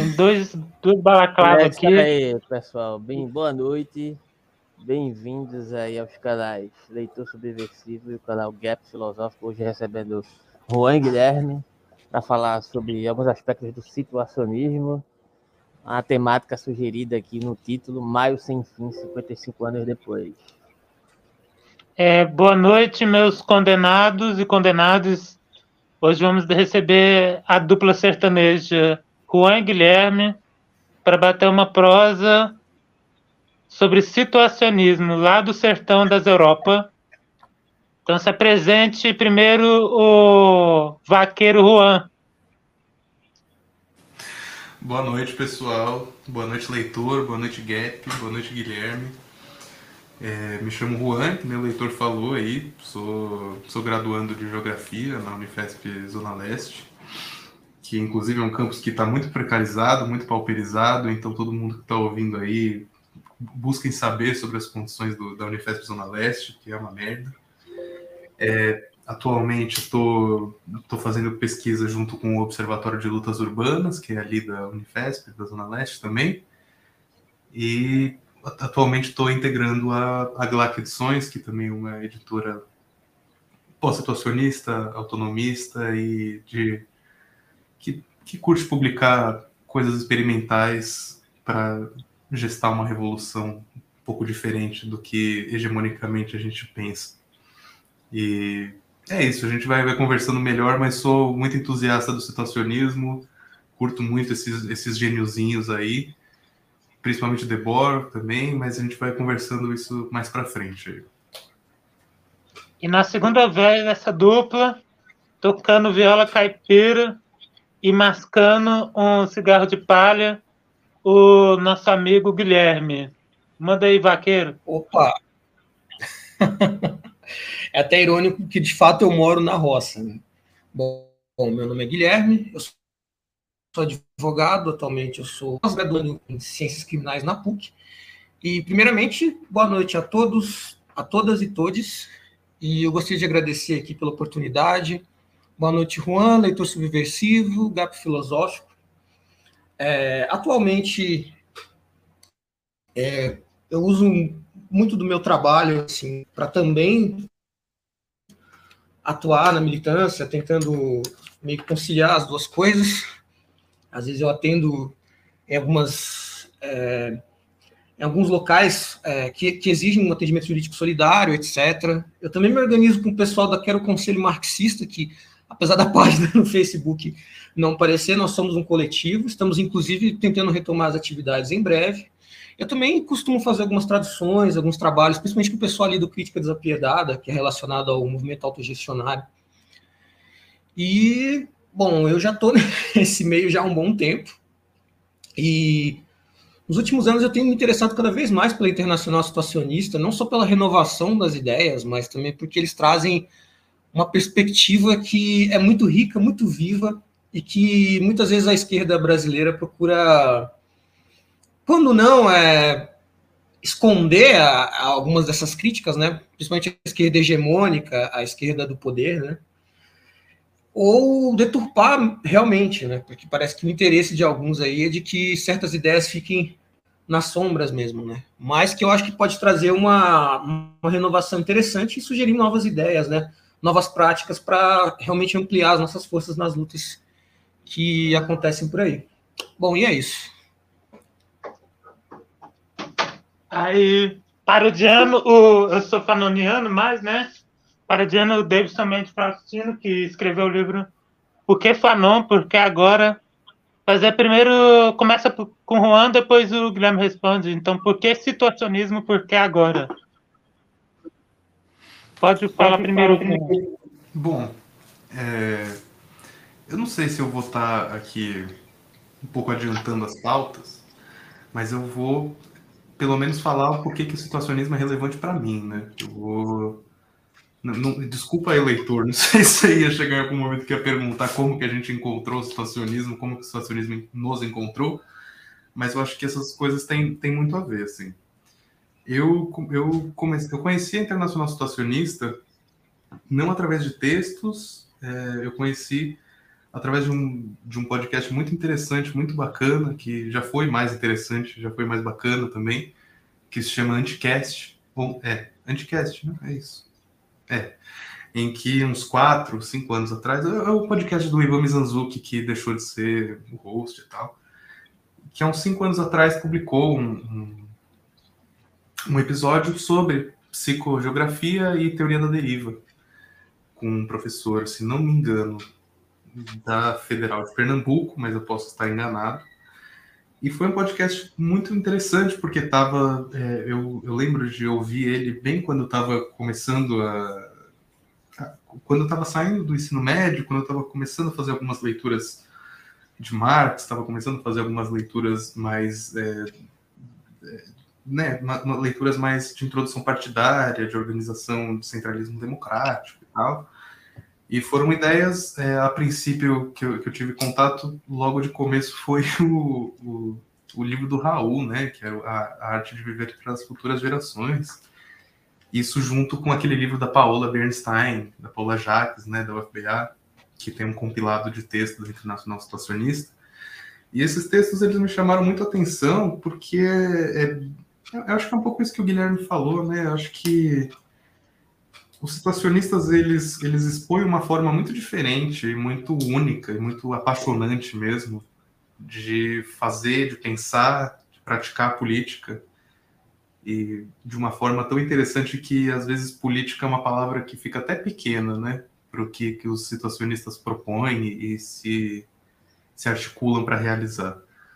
Tem duas balaclavas É isso aqui. aí, pessoal. Boa noite. Bem-vindos aí aos canais Leitor Subversivo e o canal Gap Filosófico. Hoje recebendo Juan Guilherme para falar sobre alguns aspectos do situacionismo. A temática sugerida aqui no título, Maio Sem Fim, 55 anos depois. Boa noite, meus condenados e condenadas. Hoje vamos receber a dupla sertaneja Juan e Guilherme para bater uma prosa sobre situacionismo lá do sertão das Europa. Então se apresente primeiro o vaqueiro Juan. Boa noite, pessoal. Boa noite, leitor. Boa noite, Gap. Boa noite, Guilherme. Me chamo Juan, que o leitor falou aí. Sou graduando de Geografia na Unifesp Zona Leste, que inclusive é um campus que está muito precarizado, muito pauperizado, então todo mundo que está ouvindo aí, busquem saber sobre as condições da Unifesp Zona Leste, que é uma merda. Atualmente estou fazendo pesquisa junto com o Observatório de Lutas Urbanas, que é ali da Unifesp, da Zona Leste também, e atualmente estou integrando a GLAC Edições, que também é uma editora pós-situacionista, autonomista e que curte publicar coisas experimentais para gestar uma revolução um pouco diferente do que hegemonicamente a gente pensa. E é isso, a gente vai conversando melhor, mas sou muito entusiasta do situacionismo, curto muito esses geniozinhos aí, principalmente Debord também, mas a gente vai conversando isso mais para frente aí. E na segunda vez, essa dupla, tocando viola caipira e mascando um cigarro de palha, o nosso amigo Guilherme. Manda aí, vaqueiro. Opa! É até irônico que, de fato, eu moro na roça, né? Bom, meu nome é Guilherme, eu sou advogado, atualmente eu sou pós-graduando em Ciências Criminais na PUC. E, primeiramente, boa noite a todos, a todas e todes. E eu gostaria de agradecer aqui pela oportunidade. Boa noite, Juan, leitor subversivo, Gap Filosófico. Atualmente, eu uso muito do meu trabalho assim, para também atuar na militância, tentando meio que conciliar as duas coisas. Às vezes eu atendo em alguns locais que exigem um atendimento jurídico solidário, etc. Eu também me organizo com o pessoal da Quero Conselho Marxista, que, apesar da página no Facebook não aparecer, nós somos um coletivo, estamos, inclusive, tentando retomar as atividades em breve. Eu também costumo fazer algumas traduções, alguns trabalhos, principalmente com o pessoal ali do Crítica Desapiedada, que é relacionado ao movimento autogestionário. E, bom, eu já estou nesse meio já há um bom tempo, e nos últimos anos eu tenho me interessado cada vez mais pela Internacional Situacionista, não só pela renovação das ideias, mas também porque eles trazem uma perspectiva que é muito rica, muito viva, e que muitas vezes a esquerda brasileira procura, quando não, esconder algumas dessas críticas, né? Principalmente a esquerda hegemônica, a esquerda do poder, né? Ou deturpar realmente, né? Porque parece que o interesse de alguns aí é de que certas ideias fiquem nas sombras mesmo, né? Mas que eu acho que pode trazer uma renovação interessante e sugerir novas ideias, né? Novas práticas para realmente ampliar as nossas forças nas lutas que acontecem por aí. Bom, e é isso. Aí, parodiando eu sou fanoniano mais, né? Parodiando o Davidson Mendes Faustino, que escreveu o livro Por que Fanon? Por que Agora? Fazer primeiro, começa com o Juan, depois o Guilherme responde. Então, por que situacionismo? Por que agora? Pode falar primeiro. Bom, eu não sei se eu vou estar aqui um pouco adiantando as pautas, mas eu vou pelo menos falar por que o situacionismo é relevante para mim, né? Eu vou... desculpa aí, leitor, não sei se ia chegar em algum momento que ia perguntar como que a gente encontrou o situacionismo, como que o situacionismo nos encontrou, mas eu acho que essas coisas têm muito a ver, assim. Eu conheci a Internacional Situacionista não através de textos, eu conheci através de um podcast muito interessante, muito bacana, que já foi mais interessante, já foi mais bacana também, que se chama Anticast. Anticast, né? É isso. Em que uns 4, 5 anos atrás, é o podcast do Ivan Mizanzuki, que deixou de ser o host e tal, que há uns 5 anos atrás publicou um episódio sobre psicogeografia e teoria da deriva, com um professor, se não me engano, da Federal de Pernambuco, mas eu posso estar enganado. E foi um podcast muito interessante, porque eu lembro de ouvir ele bem quando eu estava começando quando eu estava saindo do ensino médio, quando eu estava começando a fazer algumas leituras de Marx, estava começando a fazer algumas leituras mais leituras mais de introdução partidária, de organização de centralismo democrático e tal. E foram ideias, a princípio, que eu tive contato logo de começo, foi o livro do Raul, né, que é a Arte de Viver para as Futuras Gerações. Isso junto com aquele livro da Paola Bernstein, da Paula Jacques, né, da UFBA, que tem um compilado de textos do Internacional Situacionista. E esses textos, eles me chamaram muito a atenção, porque eu acho que é um pouco isso que o Guilherme falou, né, eu acho que os situacionistas, eles expõem uma forma muito diferente, muito única, e muito apaixonante mesmo, de fazer, de pensar, de praticar a política, e de uma forma tão interessante que, às vezes, política é uma palavra que fica até pequena, né, para o que os situacionistas propõem e se articulam para realizar.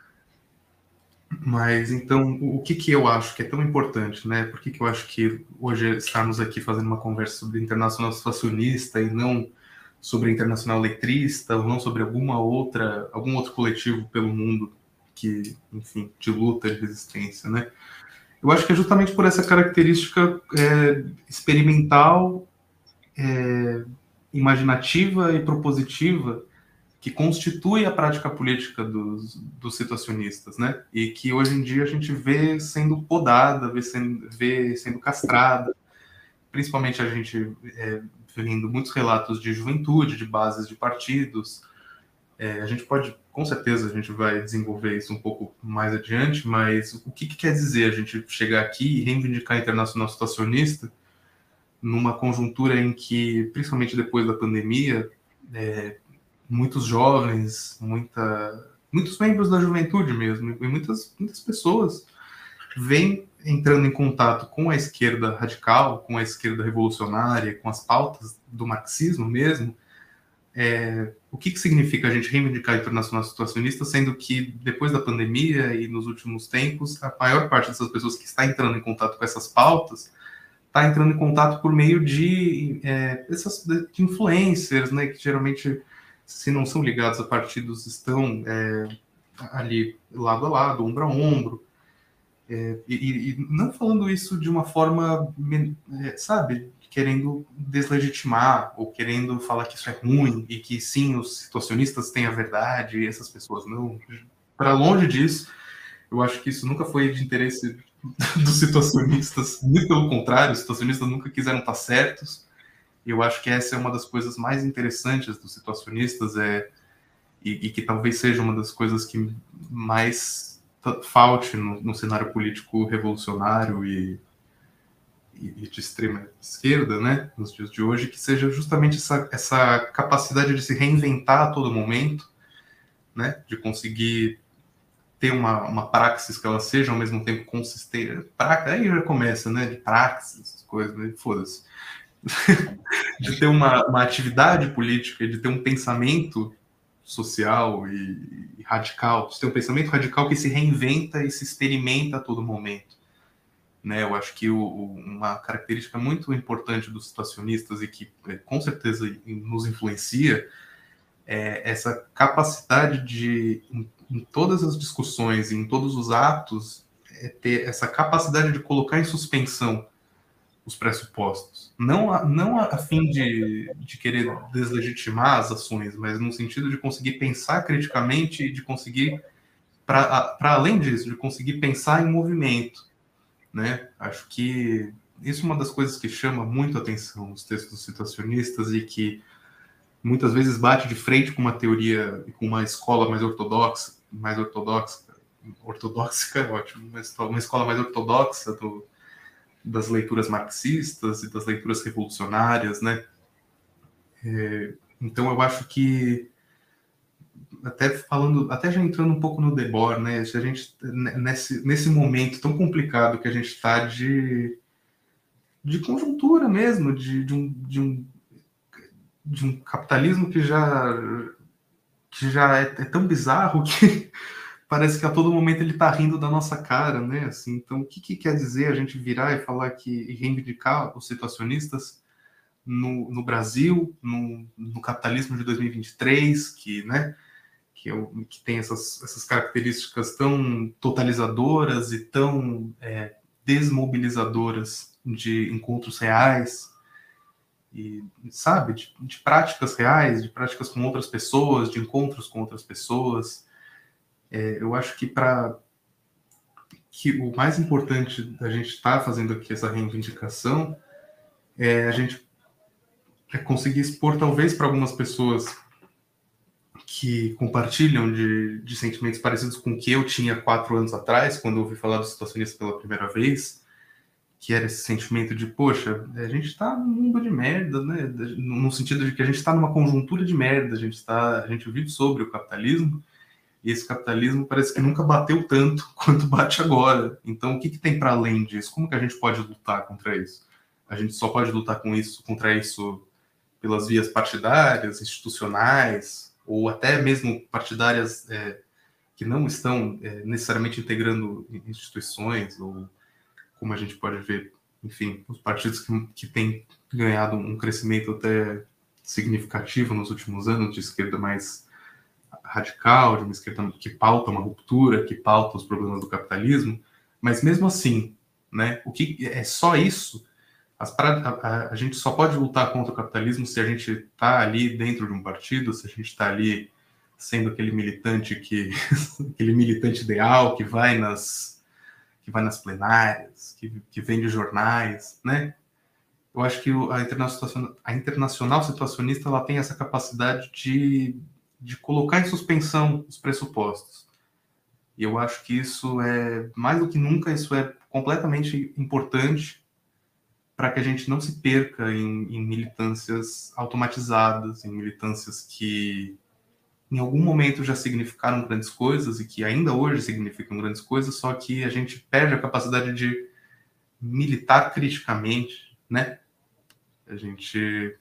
Mas, então, o que eu acho que é tão importante, né? Por que eu acho que hoje estarmos aqui fazendo uma conversa sobre internacional situacionista e não sobre internacional letrista, ou não sobre algum outro coletivo pelo mundo que, enfim, de luta, de resistência, né? Eu acho que é justamente por essa característica experimental, imaginativa e propositiva que constitui a prática política dos situacionistas, né? E que hoje em dia a gente vê sendo podada, vê sendo castrada, principalmente a gente vendo muitos relatos de juventude, de bases de partidos. A gente pode, com certeza, a gente vai desenvolver isso um pouco mais adiante, mas o que quer dizer a gente chegar aqui e reivindicar a Internacional Situacionista numa conjuntura em que, principalmente depois da pandemia, muitos jovens, muitos membros da juventude mesmo, e muitas pessoas vêm entrando em contato com a esquerda radical, com a esquerda revolucionária, com as pautas do marxismo mesmo. O que significa a gente reivindicar a Internacional Situacionista, sendo que depois da pandemia e nos últimos tempos, a maior parte dessas pessoas que está entrando em contato com essas pautas está entrando em contato por meio de influencers, né, que geralmente, se não são ligados a partidos, estão ali lado a lado, ombro a ombro, e não falando isso de uma forma, sabe, querendo deslegitimar ou querendo falar que isso é ruim e que sim, os situacionistas têm a verdade e essas pessoas não. Para longe disso, eu acho que isso nunca foi de interesse dos situacionistas, muito pelo contrário, os situacionistas nunca quiseram estar certos. Eu acho que essa é uma das coisas mais interessantes dos situacionistas, e que talvez seja uma das coisas que mais falte no cenário político revolucionário e de extrema esquerda, né, nos dias de hoje, que seja justamente essa capacidade de se reinventar a todo momento, né, de conseguir ter uma praxis que ela seja ao mesmo tempo consistente. Aí já começa, né, de praxis, essas coisas, né, foda-se. De ter uma atividade política, de ter um pensamento social e radical, de ter um pensamento radical que se reinventa e se experimenta a todo momento. Né, eu acho que uma característica muito importante dos situacionistas e que com certeza nos influencia é essa capacidade de, em todas as discussões, em todos os atos, ter essa capacidade de colocar em suspensão os pressupostos. Não a fim de querer deslegitimar as ações, mas no sentido de conseguir pensar criticamente e de conseguir, para além disso, de conseguir pensar em movimento. Né? Acho que isso é uma das coisas que chama muito a atenção nos textos situacionistas e que muitas vezes bate de frente com uma teoria, com uma escola mais ortodoxa, é ótimo, uma escola mais ortodoxa das leituras marxistas e das leituras revolucionárias, né? Então eu acho que até já entrando um pouco no Debord, né? Se a gente nesse momento tão complicado que a gente está de conjuntura mesmo, de um capitalismo que já é tão bizarro que parece que a todo momento ele está rindo da nossa cara, né? Assim, então, o que quer dizer a gente virar e falar e reivindicar os situacionistas no Brasil, no capitalismo de 2023, né? Que tem essas características tão totalizadoras e tão desmobilizadoras de encontros reais e, sabe, de práticas reais, de práticas com outras pessoas, de encontros com outras pessoas. Eu acho que o mais importante da gente estar fazendo aqui essa reivindicação a gente conseguir expor, talvez, para algumas pessoas que compartilham de sentimentos parecidos com o que eu tinha 4 anos atrás, quando eu ouvi falar do situacionista pela primeira vez, que era esse sentimento de, poxa, a gente está num mundo de merda, né? No sentido de que a gente está numa conjuntura de merda, a gente vive sobre o capitalismo, e esse capitalismo parece que nunca bateu tanto quanto bate agora. Então, o que tem para além disso? Como que a gente pode lutar contra isso? A gente só pode lutar contra isso pelas vias partidárias, institucionais, ou até mesmo partidárias que não estão necessariamente integrando instituições, ou como a gente pode ver, enfim, os partidos que têm ganhado um crescimento até significativo nos últimos anos, de esquerda mais radical, de uma esquerda que pauta uma ruptura, que pauta os problemas do capitalismo, mas mesmo assim, né, o que é só isso? A gente só pode lutar contra o capitalismo se a gente está ali dentro de um partido, se a gente está ali sendo aquele militante aquele militante ideal que vai nas plenárias, que vende jornais, né? Eu acho que a internacional situacionista ela tem essa capacidade de colocar em suspensão os pressupostos. E eu acho que isso mais do que nunca, isso é completamente importante para que a gente não se perca em militâncias automatizadas, em militâncias que em algum momento já significaram grandes coisas e que ainda hoje significam grandes coisas, só que a gente perde a capacidade de militar criticamente, né? A gente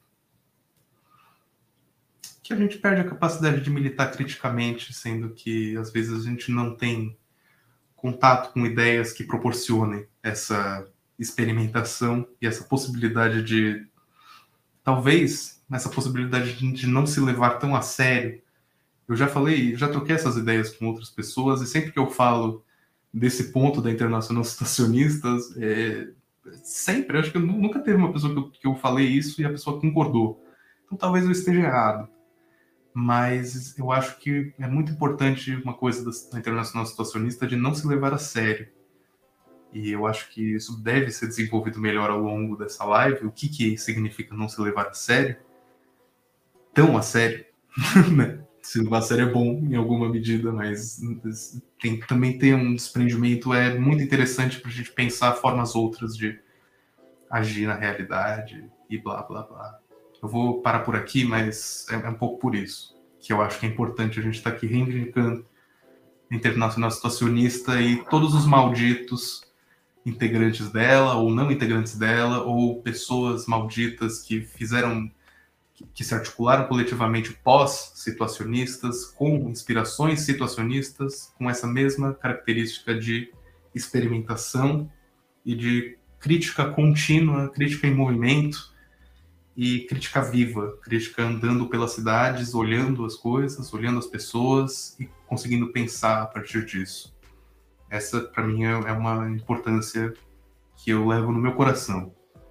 perde a capacidade de militar criticamente, sendo que às vezes a gente não tem contato com ideias que proporcionem essa experimentação e essa possibilidade de, talvez, essa possibilidade de não se levar tão a sério. Eu já troquei essas ideias com outras pessoas, e sempre que eu falo desse ponto da Internacional Situacionistas, sempre, acho que nunca teve uma pessoa que eu falei isso e a pessoa concordou. Então talvez eu esteja errado. Mas eu acho que é muito importante uma coisa da Internacional Situacionista de não se levar a sério. E eu acho que isso deve ser desenvolvido melhor ao longo dessa live. O que significa não se levar a sério? Tão a sério, né? Se levar a sério é bom em alguma medida, mas também tem um desprendimento muito interessante para a gente pensar formas outras de agir na realidade e blá, blá, blá. Eu vou parar por aqui, mas é um pouco por isso que eu acho que é importante a gente estar aqui reivindicando a Internacional Situacionista e todos os malditos integrantes dela, ou não integrantes dela, ou pessoas malditas que se articularam coletivamente pós-situacionistas, com inspirações situacionistas, com essa mesma característica de experimentação e de crítica contínua, crítica em movimento e crítica viva, crítica andando pelas cidades, olhando as coisas, olhando as pessoas e conseguindo pensar a partir disso. Essa, para mim, é uma importância que eu levo no meu coração.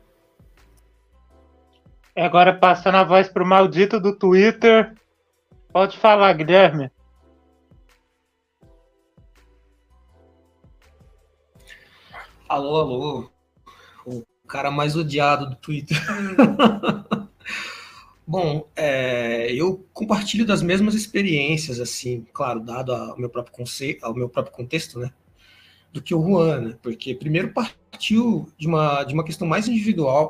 Agora, passando a voz para o maldito do Twitter. Pode falar, Guilherme. Alô, alô. O cara mais odiado do Twitter. Bom, eu compartilho das mesmas experiências, assim, claro, dado ao meu próprio conceito, ao meu próprio contexto, né, do que o Juan, né, porque primeiro partiu de uma questão mais individual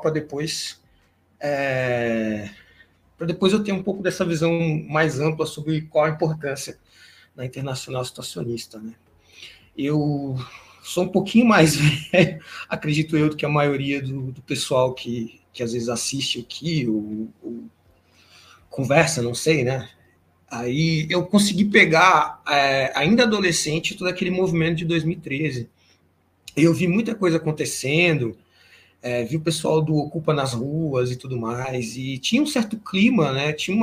para depois eu ter um pouco dessa visão mais ampla sobre qual a importância da internacional situacionista, né. Eu sou um pouquinho mais velho, acredito eu, do que a maioria do pessoal que às vezes assiste aqui, ou conversa, não sei, né? Aí eu consegui pegar, ainda adolescente, todo aquele movimento de 2013. Eu vi muita coisa acontecendo, vi o pessoal do Ocupa nas ruas e tudo mais, e tinha um certo clima, né? Tinha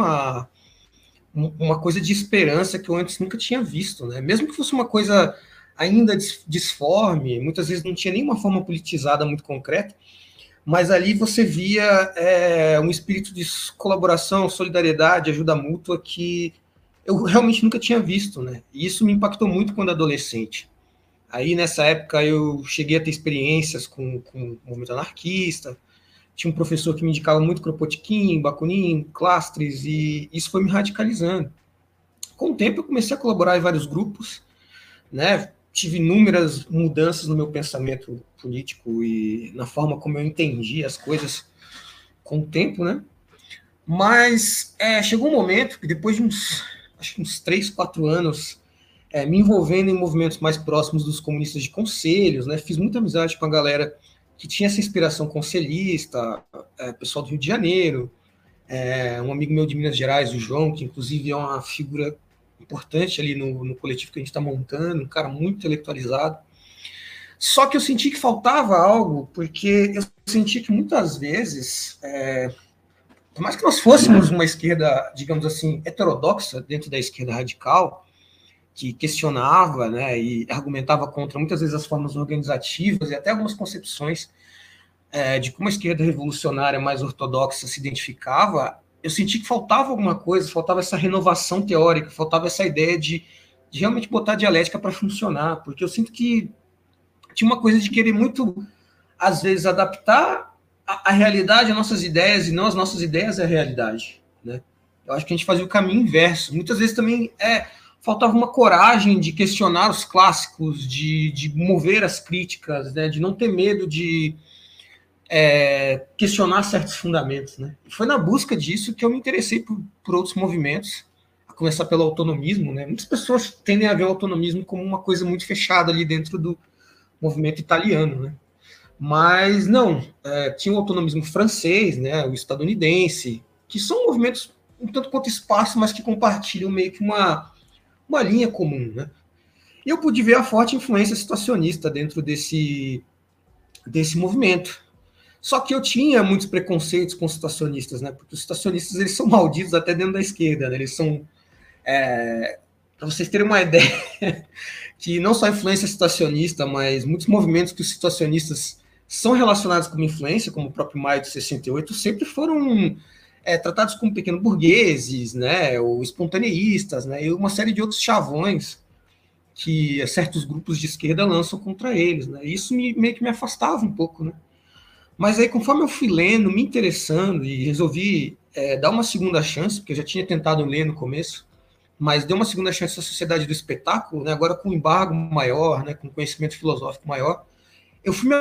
uma coisa de esperança que eu antes nunca tinha visto, né? Mesmo que fosse uma coisa ainda disforme, muitas vezes não tinha nenhuma forma politizada muito concreta, mas ali você via um espírito de colaboração, solidariedade, ajuda mútua que eu realmente nunca tinha visto, né? E isso me impactou muito quando adolescente. Aí, nessa época, eu cheguei a ter experiências com o movimento anarquista, tinha um professor que me indicava muito Kropotkin, Bakunin, Clastres, e isso foi me radicalizando. Com o tempo, eu comecei a colaborar em vários grupos, né? Tive inúmeras mudanças no meu pensamento político e na forma como eu entendi as coisas com o tempo, né? Mas chegou um momento que depois de acho que uns 3, 4 anos me envolvendo em movimentos mais próximos dos comunistas de conselhos, né? Fiz muita amizade com a galera que tinha essa inspiração conselhista, pessoal do Rio de Janeiro, um amigo meu de Minas Gerais, o João, que inclusive é uma figura importante ali no coletivo que a gente está montando, um cara muito intelectualizado. Só que eu senti que faltava algo, porque eu senti que muitas vezes, por mais que nós fôssemos uma esquerda, digamos assim, heterodoxa dentro da esquerda radical, que questionava, né, e argumentava contra muitas vezes as formas organizativas e até algumas concepções de como a esquerda revolucionária mais ortodoxa se identificava, eu senti que faltava alguma coisa, faltava essa renovação teórica, faltava essa ideia de realmente botar a dialética para funcionar, porque eu sinto que tinha uma coisa de querer muito, às vezes, adaptar a realidade às nossas ideias e não as nossas ideias à realidade, né? Eu acho que a gente fazia o caminho inverso. Muitas vezes também faltava uma coragem de questionar os clássicos, de mover as críticas, né? De não ter medo de questionar certos fundamentos, né? E foi na busca disso que eu me interessei por outros movimentos, a começar pelo autonomismo, né? Muitas pessoas tendem a ver o autonomismo como uma coisa muito fechada ali dentro do movimento italiano, né? Mas não, tinha o autonomismo francês, né? O estadunidense, que são movimentos um tanto quanto espaço, mas que compartilham meio que uma linha comum, né? E eu pude ver a forte influência situacionista dentro desse movimento. Só que eu tinha muitos preconceitos com os situacionistas, né? Porque os situacionistas, eles são malditos até dentro da esquerda, né? Eles são, para vocês terem uma ideia, que não só a influência situacionista, mas muitos movimentos que os situacionistas são relacionados com influência, como o próprio Maio de 68, sempre foram tratados como pequenos burgueses, né? Ou espontaneístas, né? E uma série de outros chavões que certos grupos de esquerda lançam contra eles, né? Isso meio que me afastava um pouco, né? Mas aí, conforme eu fui lendo, me interessando, e resolvi dar uma segunda chance, porque eu já tinha tentado ler no começo, mas deu uma segunda chance à sociedade do espetáculo, né, agora com um embargo maior, né, com conhecimento filosófico maior, eu fui me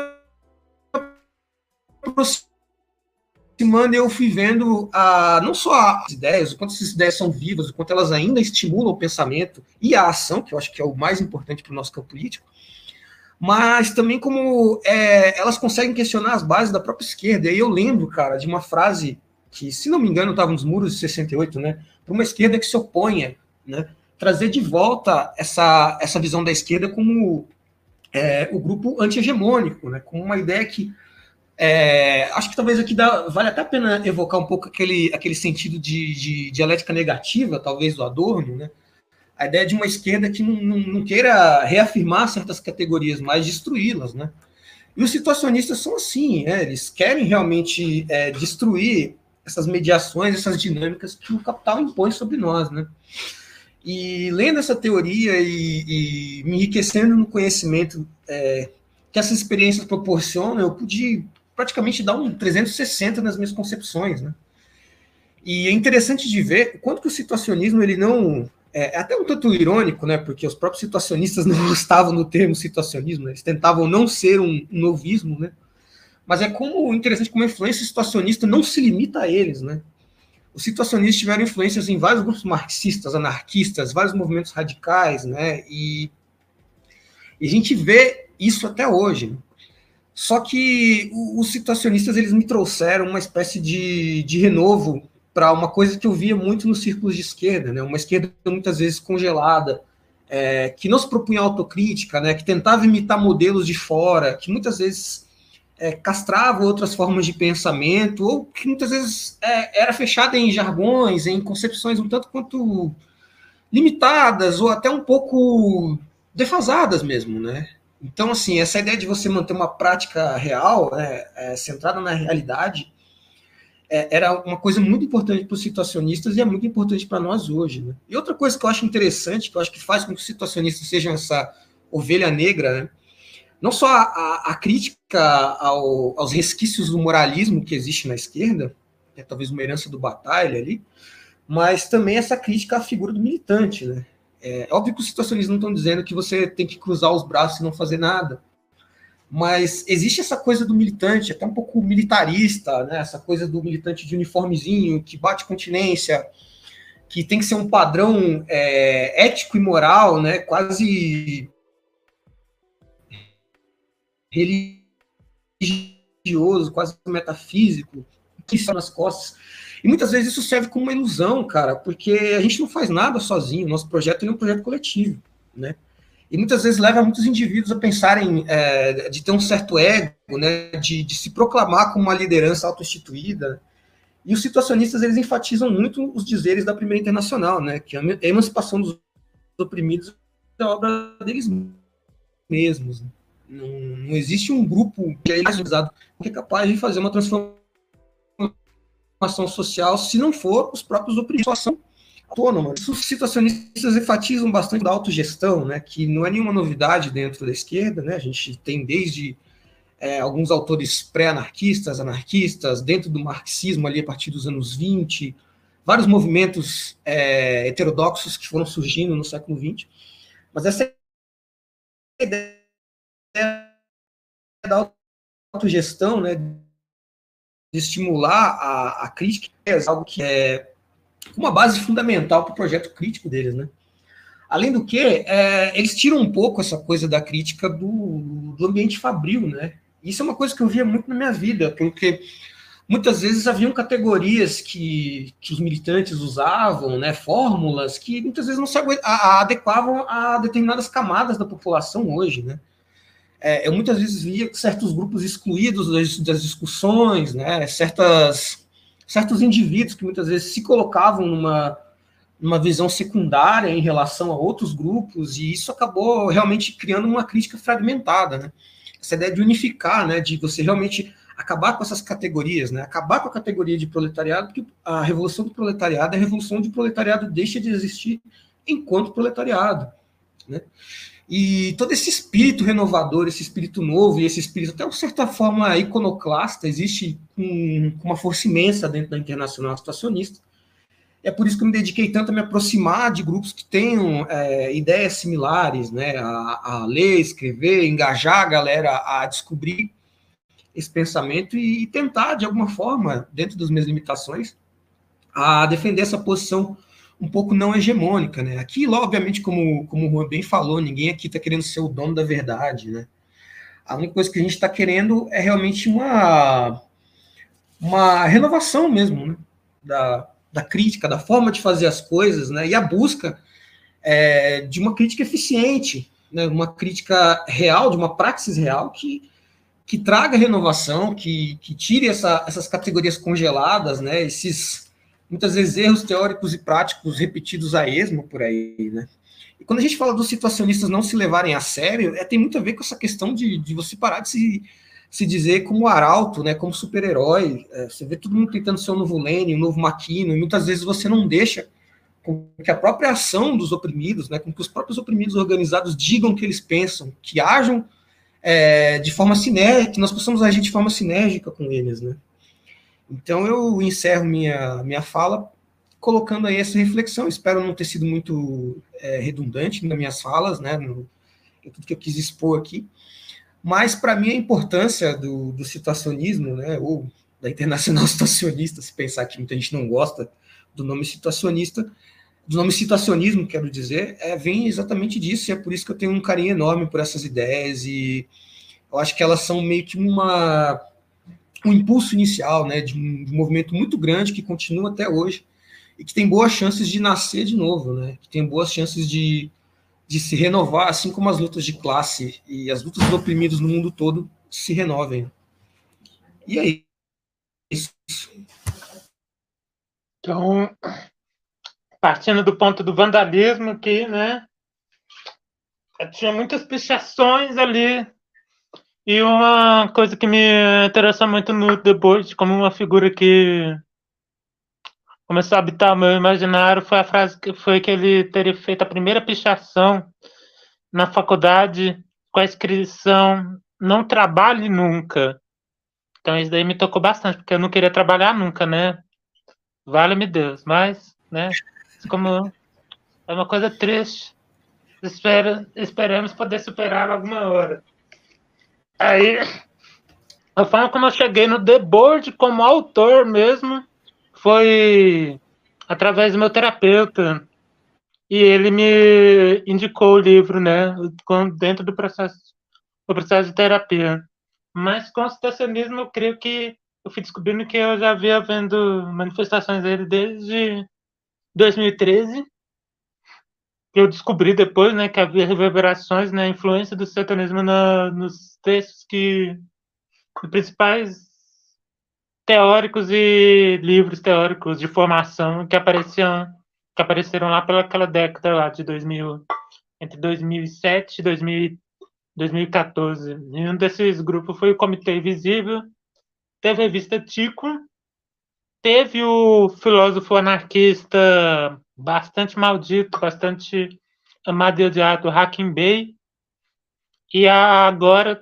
aproximando e eu fui vendo não só as ideias, o quanto essas ideias são vivas, o quanto elas ainda estimulam o pensamento e a ação, que eu acho que é o mais importante para o nosso campo político, mas também como elas conseguem questionar as bases da própria esquerda. E aí eu lembro, cara, de uma frase que, se não me engano, estava nos muros de 68, né, para uma esquerda que se oponha, né, trazer de volta essa visão da esquerda como o grupo anti-hegemônico, né, como uma ideia que acho que talvez aqui vale até a pena evocar um pouco aquele sentido de dialética negativa, talvez, do Adorno, né, a ideia de uma esquerda que não queira reafirmar certas categorias, mas destruí-las, né? E os situacionistas são assim, eles querem realmente destruir essas mediações, essas dinâmicas que o capital impõe sobre nós, né? E lendo essa teoria e me enriquecendo no conhecimento que essas experiências proporcionam, eu pude praticamente dar um 360 nas minhas concepções, né? E é interessante de ver o quanto que o situacionismo ele não... É até um tanto irônico, né? Porque os próprios situacionistas não gostavam do termo situacionismo, né? Eles tentavam não ser um novismo, né? Mas é como interessante como a influência situacionista não se limita a eles, né? Os situacionistas tiveram influências em vários grupos marxistas, anarquistas, vários movimentos radicais, né? E a gente vê isso até hoje. Só que os situacionistas eles me trouxeram uma espécie de renovo para uma coisa que eu via muito nos círculos de esquerda, né? Uma esquerda muitas vezes congelada, que não se propunha autocrítica, né? Que tentava imitar modelos de fora, que muitas vezes castrava outras formas de pensamento, ou que muitas vezes era fechada em jargões, em concepções um tanto quanto limitadas, ou até um pouco defasadas mesmo, né? Então, assim, essa ideia de você manter uma prática real, né, centrada na realidade, era uma coisa muito importante para os situacionistas e é muito importante para nós hoje, né? E outra coisa que eu acho interessante, que eu acho que faz com que os situacionistas sejam essa ovelha negra, né? Não só a crítica aos resquícios do moralismo que existe na esquerda, que é talvez uma herança do Batalha ali, mas também essa crítica à figura do militante, né? É óbvio que os situacionistas não estão dizendo que você tem que cruzar os braços e não fazer nada, mas existe essa coisa do militante, até um pouco militarista, né? Essa coisa do militante de uniformezinho, que bate continência, que tem que ser um padrão ético e moral, né? Quase religioso, quase metafísico, que está nas costas. E muitas vezes isso serve como uma ilusão, cara, porque a gente não faz nada sozinho, nosso projeto é um projeto coletivo, né? E muitas vezes leva muitos indivíduos a pensarem de ter um certo ego, né, de se proclamar como uma liderança autoinstituída. E os situacionistas, eles enfatizam muito os dizeres da Primeira Internacional, né, que a emancipação dos oprimidos é obra deles mesmos. Não existe um grupo que é organizado que é capaz de fazer uma transformação social se não for os próprios oprimidos autônoma. Os situacionistas enfatizam bastante da autogestão, né, que não é nenhuma novidade dentro da esquerda, né, a gente tem desde alguns autores pré-anarquistas, anarquistas, dentro do marxismo ali a partir dos anos 20, vários movimentos heterodoxos que foram surgindo no século 20, mas essa ideia da autogestão, né, de estimular a crítica, é algo que é uma base fundamental para o projeto crítico deles, né? Além do que, eles tiram um pouco essa coisa da crítica do ambiente fabril, né? Isso é uma coisa que eu via muito na minha vida, porque muitas vezes haviam categorias que os militantes usavam, né, fórmulas que muitas vezes não se adequavam a determinadas camadas da população hoje, né? Eu muitas vezes via certos grupos excluídos das discussões, né, certos indivíduos que muitas vezes se colocavam numa visão secundária em relação a outros grupos, e isso acabou realmente criando uma crítica fragmentada, né? Essa ideia de unificar, né, de você realmente acabar com essas categorias, né, acabar com a categoria de proletariado, porque a revolução do proletariado é a revolução onde o proletariado deixa de existir enquanto proletariado, né? E todo esse espírito renovador, esse espírito novo, e esse espírito até de certa forma iconoclasta, existe com uma força imensa dentro da Internacional Situacionista. É por isso que eu me dediquei tanto a me aproximar de grupos que tenham ideias similares, né, a ler, escrever, engajar a galera a descobrir esse pensamento e tentar, de alguma forma, dentro das minhas limitações, a defender essa posição um pouco não hegemônica, né? Aqui, obviamente, como o Juan bem falou, ninguém aqui está querendo ser o dono da verdade, né? A única coisa que a gente está querendo é realmente uma renovação mesmo, né? Da crítica, da forma de fazer as coisas, né? E a busca de uma crítica eficiente, né? Uma crítica real, de uma praxis real que traga renovação, que tire essas categorias congeladas, né? Muitas vezes erros teóricos e práticos repetidos a esmo por aí, né? E quando a gente fala dos situacionistas não se levarem a sério, tem muito a ver com essa questão de você parar de se dizer como arauto, né, como super-herói. Você vê todo mundo tentando ser um novo Lenin, um novo Maquino, e muitas vezes você não deixa com que a própria ação dos oprimidos, né, com que os próprios oprimidos organizados digam o que eles pensam, que ajam de forma sinérgica, que nós possamos agir de forma sinérgica com eles, né? Então, eu encerro minha fala colocando aí essa reflexão. Espero não ter sido muito redundante nas minhas falas, né, em tudo que eu quis expor aqui. Mas, para mim, a importância do situacionismo, né, ou da internacional situacionista, se pensar que muita gente não gosta do nome situacionista, do nome situacionismo, quero dizer, vem exatamente disso, e é por isso que eu tenho um carinho enorme por essas ideias, e eu acho que elas são meio que um impulso inicial, né, de um movimento muito grande que continua até hoje, e que tem boas chances de nascer de novo, né, que tem boas chances de se renovar, assim como as lutas de classe e as lutas dos oprimidos no mundo todo se renovem. E aí? Então, partindo do ponto do vandalismo, que, né, tinha muitas pichações ali, e uma coisa que me interessou muito no The Board, como uma figura que começou a habitar o meu imaginário, foi a frase que ele teria feito a primeira pichação na faculdade com a inscrição "não trabalhe nunca". Então isso daí me tocou bastante, porque eu não queria trabalhar nunca, né? Vale-me Deus, mas, né, como é uma coisa triste, esperamos poder superar alguma hora. Aí, a forma como eu cheguei no The Board como autor mesmo foi através do meu terapeuta, e ele me indicou o livro, né, dentro do processo de terapia. Mas com o situacionismo, eu creio que eu fui descobrindo que eu já havia vendo manifestações dele desde 2013, que eu descobri depois, né, que havia reverberações na influência do satanismo nos textos principais teóricos e livros teóricos de formação que apareceram lá pelaquela década lá de 2000, entre 2007 e 2014. E um desses grupos foi o Comitê Invisível, teve a revista Tico, teve o filósofo anarquista bastante maldito, bastante amado e odiado, Hakim Bey, e agora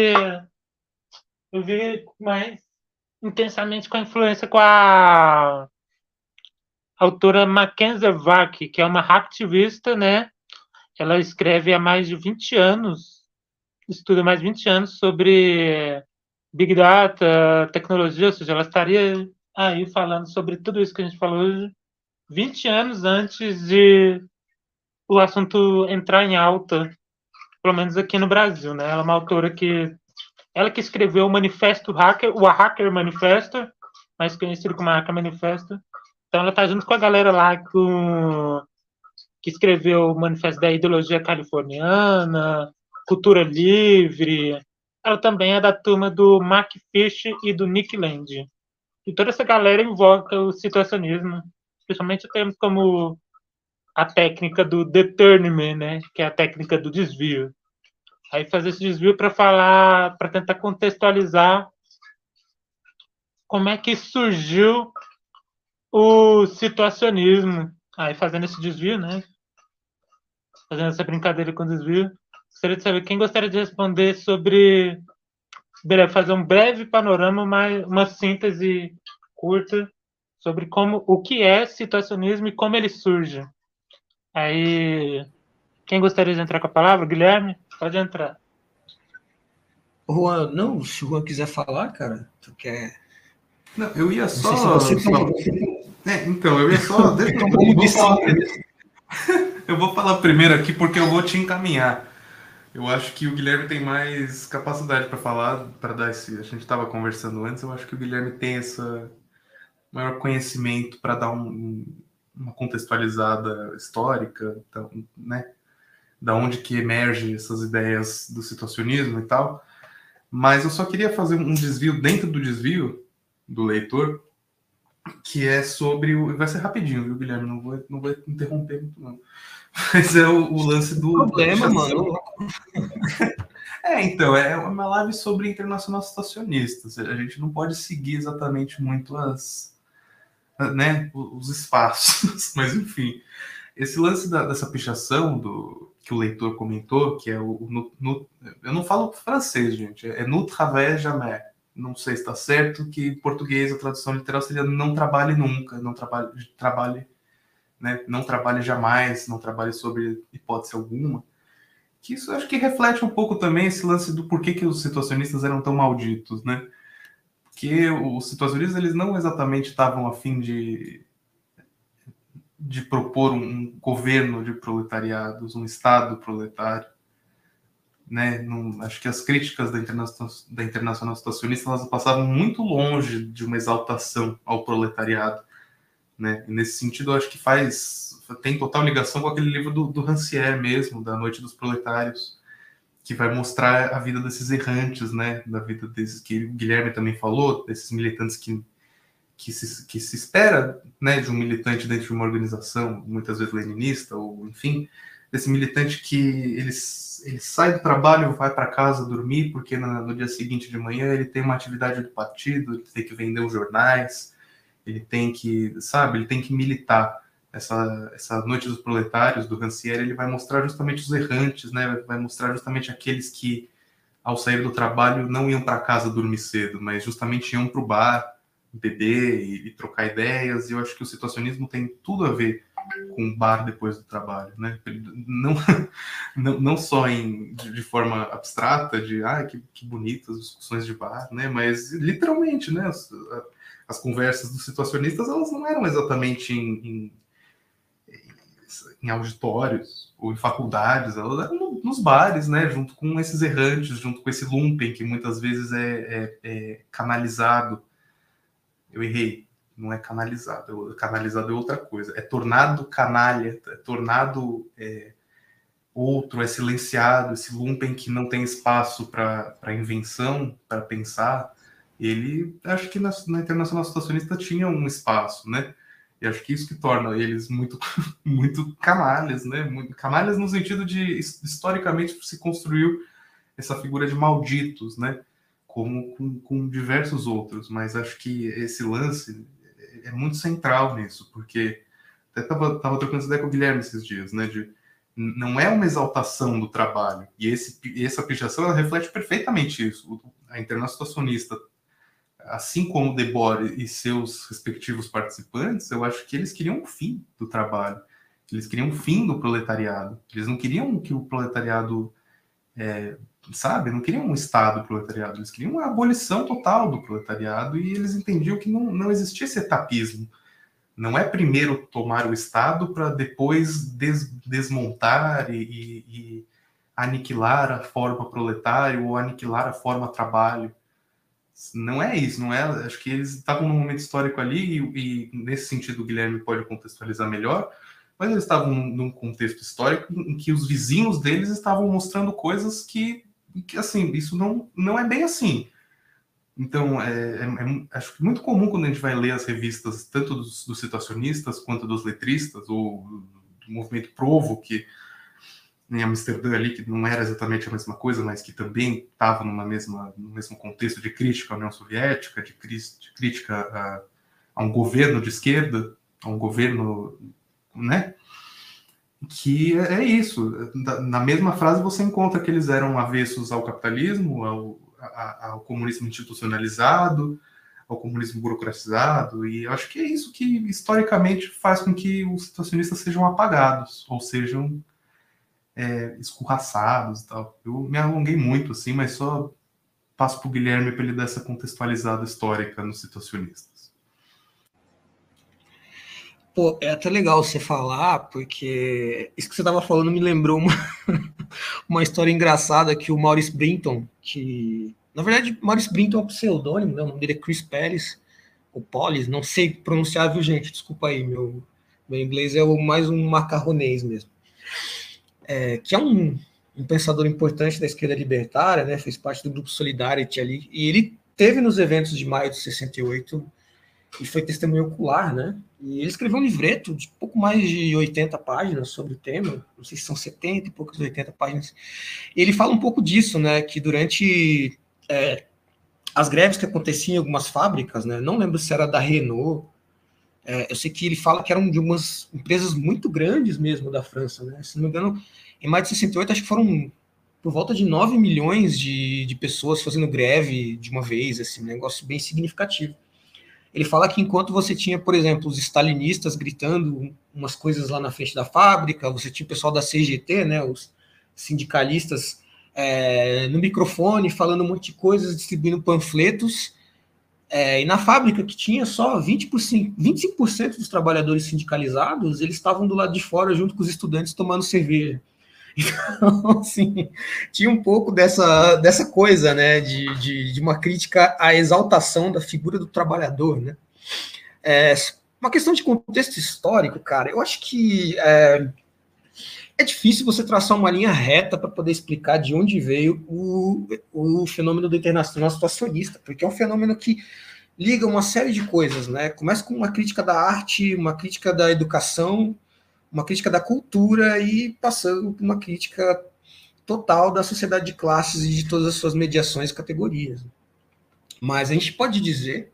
eu vi mais intensamente com a influência com a autora Mackenzie Vack, que é uma hacktivista, né? Ela escreve há mais de 20 anos, estuda mais de 20 anos sobre Big Data, tecnologia, ou seja, ela estaria aí falando sobre tudo isso que a gente falou hoje, 20 anos antes de o assunto entrar em alta, pelo menos aqui no Brasil, né? Ela é uma autora ela que escreveu o Manifesto Hacker, o Hacker Manifesto, mais conhecido como Hacker Manifesto. Então ela está junto com a galera lá que escreveu o Manifesto da Ideologia Californiana, Cultura Livre. Ela também é da turma do Mark Fish e do Nick Land. E toda essa galera invoca o situacionismo, principalmente termos como a técnica do determinant, né, que é a técnica do desvio. Aí fazer esse desvio para tentar contextualizar como é que surgiu o situacionismo. Aí fazendo esse desvio, né, fazendo essa brincadeira com desvio, gostaria de saber quem gostaria de responder sobre fazer um breve panorama, uma síntese curta sobre o que é situacionismo e como ele surge. Aí, quem gostaria de entrar com a palavra? Guilherme? Pode entrar. Juan, não, se o Juan quiser falar, cara, tu quer... Não, eu ia só... Então, eu ia só... Eu vou falar primeiro aqui porque eu vou te encaminhar. Eu acho que o Guilherme tem mais capacidade para falar, para dar esse... A gente estava conversando antes, eu acho que o Guilherme tem essa maior conhecimento para dar uma contextualizada histórica, então, né? Da onde que emerge essas ideias do situacionismo e tal. Mas eu só queria fazer um desvio dentro do desvio do leitor, que é sobre vai ser rapidinho, viu, Guilherme? Não vou interromper muito, não. Mas é o lance do... problema, mano. Então, é uma live sobre internacional situacionista. A gente não pode seguir exatamente muito os espaços, mas enfim. Esse lance dessa pichação que o leitor comentou, que é eu não falo francês, gente, é nous travaillons jamais, não sei se está certo, que em português a tradução literal seria não trabalhe nunca, não trabalhe, né, não trabalhe jamais, não trabalhe sobre hipótese alguma. Que isso acho que reflete um pouco também esse lance do porquê que os situacionistas eram tão malditos, né? Porque os situacionistas, eles não exatamente estavam a fim de propor um governo de proletariados, um Estado proletário, né? Acho que as críticas da Internacional Situacionista, elas passavam muito longe de uma exaltação ao proletariado, né? E nesse sentido, eu acho que tem total ligação com aquele livro do Rancière mesmo, da Noite dos Proletários, que vai mostrar a vida desses errantes, né? Da vida desses que o Guilherme também falou, desses militantes que se espera, né, de um militante dentro de uma organização, muitas vezes leninista, ou enfim, desse militante que ele sai do trabalho, vai para casa dormir, porque no dia seguinte de manhã ele tem uma atividade do partido, ele tem que vender os jornais, ele tem que militar. Essa Noite dos Proletários, do Rancière, ele vai mostrar justamente os errantes, né? Vai mostrar justamente aqueles que, ao sair do trabalho, não iam para casa dormir cedo, mas justamente iam para o bar, beber e trocar ideias. E eu acho que o situacionismo tem tudo a ver com o bar depois do trabalho, né? Não só de forma abstrata, de que bonitas discussões de bar, né? Mas literalmente, né? As conversas dos situacionistas, elas não eram exatamente em auditórios ou em faculdades, elas eram nos bares, né? Junto com esses errantes, junto com esse lumpen que muitas vezes é canalizado. Eu errei, não é canalizado. Canalizado é outra coisa. É tornado canalha, é tornado outro, é silenciado. Esse lumpen que não tem espaço para invenção, para pensar. Ele, acho que na Internacional Situacionista tinha um espaço, né? E acho que isso que torna eles muito, muito canalhas, né? Muito canalhas no sentido de, historicamente, se construiu essa figura de malditos, né? Como com diversos outros. Mas acho que esse lance é muito central nisso, porque até estava trocando essa ideia com o Guilherme esses dias, né? Não é uma exaltação do trabalho. E essa pichação, ela reflete perfeitamente isso. A Internacional Situacionista, assim como Debord e seus respectivos participantes, eu acho que eles queriam o fim do trabalho. Eles queriam o fim do proletariado. Eles não queriam que o proletariado, não queriam um Estado proletariado. Eles queriam a abolição total do proletariado e eles entendiam que não existia esse etapismo. Não é primeiro tomar o Estado para depois desmontar e aniquilar a forma proletária ou aniquilar a forma trabalho. Não é isso, não é. Acho que eles estavam num momento histórico ali e nesse sentido o Guilherme pode contextualizar melhor, mas eles estavam num contexto histórico em que os vizinhos deles estavam mostrando coisas que assim, isso não é bem assim. Então, acho que muito comum quando a gente vai ler as revistas, tanto dos situacionistas quanto dos letristas, ou do movimento Provo, que em Amsterdã ali, que não era exatamente a mesma coisa, mas que também estava no mesmo contexto de crítica à União Soviética, de crítica a um governo de esquerda, a um governo, né? Que é isso. Na mesma frase você encontra que eles eram avessos ao capitalismo, ao comunismo institucionalizado, ao comunismo burocratizado, e eu acho que é isso que historicamente faz com que os situacionistas sejam apagados, ou sejam escorraçados e tal. Eu me alonguei muito, assim, mas só passo para o Guilherme para ele dar essa contextualizada histórica nos situacionistas. Pô, é até legal você falar, porque isso que você estava falando me lembrou uma história engraçada que o Maurice Brinton, que na verdade Maurice Brinton é um pseudônimo, né? O nome dele é Chris Perez, ou Polis, não sei pronunciar, viu, gente? Desculpa aí, meu inglês é mais um macarronês mesmo. Que é um pensador importante da esquerda libertária, né? Fez parte do grupo Solidarity ali, e ele teve nos eventos de maio de 68 e foi testemunho ocular, né? E ele escreveu um livreto de pouco mais de 80 páginas sobre o tema, não sei se são 70 e poucas 80 páginas. E ele fala um pouco disso, né? Que durante as greves que aconteciam em algumas fábricas, né? Não lembro se era da Renault, eu sei que ele fala que eram de umas empresas muito grandes mesmo da França, né? Se não me engano, em maio de 68, acho que foram por volta de 9 milhões de pessoas fazendo greve de uma vez, assim, um negócio bem significativo. Ele fala que enquanto você tinha, por exemplo, os stalinistas gritando umas coisas lá na frente da fábrica, você tinha o pessoal da CGT, né, os sindicalistas, no microfone, falando um monte de coisas, distribuindo panfletos, e na fábrica, que tinha só 25% dos trabalhadores sindicalizados, eles estavam do lado de fora junto com os estudantes tomando cerveja. Então, assim, tinha um pouco dessa coisa, né, de uma crítica à exaltação da figura do trabalhador, né. Uma questão de contexto histórico, cara, eu acho que é difícil você traçar uma linha reta para poder explicar de onde veio o fenômeno do internacional situacionista, porque é um fenômeno que liga uma série de coisas, né? Começa com uma crítica da arte, uma crítica da educação, uma crítica da cultura e passando por uma crítica total da sociedade de classes e de todas as suas mediações e categorias. Mas a gente pode dizer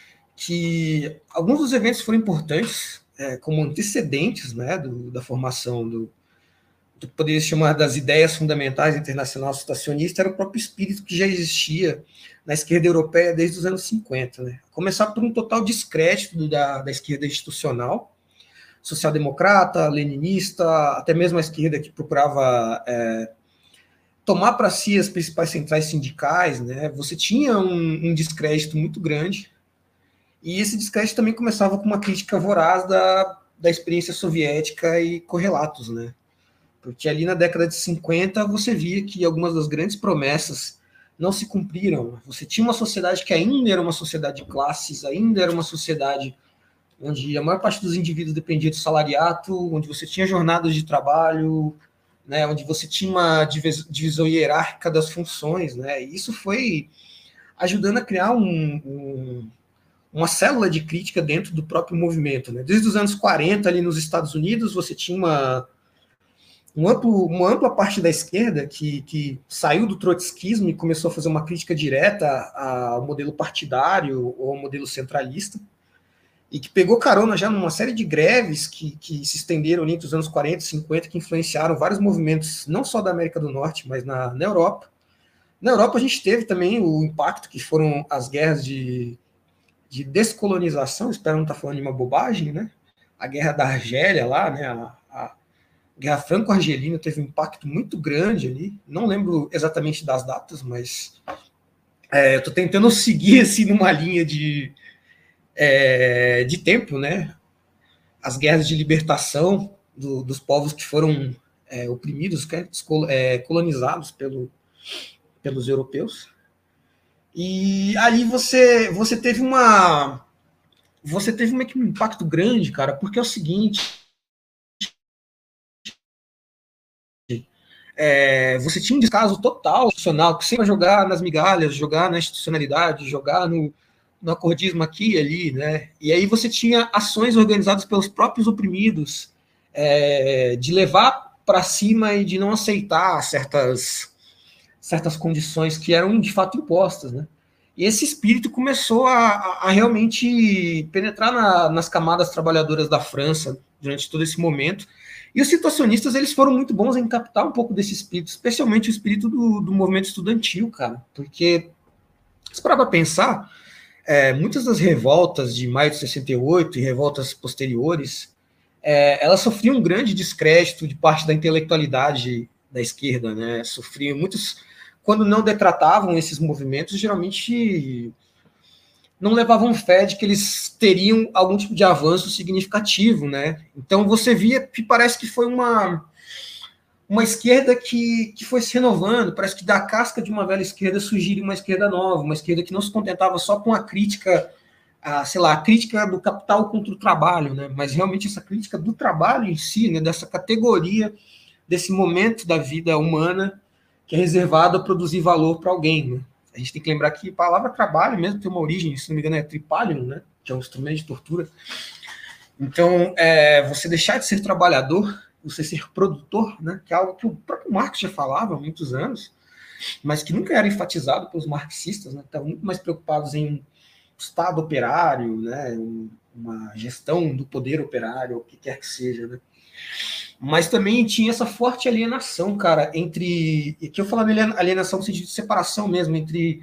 que alguns dos eventos foram importantes, como antecedentes, né, da formação do que poderia se chamar das ideias fundamentais internacional situacionista, era o próprio espírito que já existia na esquerda europeia desde os anos 50. Né? Começar por um total descrédito da esquerda institucional, social-democrata, leninista, até mesmo a esquerda que procurava tomar para si as principais centrais sindicais, né? Você tinha um descrédito muito grande, e esse descrédito também começava com uma crítica voraz da experiência soviética e correlatos, né? Porque ali na década de 50 você via que algumas das grandes promessas não se cumpriram. Você tinha uma sociedade que ainda era uma sociedade de classes, ainda era uma sociedade onde a maior parte dos indivíduos dependia do salariato, onde você tinha jornadas de trabalho, né, onde você tinha uma divisão hierárquica das funções, né, e isso foi ajudando a criar uma célula de crítica dentro do próprio movimento. Né. Desde os anos 40, ali nos Estados Unidos, você tinha uma ampla parte da esquerda que saiu do trotskismo e começou a fazer uma crítica direta ao modelo partidário ou ao modelo centralista, e que pegou carona já numa série de greves que se estenderam ali entre os anos 40 e 50, que influenciaram vários movimentos, não só da América do Norte, mas na Europa. Na Europa a gente teve também o impacto que foram as guerras de descolonização, espero não estar falando de uma bobagem, né? A guerra da Argélia lá, né? A guerra franco-argelina teve um impacto muito grande ali, não lembro exatamente das datas, mas eu estou tentando seguir assim numa linha de tempo, né? As guerras de libertação dos povos que foram oprimidos, colonizados pelos europeus. E ali você teve um impacto grande, cara, porque é o seguinte, você tinha um descaso total institucional, que sempre ia jogar nas migalhas, jogar na institucionalidade, jogar no acordismo aqui e ali, né? E aí você tinha ações organizadas pelos próprios oprimidos, de levar para cima e de não aceitar certas condições que eram de fato impostas, né? E esse espírito começou a realmente penetrar nas camadas trabalhadoras da França durante todo esse momento. E os situacionistas, eles foram muito bons em captar um pouco desse espírito, especialmente o espírito do movimento estudantil, cara. Porque, se parar para pensar, muitas das revoltas de maio de 68 e revoltas posteriores, elas sofriam um grande descrédito de parte da intelectualidade da esquerda, né? Sofriam muitos, quando não detratavam esses movimentos, geralmente não levavam fé de que eles teriam algum tipo de avanço significativo, né? Então você via que parece que foi uma esquerda que foi se renovando, parece que da casca de uma velha esquerda surgiria uma esquerda nova, uma esquerda que não se contentava só com a crítica, a crítica do capital contra o trabalho, né? Mas realmente essa crítica do trabalho em si, né? Dessa categoria, desse momento da vida humana que é reservado a produzir valor para alguém, né? A gente tem que lembrar que a palavra trabalho mesmo tem uma origem, se não me engano, é tripalium, né? Que é um instrumento de tortura. Então, você deixar de ser trabalhador, você ser produtor, né? Que é algo que o próprio Marx já falava há muitos anos, mas que nunca era enfatizado pelos marxistas, né? Estavam muito mais preocupados em Estado operário, né? Uma gestão do poder operário, o que quer que seja, né? Mas também tinha essa forte alienação, cara, entre... Aqui eu falo alienação no sentido de separação mesmo, entre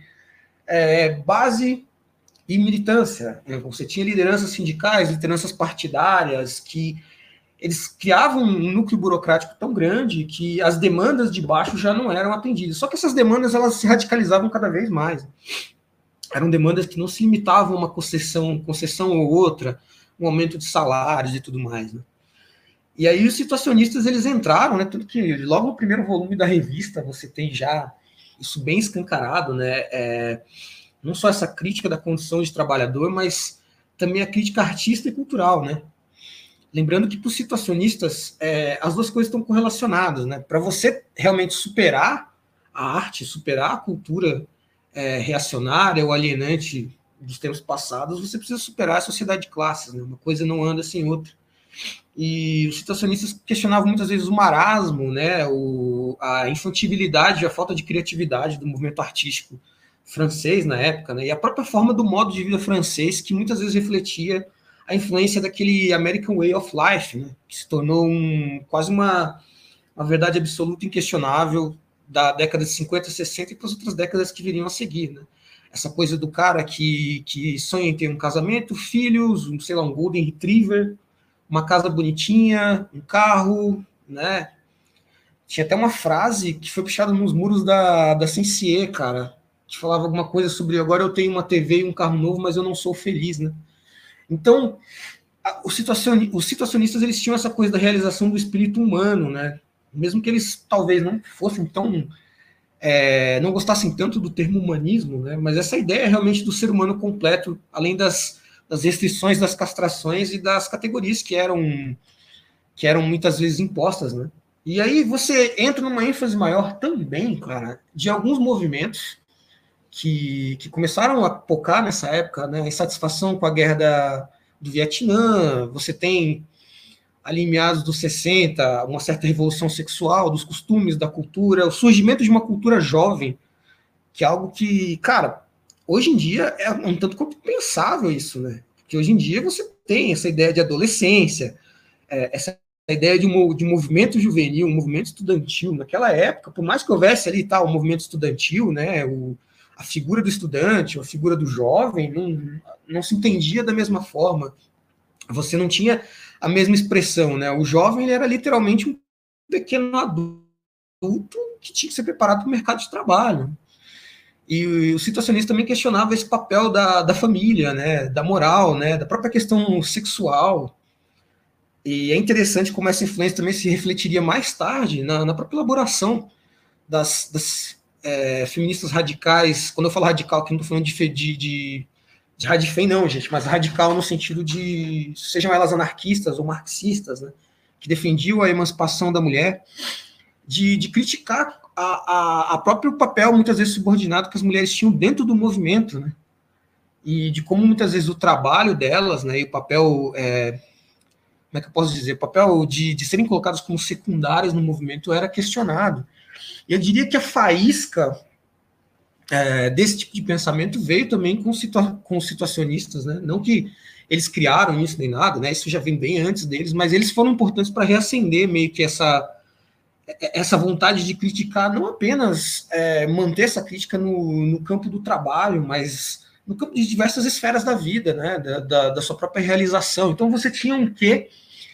base e militância. Você tinha lideranças sindicais, lideranças partidárias, que eles criavam um núcleo burocrático tão grande que as demandas de baixo já não eram atendidas. Só que essas demandas, elas se radicalizavam cada vez mais. Eram demandas que não se limitavam a uma concessão ou outra, um aumento de salários e tudo mais, né? E aí os situacionistas, eles entraram, né? Tanto que logo no primeiro volume da revista você tem já isso bem escancarado, né? Não só essa crítica da condição de trabalhador, mas também a crítica artística e cultural, né? Lembrando que para os situacionistas as duas coisas estão correlacionadas, né? Para você realmente superar a arte, superar a cultura reacionária ou alienante dos tempos passados, você precisa superar a sociedade de classes, né? Uma coisa não anda sem outra. E os situacionistas questionavam muitas vezes o marasmo, né? A infantilidade, a falta de criatividade do movimento artístico francês na época, né? E a própria forma do modo de vida francês, que muitas vezes refletia a influência daquele American Way of Life, né? Que se tornou quase uma verdade absoluta, inquestionável, da década de 50, 60 e para as outras décadas que viriam a seguir, né? Essa coisa do cara que sonha em ter um casamento, filhos, um Golden Retriever, uma casa bonitinha, um carro, né? Tinha até uma frase que foi puxada nos muros da Sensier, cara, que falava alguma coisa sobre agora eu tenho uma TV e um carro novo, mas eu não sou feliz, né? Então, os situacionistas, eles tinham essa coisa da realização do espírito humano, né? Mesmo que eles talvez não fossem tão... não gostassem tanto do termo humanismo, né? Mas essa ideia realmente do ser humano completo, além das restrições, das castrações e das categorias que eram muitas vezes impostas, né? E aí você entra numa ênfase maior também, cara, de alguns movimentos que começaram a focar nessa época, né, insatisfação com a guerra do Vietnã. Você tem, ali em meados dos 60, uma certa revolução sexual, dos costumes, da cultura, o surgimento de uma cultura jovem, que é algo que, cara, hoje em dia é um tanto quanto pensável isso, né? Porque hoje em dia você tem essa ideia de adolescência, essa ideia de movimento juvenil, um movimento estudantil. Naquela época, por mais que houvesse ali o movimento estudantil, né, a figura do estudante, a figura do jovem, não se entendia da mesma forma. Você não tinha a mesma expressão, né? O jovem, ele era literalmente um pequeno adulto que tinha que ser preparado para o mercado de trabalho. E o situacionista também questionava esse papel da família, né? Da moral, né? Da própria questão sexual. E é interessante como essa influência também se refletiria mais tarde na própria elaboração das feministas radicais. Quando eu falo radical, aqui não estou falando de radifem, não, gente, mas radical no sentido de, sejam elas anarquistas ou marxistas, né, que defendiam a emancipação da mulher, de criticar a próprio papel, muitas vezes subordinado, que as mulheres tinham dentro do movimento, né, e de como muitas vezes o trabalho delas, né, e o papel, como é que eu posso dizer, o papel de serem colocadas como secundárias no movimento era questionado. E eu diria que a faísca desse tipo de pensamento veio também com os situacionistas, né? Não que eles criaram isso nem nada, né? Isso já vem bem antes deles, mas eles foram importantes para reacender meio que essa vontade de criticar, não apenas manter essa crítica no campo do trabalho, mas no campo de diversas esferas da vida, né? Da sua própria realização. Então você tinha um quê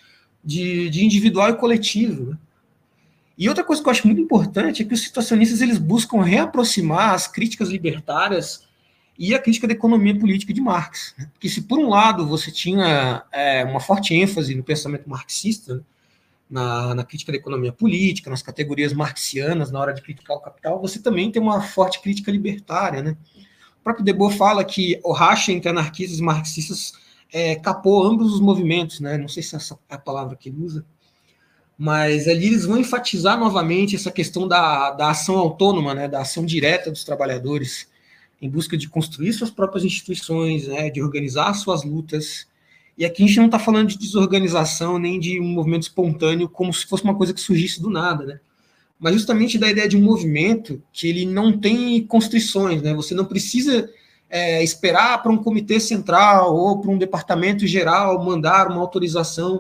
de individual e coletivo, né? E outra coisa que eu acho muito importante é que os situacionistas, eles buscam reaproximar as críticas libertárias e a crítica da economia política de Marx. Porque se, por um lado, você tinha uma forte ênfase no pensamento marxista, né, na crítica da economia política, nas categorias marxianas, na hora de criticar o capital, você também tem uma forte crítica libertária, né? O próprio Debord fala que o racha entre anarquistas e marxistas capou ambos os movimentos, né? Não sei se essa é a palavra que ele usa, mas ali eles vão enfatizar novamente essa questão da ação autônoma, né, da ação direta dos trabalhadores, em busca de construir suas próprias instituições, né, de organizar suas lutas. E aqui a gente não está falando de desorganização, nem de um movimento espontâneo, como se fosse uma coisa que surgisse do nada, né, mas justamente da ideia de um movimento que ele não tem constrições, né, você não precisa esperar para um comitê central ou para um departamento geral mandar uma autorização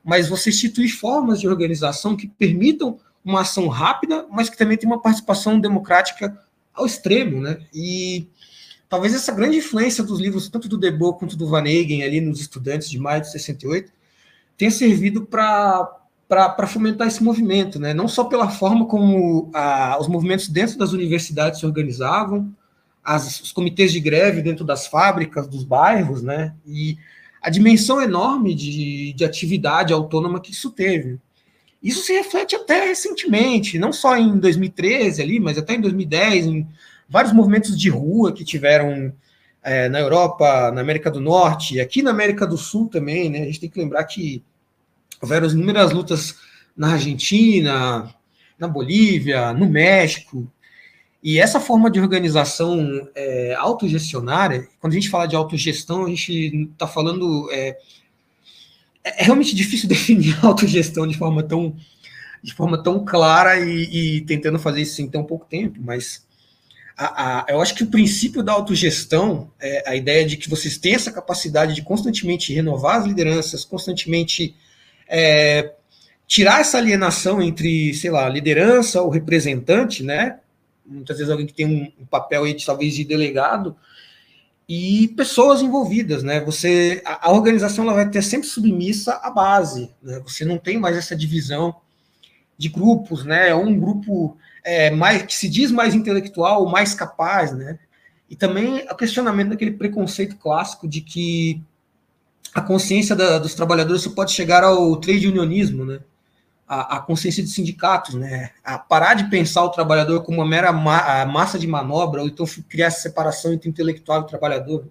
mas você instituir formas de organização que permitam uma ação rápida, mas que também tem uma participação democrática ao extremo, né? E talvez essa grande influência dos livros, tanto do Debord quanto do Van Eygen, ali nos estudantes de maio de 68, tenha servido para fomentar esse movimento, né? Não só pela forma como os movimentos dentro das universidades se organizavam, os comitês de greve dentro das fábricas, dos bairros, né? E a dimensão enorme de atividade autônoma que isso teve. Isso se reflete até recentemente, não só em 2013 ali, mas até em 2010, em vários movimentos de rua que tiveram na Europa, na América do Norte, aqui na América do Sul também, né? A gente tem que lembrar que houveram inúmeras lutas na Argentina, na Bolívia, no México, e essa forma de organização autogestionária, quando a gente fala de autogestão, a gente está falando... É realmente difícil definir autogestão de forma tão clara e tentando fazer isso em tão pouco tempo, mas eu acho que o princípio da autogestão, a ideia de que vocês têm essa capacidade de constantemente renovar as lideranças, constantemente tirar essa alienação entre, sei lá, liderança ou representante, né? Muitas vezes alguém que tem um papel aí talvez de delegado, e pessoas envolvidas, né? A organização ela vai ter sempre submissa à base, né? Você não tem mais essa divisão de grupos, né? Um grupo mais que se diz mais intelectual, mais capaz, né? E também o questionamento daquele preconceito clássico de que a consciência dos trabalhadores só pode chegar ao trade unionismo, né? A consciência de sindicatos, né? A parar de pensar o trabalhador como uma mera massa de manobra, ou então criar essa separação entre intelectual e trabalhador.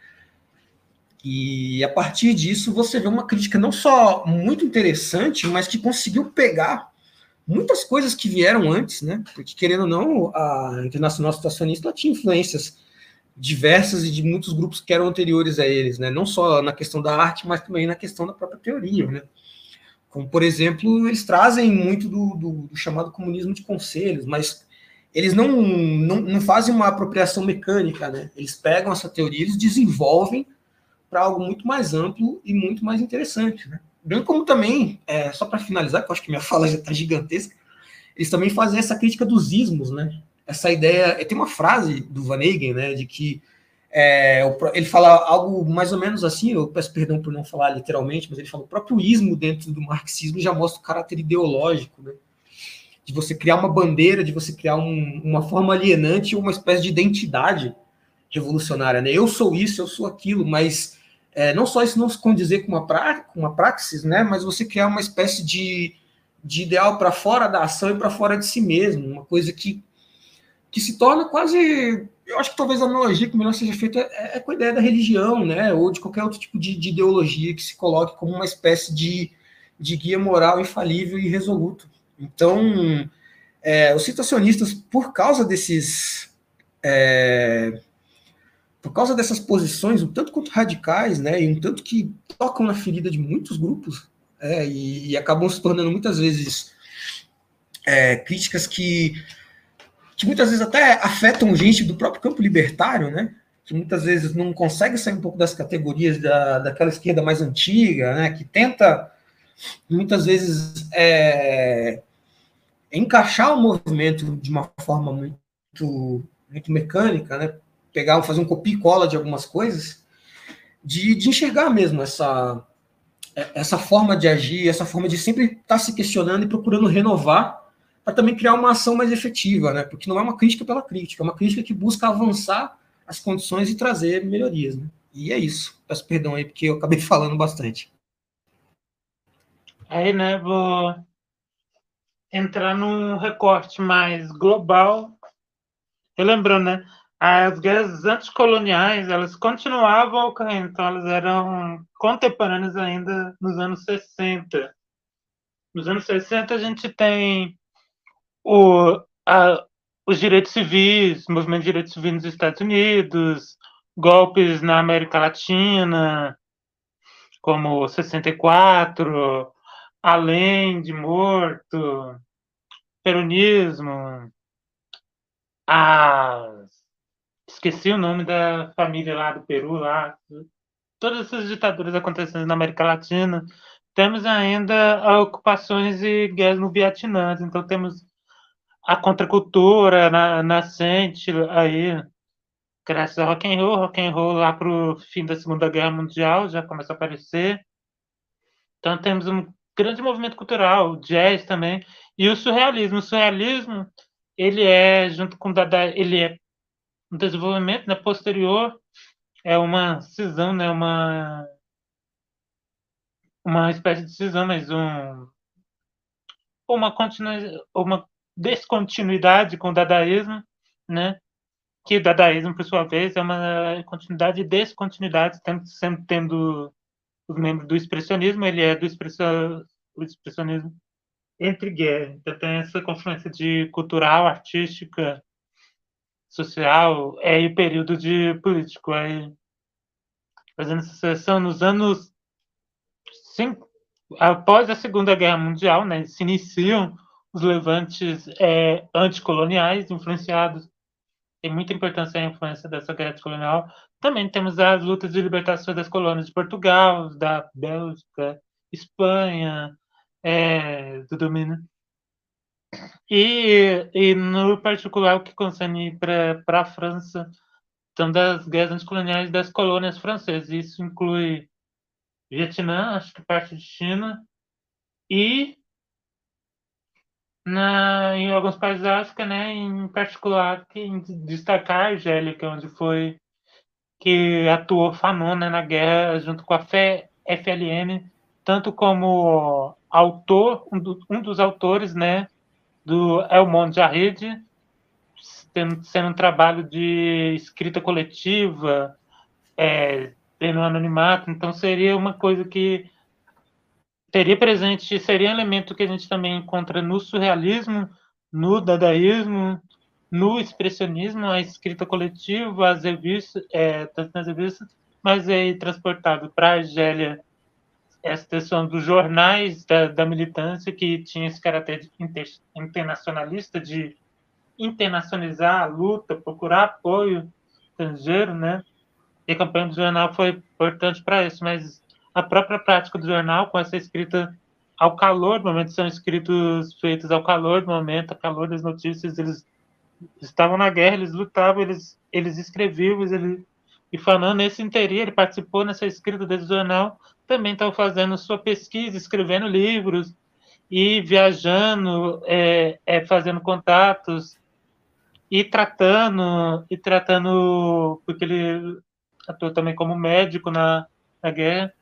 E a partir disso você vê uma crítica não só muito interessante, mas que conseguiu pegar muitas coisas que vieram antes, né? Porque, querendo ou não, a Internacional Situacionista tinha influências diversas e de muitos grupos que eram anteriores a eles, né? Não só na questão da arte, mas também na questão da própria teoria, né? Como, por exemplo, eles trazem muito do chamado comunismo de conselhos, mas eles não fazem uma apropriação mecânica, né? Eles pegam essa teoria, eles desenvolvem para algo muito mais amplo e muito mais interessante, né? Bem como também, só para finalizar, que eu acho que minha fala já está gigantesca, eles também fazem essa crítica dos ismos, né? Essa ideia... Tem uma frase do Van Eygen, né, de que ele fala algo mais ou menos assim, eu peço perdão por não falar literalmente, mas ele fala: o próprio ismo dentro do marxismo já mostra o caráter ideológico, né? De você criar uma bandeira, de você criar uma forma alienante, uma espécie de identidade revolucionária, né? Eu sou isso, eu sou aquilo, mas não só isso não se condizer com uma praxis, né? Mas você criar uma espécie de ideal para fora da ação e para fora de si mesmo, uma coisa que se torna quase... Eu acho que talvez a analogia que melhor seja feita com a ideia da religião, né? Ou de qualquer outro tipo de ideologia que se coloque como uma espécie de guia moral infalível e resoluto. Então, os situacionistas, por causa dessas posições, um tanto quanto radicais, né? E um tanto que tocam na ferida de muitos grupos, e acabam se tornando muitas vezes críticas que muitas vezes até afetam gente do próprio campo libertário, né? Que muitas vezes não consegue sair um pouco das categorias daquela esquerda mais antiga, né? Que tenta, muitas vezes, encaixar o movimento de uma forma muito, muito mecânica, né? Fazer um copia e cola de algumas coisas, de enxergar mesmo essa forma de agir, essa forma de sempre estar se questionando e procurando renovar, para também criar uma ação mais efetiva, né? Porque não é uma crítica pela crítica, é uma crítica que busca avançar as condições e trazer melhorias, né? E é isso. Peço perdão aí, porque eu acabei falando bastante. Aí, né, vou entrar num recorte mais global. Lembrando, né, as guerras anticoloniais, elas continuavam ocorrendo, então elas eram contemporâneas ainda nos anos 60. Nos anos 60 a gente tem os direitos civis, o movimento de direitos civis nos Estados Unidos, golpes na América Latina, como 64, Além de Morto, peronismo, esqueci o nome da família lá do Peru, lá, todas essas ditaduras acontecendo na América Latina, temos ainda ocupações e guerras no Vietnã. Então temos a contracultura nascente aí, graças ao rock and roll lá para o fim da Segunda Guerra Mundial já começa a aparecer. Então temos um grande movimento cultural, jazz também, e o surrealismo. O surrealismo, ele é, junto com o Dada, ele é um desenvolvimento, né, posterior, é uma cisão, né, uma espécie de cisão, mas uma descontinuidade com o dadaísmo, né, que o dadaísmo, por sua vez, é uma continuidade e descontinuidade, tendo os membros do expressionismo, ele é do expressionismo entre guerras. Então tem essa confluência de cultural, artística, social, e o período de político. Aí, fazendo essa seleção nos anos após a Segunda Guerra Mundial, né, se iniciam os levantes anticoloniais influenciados. Tem muita importância a influência dessa guerra colonial. Também temos as lutas de libertação das colônias de Portugal, da Bélgica, Espanha, do domínio. E no particular, o que concerne para a França, são das guerras anticoloniais das colônias francesas. Isso inclui Vietnã, acho que parte de China, e em alguns países da África, né, em particular, em destacar a Argélia, que é onde foi que atuou Fanon, né, na guerra junto com a FLN, tanto como autor, um dos autores, né, do El Monde Jahid, sendo um trabalho de escrita coletiva, tendo um anonimato. Então seria uma coisa que teria presente, seria um elemento que a gente também encontra no surrealismo, no dadaísmo, no expressionismo, a escrita coletiva, as revistas, tanto nas revistas, mas aí transportado para a Argélia essa questão dos jornais da militância, que tinha esse caráter internacionalista, de internacionalizar a luta, procurar apoio estrangeiro, né? E a campanha do jornal foi importante para isso, mas a própria prática do jornal, com essa escrita ao calor do momento, são escritos feitos ao calor do momento, ao calor das notícias, eles estavam na guerra, eles lutavam, eles escreviam, e falando nesse interim, ele participou nessa escrita desse jornal, também estava fazendo sua pesquisa, escrevendo livros, e viajando, fazendo contatos, e tratando, porque ele atuou também como médico na guerra.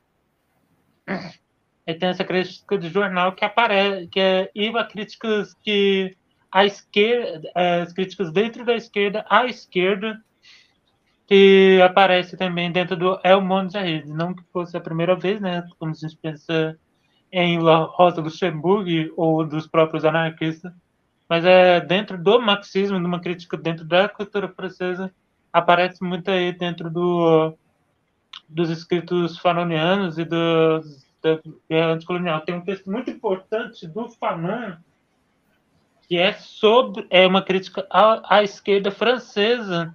E tem essa crítica de jornal que aparece, e críticas que a esquerda, as críticas dentro da esquerda, à esquerda, que aparece também dentro do El Monde Jahid. Não que fosse a primeira vez, né? Como a gente pensa em Rosa Luxemburgo ou dos próprios anarquistas, mas dentro do marxismo, numa crítica dentro da cultura francesa, aparece muito aí dentro dos escritos fanonianos e da guerra anticolonial. Tem um texto muito importante do Fanon, que é uma crítica à esquerda francesa,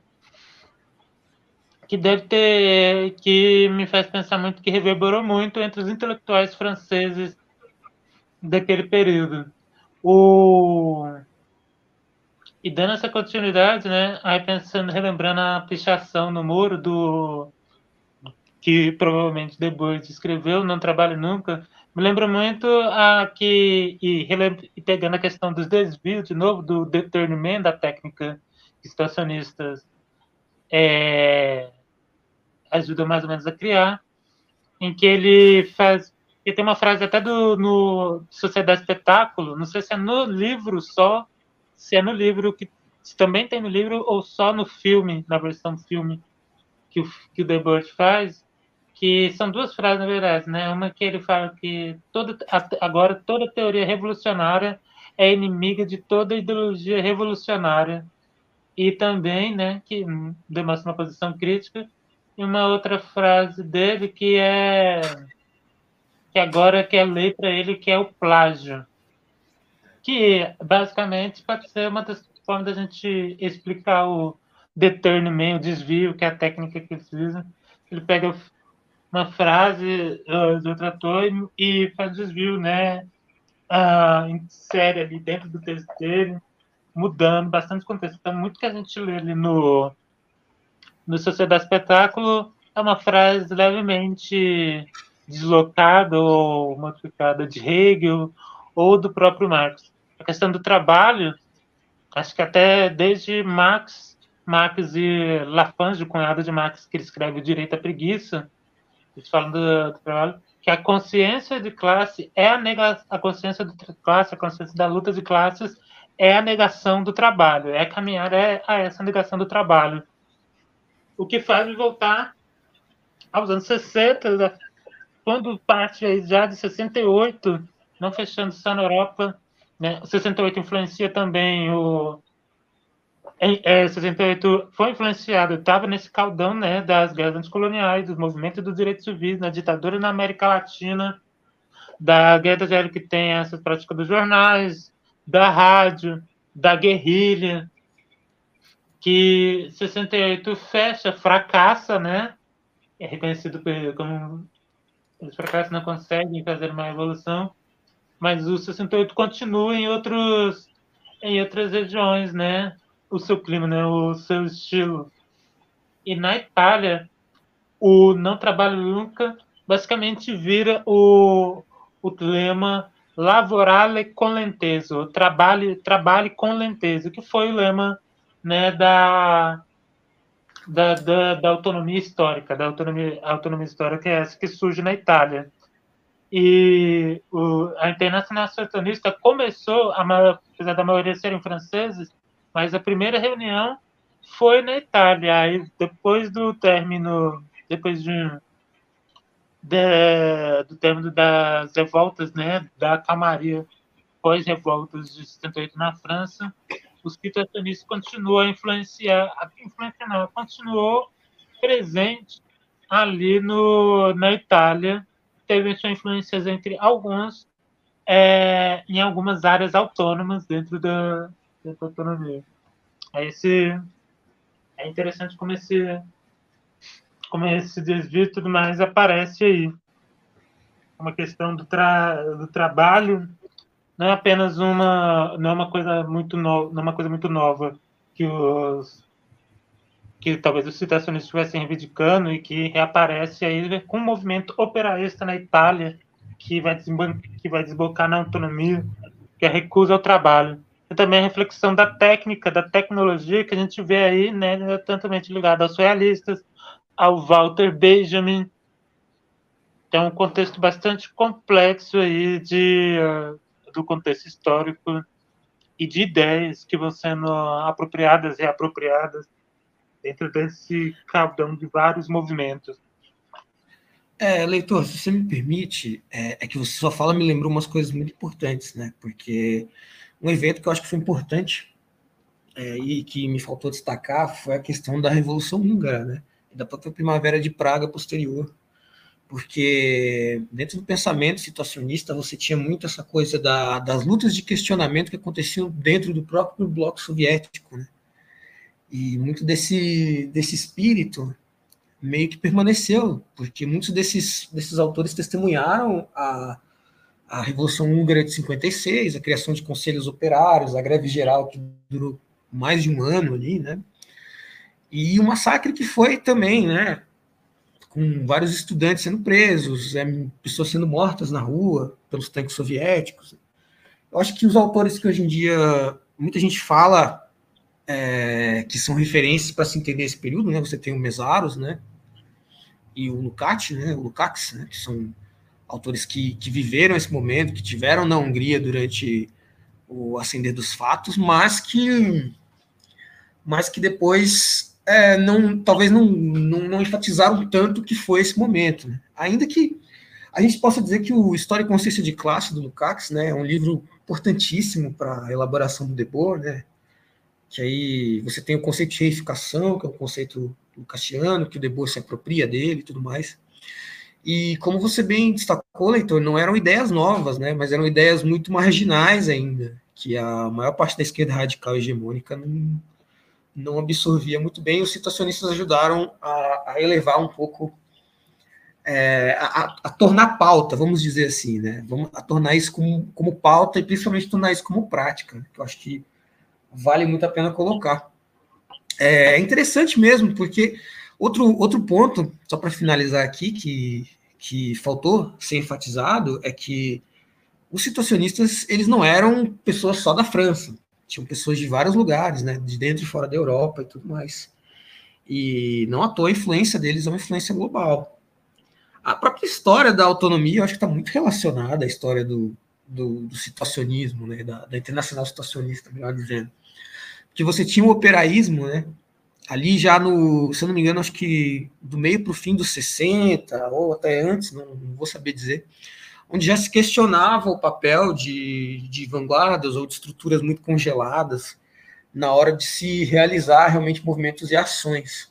que me faz pensar muito, que reverberou muito entre os intelectuais franceses daquele período. E dando essa continuidade, né, aí relembrando a pichação no muro que provavelmente Debord escreveu, Não Trabalho Nunca, me lembra muito e pegando a questão dos desvios, de novo, do détournement, da técnica que os situacionistas ajudam mais ou menos a criar, em que ele tem uma frase até no Sociedade Espetáculo, não sei se é no livro só, se é no livro, se também tem no livro, ou só no filme, na versão filme que o Debord faz, que são duas frases, na verdade, né? Uma que ele fala que agora toda teoria revolucionária é inimiga de toda ideologia revolucionária, e também, né, que demonstra uma posição crítica. E uma outra frase dele que agora que é lei para ele, que é o plágio, que basicamente pode ser uma das formas da gente explicar o détournement, o desvio, que é a técnica que eles usam. Ele pega uma frase de outro autor e faz desvio, né, insere ali dentro do texto dele, mudando bastante o contexto. Então, muito que a gente lê ali no Sociedade Espetáculo é uma frase levemente deslocada ou modificada de Hegel ou do próprio Marx. A questão do trabalho, acho que até desde Marx e Lafange, o cunhado de Marx, que ele escreve o Direito à Preguiça, eles falam do trabalho, que a consciência de classe é a consciência de classe, a consciência da luta de classes é a negação do trabalho, é caminhar a essa negação do trabalho. O que faz me voltar aos anos 60, quando parte aí já de 68, não fechando só na Europa, né? 68 influencia também 68 foi influenciado, estava nesse caldão, né, das guerras anticoloniais, dos movimentos dos direitos civis, na ditadura na América Latina, da guerra zero que tem essa prática dos jornais, da rádio, da guerrilha, que 68 fecha, fracassa, né? É reconhecido como os fracassos não conseguem fazer uma evolução, mas o 68 continua em outras regiões, né? O seu clima, né? O seu estilo. E na Itália, o não trabalho nunca basicamente vira o lema lavorare con lenteso, trabalhe com lenteso, que foi o lema, né, da autonomia histórica, autonomia histórica é essa que surge na Itália. E a Internacional Socialista começou, apesar da maioria serem franceses, mas a primeira reunião foi na Itália. Aí, depois do término das revoltas, né, da calmaria pós-revoltas de 78 na França, o situacionismo continuou a influenciar, continuou presente ali na Itália, teve suas influências entre alguns, em algumas áreas autônomas dentro da autonomia. É interessante como esse desvio e tudo mais aparece aí. Uma questão do trabalho não é apenas não é uma coisa muito nova que talvez os citacionistas estivessem reivindicando e que reaparece aí com o movimento operaísta na Itália, que vai desbocar na autonomia, que é a recusa ao trabalho. E também a reflexão da técnica, da tecnologia, que a gente vê aí, né, tantomente ligado aos realistas, ao Walter Benjamin. Então, um contexto bastante complexo aí do contexto histórico e de ideias que vão sendo apropriadas e reapropriadas dentro desse caldão de vários movimentos. Leitor, se você me permite, que você só fala me lembrou umas coisas muito importantes, né? Porque um evento que eu acho que foi importante e que me faltou destacar foi a questão da Revolução Húngara, né? E da própria Primavera de Praga posterior. Porque dentro do pensamento situacionista você tinha muito essa coisa das lutas de questionamento que aconteciam dentro do próprio bloco soviético, né? E muito desse espírito meio que permaneceu, porque muitos desses autores testemunharam a Revolução Húngara de 56, a criação de conselhos operários, a greve geral que durou mais de um ano ali, né? E o massacre que foi também, né? Com vários estudantes sendo presos, pessoas sendo mortas na rua pelos tanques soviéticos. Eu acho que os autores que hoje em dia muita gente fala que são referências para se entender esse período, né? Você tem o Mészáros, né? E o Lukács, né? Né? Que são autores que viveram esse momento, que tiveram na Hungria durante o ascender dos fatos, mas que depois talvez não enfatizaram tanto o que foi esse momento, né? Ainda que a gente possa dizer que o História e Consciência de Classe, do Lukács, né, é um livro importantíssimo para a elaboração do Debord, né? Que aí você tem o conceito de reificação, que é um conceito lucasiano, que o Debord se apropria dele e tudo mais. E como você bem destacou, leitor, não eram ideias novas, né, mas eram ideias muito marginais ainda, que a maior parte da esquerda radical hegemônica não absorvia muito bem. Os situacionistas ajudaram a elevar um pouco a tornar pauta, vamos dizer assim, né? A tornar isso como pauta e principalmente tornar isso como prática, que eu acho que vale muito a pena colocar. É interessante mesmo, porque outro ponto, só para finalizar aqui, que faltou ser enfatizado, é que os situacionistas, eles não eram pessoas só da França, tinham pessoas de vários lugares, né, de dentro e fora da Europa e tudo mais. E não à toa a influência deles é uma influência global. A própria história da autonomia, eu acho que está muito relacionada à história do situacionismo, né, da internacional situacionista, melhor dizendo. Que você tinha o operaísmo, né, ali já se eu não me engano, acho que do meio para o fim dos 60, ou até antes, não vou saber dizer, onde já se questionava o papel de vanguardas ou de estruturas muito congeladas na hora de se realizar realmente movimentos e ações.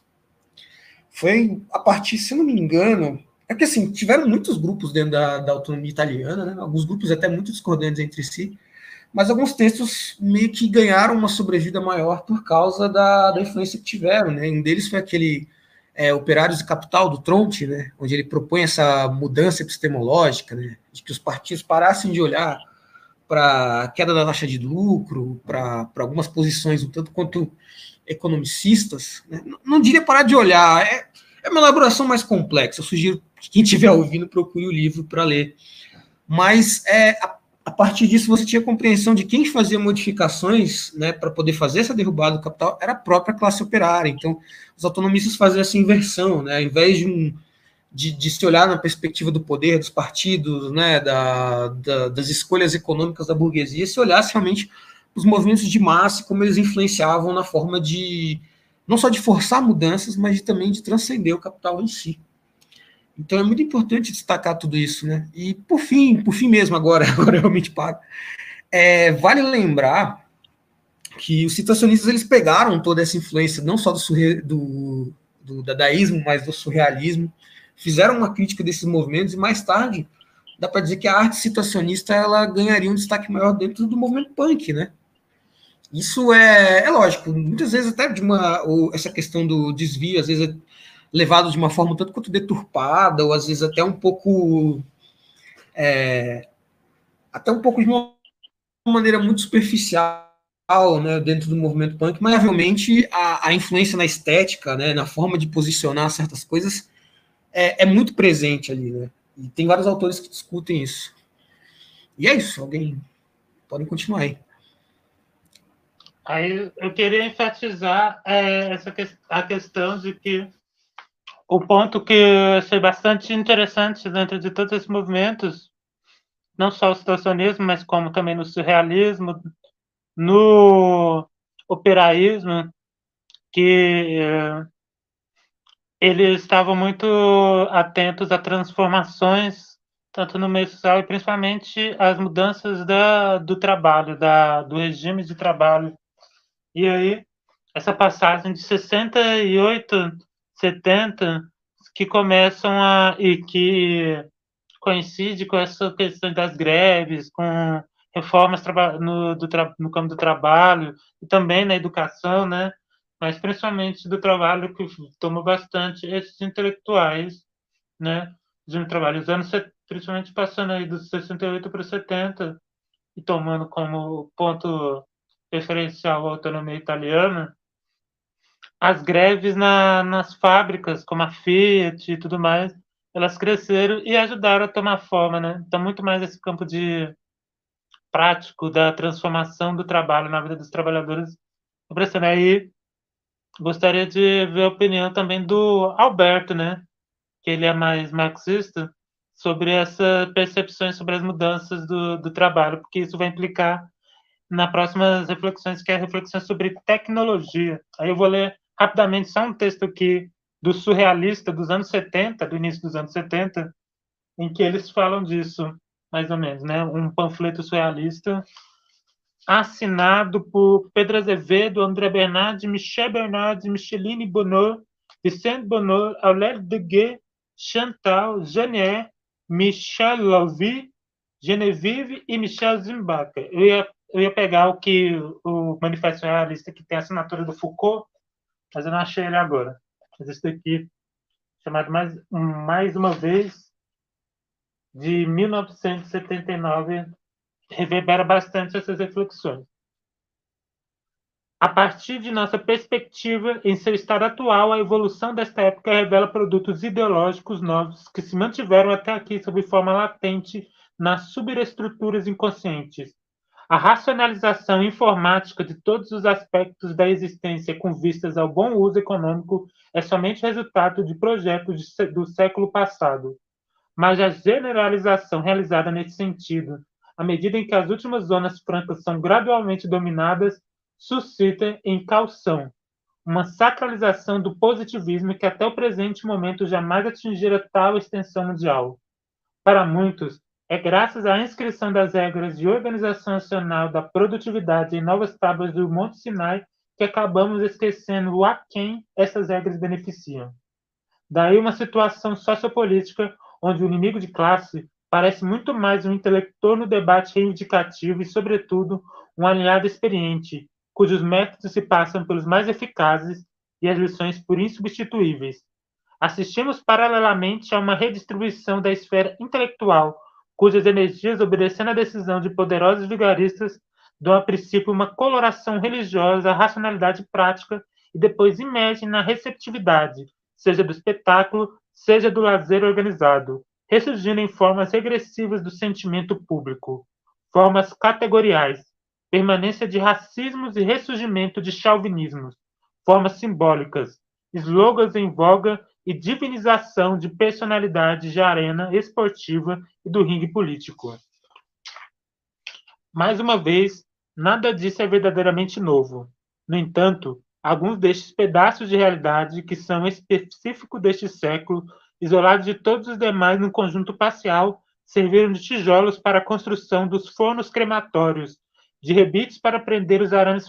Foi a partir, se eu não me engano, é que assim, tiveram muitos grupos dentro da autonomia italiana, né? Alguns grupos até muito discordantes entre si, mas alguns textos meio que ganharam uma sobrevida maior por causa da influência que tiveram, né? Um deles foi aquele Operários e Capital, do Tronti, né? Onde ele propõe essa mudança epistemológica, né? De que os partidos parassem de olhar para a queda da taxa de lucro, para algumas posições um tanto quanto economicistas, né? Não diria parar de olhar, é uma elaboração mais complexa. Eu sugiro que quem estiver ouvindo procure o livro para ler. Mas a partir disso você tinha compreensão de quem fazia modificações, né, para poder fazer essa derrubada do capital era a própria classe operária. Então, os autonomistas faziam essa inversão, né, ao invés de se olhar na perspectiva do poder dos partidos, né, das escolhas econômicas da burguesia, se olhasse realmente os movimentos de massa, como eles influenciavam na forma de, não só de forçar mudanças, mas também de transcender o capital em si. Então é muito importante destacar tudo isso, né? E por fim mesmo, agora eu realmente paro. Vale lembrar que os situacionistas eles pegaram toda essa influência, não só do dadaísmo, mas do surrealismo, fizeram uma crítica desses movimentos e mais tarde dá para dizer que a arte situacionista ela ganharia um destaque maior dentro do movimento punk, né? Isso é lógico, muitas vezes até essa questão do desvio, às vezes levado de uma forma tanto quanto deturpada, ou às vezes até um pouco de uma maneira muito superficial, né, dentro do movimento punk, mas obviamente a influência na estética, né, na forma de posicionar certas coisas é muito presente ali, né? E tem vários autores que discutem isso. E é isso, alguém podem continuar aí. Aí eu queria enfatizar a questão de que o ponto que eu achei bastante interessante dentro de todos esses movimentos, não só o situacionismo, mas como também no surrealismo, no operaísmo, que eles estavam muito atentos a transformações, tanto no meio social e principalmente as mudanças do trabalho, do regime de trabalho. E aí, essa passagem de 68, 70, que começam e que coincide com essa questão das greves, com reformas no campo do trabalho e também na educação, né? Mas principalmente do trabalho que tomou bastante esses intelectuais, né? De trabalho, principalmente passando aí dos 68 para os 70 e tomando como ponto referencial a autonomia italiana, as greves nas fábricas, como a Fiat e tudo mais, elas cresceram e ajudaram a tomar forma, né? Então, muito mais esse campo de prático da transformação do trabalho na vida dos trabalhadores. Aí, gostaria de ver a opinião também do Alberto, né? Que ele é mais marxista, sobre essas percepções sobre as mudanças do trabalho, porque isso vai implicar nas próximas reflexões, que é a reflexão sobre tecnologia. Aí eu vou ler rapidamente só um texto aqui do surrealista dos anos 70, do início dos anos 70, em que eles falam disso, mais ou menos, né? Um panfleto surrealista assinado por Pedro Azevedo, André Bernardi, Michel Bernardi, Micheline Bonneau, Vicente Bonneau, Aurélio Deguet, Chantal, Janier, Michel Louvi, Genevieve e Michel Zimbacher. Eu ia pegar o Manifesto Realista, que tem a assinatura do Foucault, mas eu não achei ele agora. Mas esse daqui chamado Mais Uma Vez, de 1979, reverbera bastante essas reflexões. A partir de nossa perspectiva, em seu estado atual, a evolução desta época revela produtos ideológicos novos que se mantiveram até aqui sob forma latente nas subestruturas inconscientes. A racionalização informática de todos os aspectos da existência com vistas ao bom uso econômico é somente resultado de projetos do século passado. Mas a generalização realizada nesse sentido, à medida em que as últimas zonas francas são gradualmente dominadas, suscita encaução, uma sacralização do positivismo que até o presente momento jamais atingira tal extensão mundial. Para muitos, é graças à inscrição das regras de organização nacional da produtividade em novas tábuas do Monte Sinai que acabamos esquecendo o a quem essas regras beneficiam. Daí uma situação sociopolítica onde o inimigo de classe parece muito mais um intelector no debate reivindicativo e, sobretudo, um aliado experiente, cujos métodos se passam pelos mais eficazes e as lições por insubstituíveis. Assistimos paralelamente a uma redistribuição da esfera intelectual, cujas energias, obedecendo à decisão de poderosos vigaristas, dão a princípio uma coloração religiosa à racionalidade prática e depois emergem na receptividade, seja do espetáculo, seja do lazer organizado, ressurgindo em formas regressivas do sentimento público, formas categoriais, permanência de racismos e ressurgimento de chauvinismos, formas simbólicas, slogans em voga e divinização de personalidades de arena esportiva e do ringue político. Mais uma vez, nada disso é verdadeiramente novo. No entanto, alguns destes pedaços de realidade que são específicos deste século, isolados de todos os demais num conjunto parcial, serviram de tijolos para a construção dos fornos crematórios, de rebites para prender os arames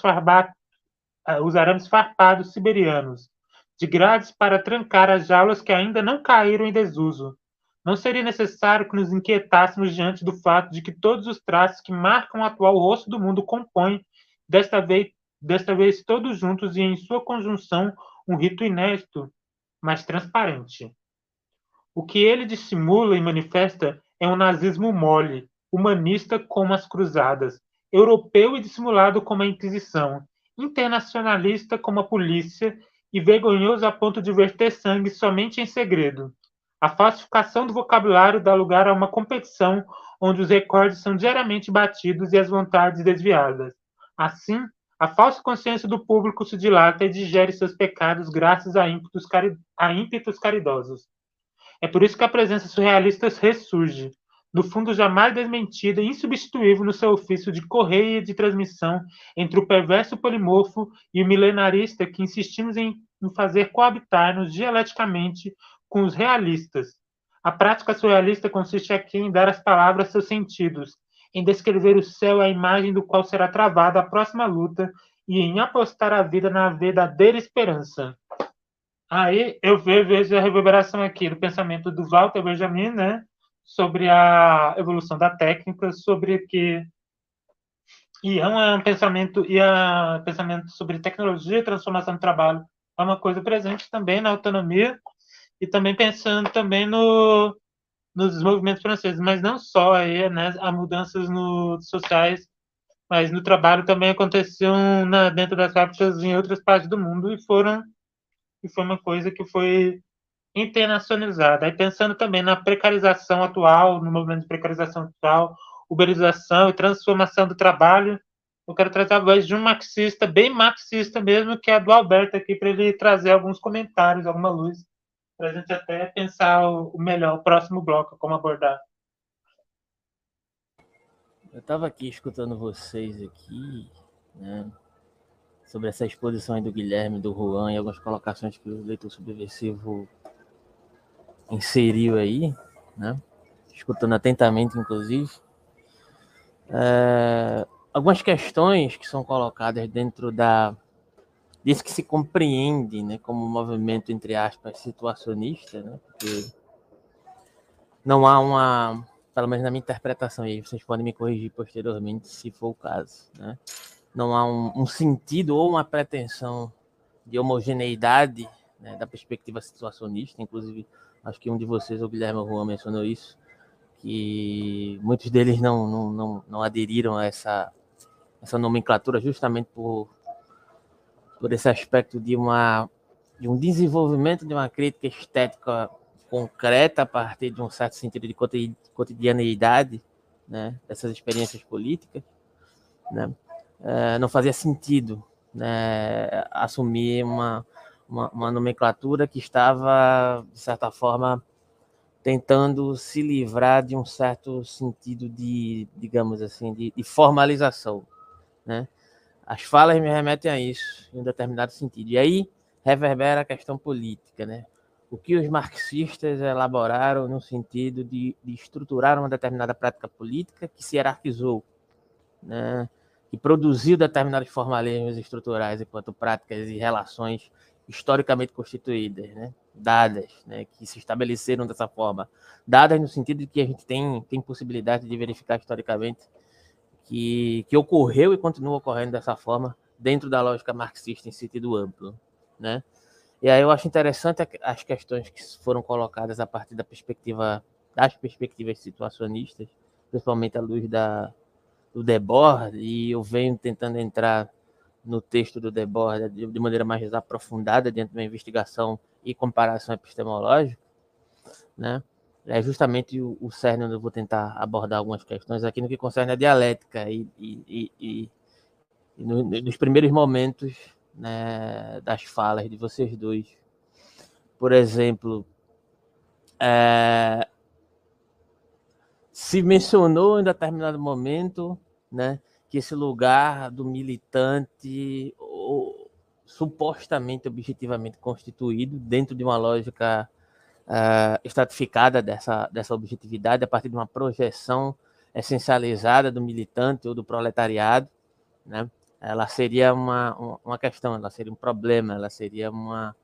farpados siberianos, de grades para trancar as jaulas que ainda não caíram em desuso. Não seria necessário que nos inquietássemos diante do fato de que todos os traços que marcam o atual rosto do mundo compõem, desta vez todos juntos e em sua conjunção, um rito inédito, mas transparente. O que ele dissimula e manifesta é um nazismo mole, humanista como as cruzadas, europeu e dissimulado como a Inquisição, internacionalista como a polícia e vergonhoso a ponto de verter sangue somente em segredo. A falsificação do vocabulário dá lugar a uma competição onde os recordes são diariamente batidos e as vontades desviadas. Assim, a falsa consciência do público se dilata e digere seus pecados graças a ímpetos caridosos. É por isso que a presença surrealista ressurge, no fundo jamais desmentida e insubstituível no seu ofício de correia de transmissão entre o perverso polimorfo e o milenarista que insistimos em fazer coabitar-nos dialeticamente com os realistas. A prática surrealista consiste aqui em dar às palavras seus sentidos, em descrever o céu à imagem do qual será travada a próxima luta e em apostar a vida na verdadeira esperança. Aí eu vejo a reverberação aqui do pensamento do Walter Benjamin, né, sobre a evolução da técnica, sobre que pensamento sobre tecnologia e transformação do trabalho é uma coisa presente também na autonomia e também pensando também nos movimentos franceses, mas não só aí, né, há mudanças sociais, mas no trabalho também aconteciam dentro das fábricas em outras partes do mundo e foi uma coisa que foi internacionalizada. Aí pensando também na precarização atual, no movimento de precarização atual, uberização e transformação do trabalho, eu quero trazer a voz de um marxista, bem marxista mesmo, que é a do Alberto aqui, para ele trazer alguns comentários, alguma luz, para a gente até pensar o melhor, o próximo bloco, como abordar. Eu estava aqui escutando vocês aqui, né, sobre essa exposição aí do Guilherme, do Juan e algumas colocações que o Leitor Subversivo inseriu aí, né, escutando atentamente, inclusive. Algumas questões que são colocadas dentro disso que se compreende, né, como um movimento, entre aspas, situacionista, né, porque não há pelo menos na minha interpretação, e aí vocês podem me corrigir posteriormente se for o caso, né, não há um sentido ou uma pretensão de homogeneidade, né, da perspectiva situacionista. Inclusive, acho que um de vocês, o Guilherme Juan, mencionou isso, que muitos deles não aderiram a essa nomenclatura justamente por esse aspecto de um desenvolvimento de uma crítica estética concreta a partir de um certo sentido de cotidianeidade, né, dessas experiências políticas, né? Não fazia sentido, né, assumir uma nomenclatura que estava, de certa forma, tentando se livrar de um certo sentido de, digamos assim, de formalização, né? As falas me remetem a isso, em um determinado sentido. E aí reverbera a questão política, né? O que os marxistas elaboraram no sentido de estruturar uma determinada prática política que se hierarquizou, né? Que produziu determinados formalismos estruturais enquanto práticas e relações historicamente constituídas, né? Dadas, né? Que se estabeleceram dessa forma. Dadas no sentido de que a gente tem possibilidade de verificar historicamente que ocorreu e continua ocorrendo dessa forma dentro da lógica marxista em sentido amplo, né? E aí eu acho interessante as questões que foram colocadas a partir das perspectivas situacionistas, principalmente à luz do Debord, e eu venho tentando entrar no texto do Debord de maneira mais aprofundada dentro de uma investigação e comparação epistemológica, né? É justamente o cerne onde eu vou tentar abordar algumas questões aqui no que concerne a dialética e nos primeiros momentos, né, das falas de vocês dois. Por exemplo, se mencionou em determinado momento, né, que esse lugar do militante supostamente, objetivamente constituído dentro de uma lógica estratificada dessa objetividade a partir de uma projeção essencializada do militante ou do proletariado, né? Ela seria uma questão, ela seria um problema, ela seria uma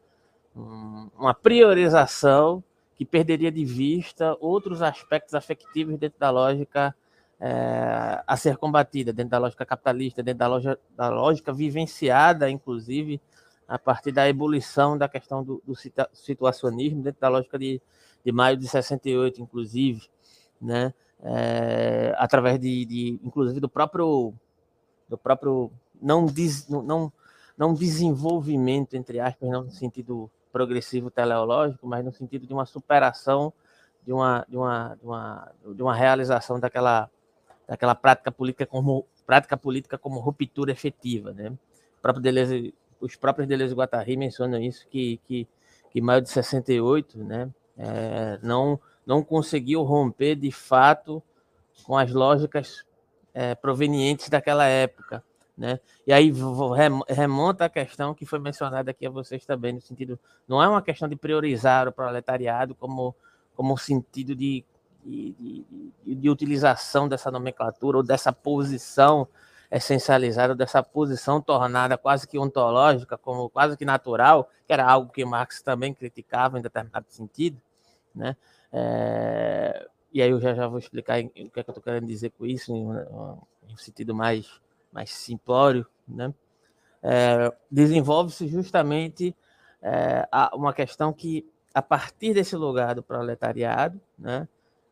priorização que perderia de vista outros aspectos afetivos dentro da lógica a ser combatida, dentro da lógica capitalista, dentro da lógica vivenciada, inclusive, a partir da ebulição da questão do situacionismo, dentro da lógica de maio de 68, inclusive, né? Através inclusive, do próprio não desenvolvimento, entre aspas, não no sentido progressivo teleológico, mas no sentido de uma superação, de uma realização daquela prática política como ruptura efetiva, né? Os próprios Deleuze e Guattari mencionam isso, que maio de 68, né, não conseguiu romper de fato com as lógicas provenientes daquela época, né? E aí remonta a questão que foi mencionada aqui a vocês também, no sentido, não é uma questão de priorizar o proletariado como um sentido de utilização dessa nomenclatura ou dessa posição essencializada, dessa posição tornada quase que ontológica, como quase que natural, que era algo que Marx também criticava em determinado sentido, né? E aí eu já vou explicar o que é que eu estou querendo dizer com isso, em um sentido mais simplório, né? Desenvolve-se justamente uma questão que, a partir desse lugar do proletariado, né,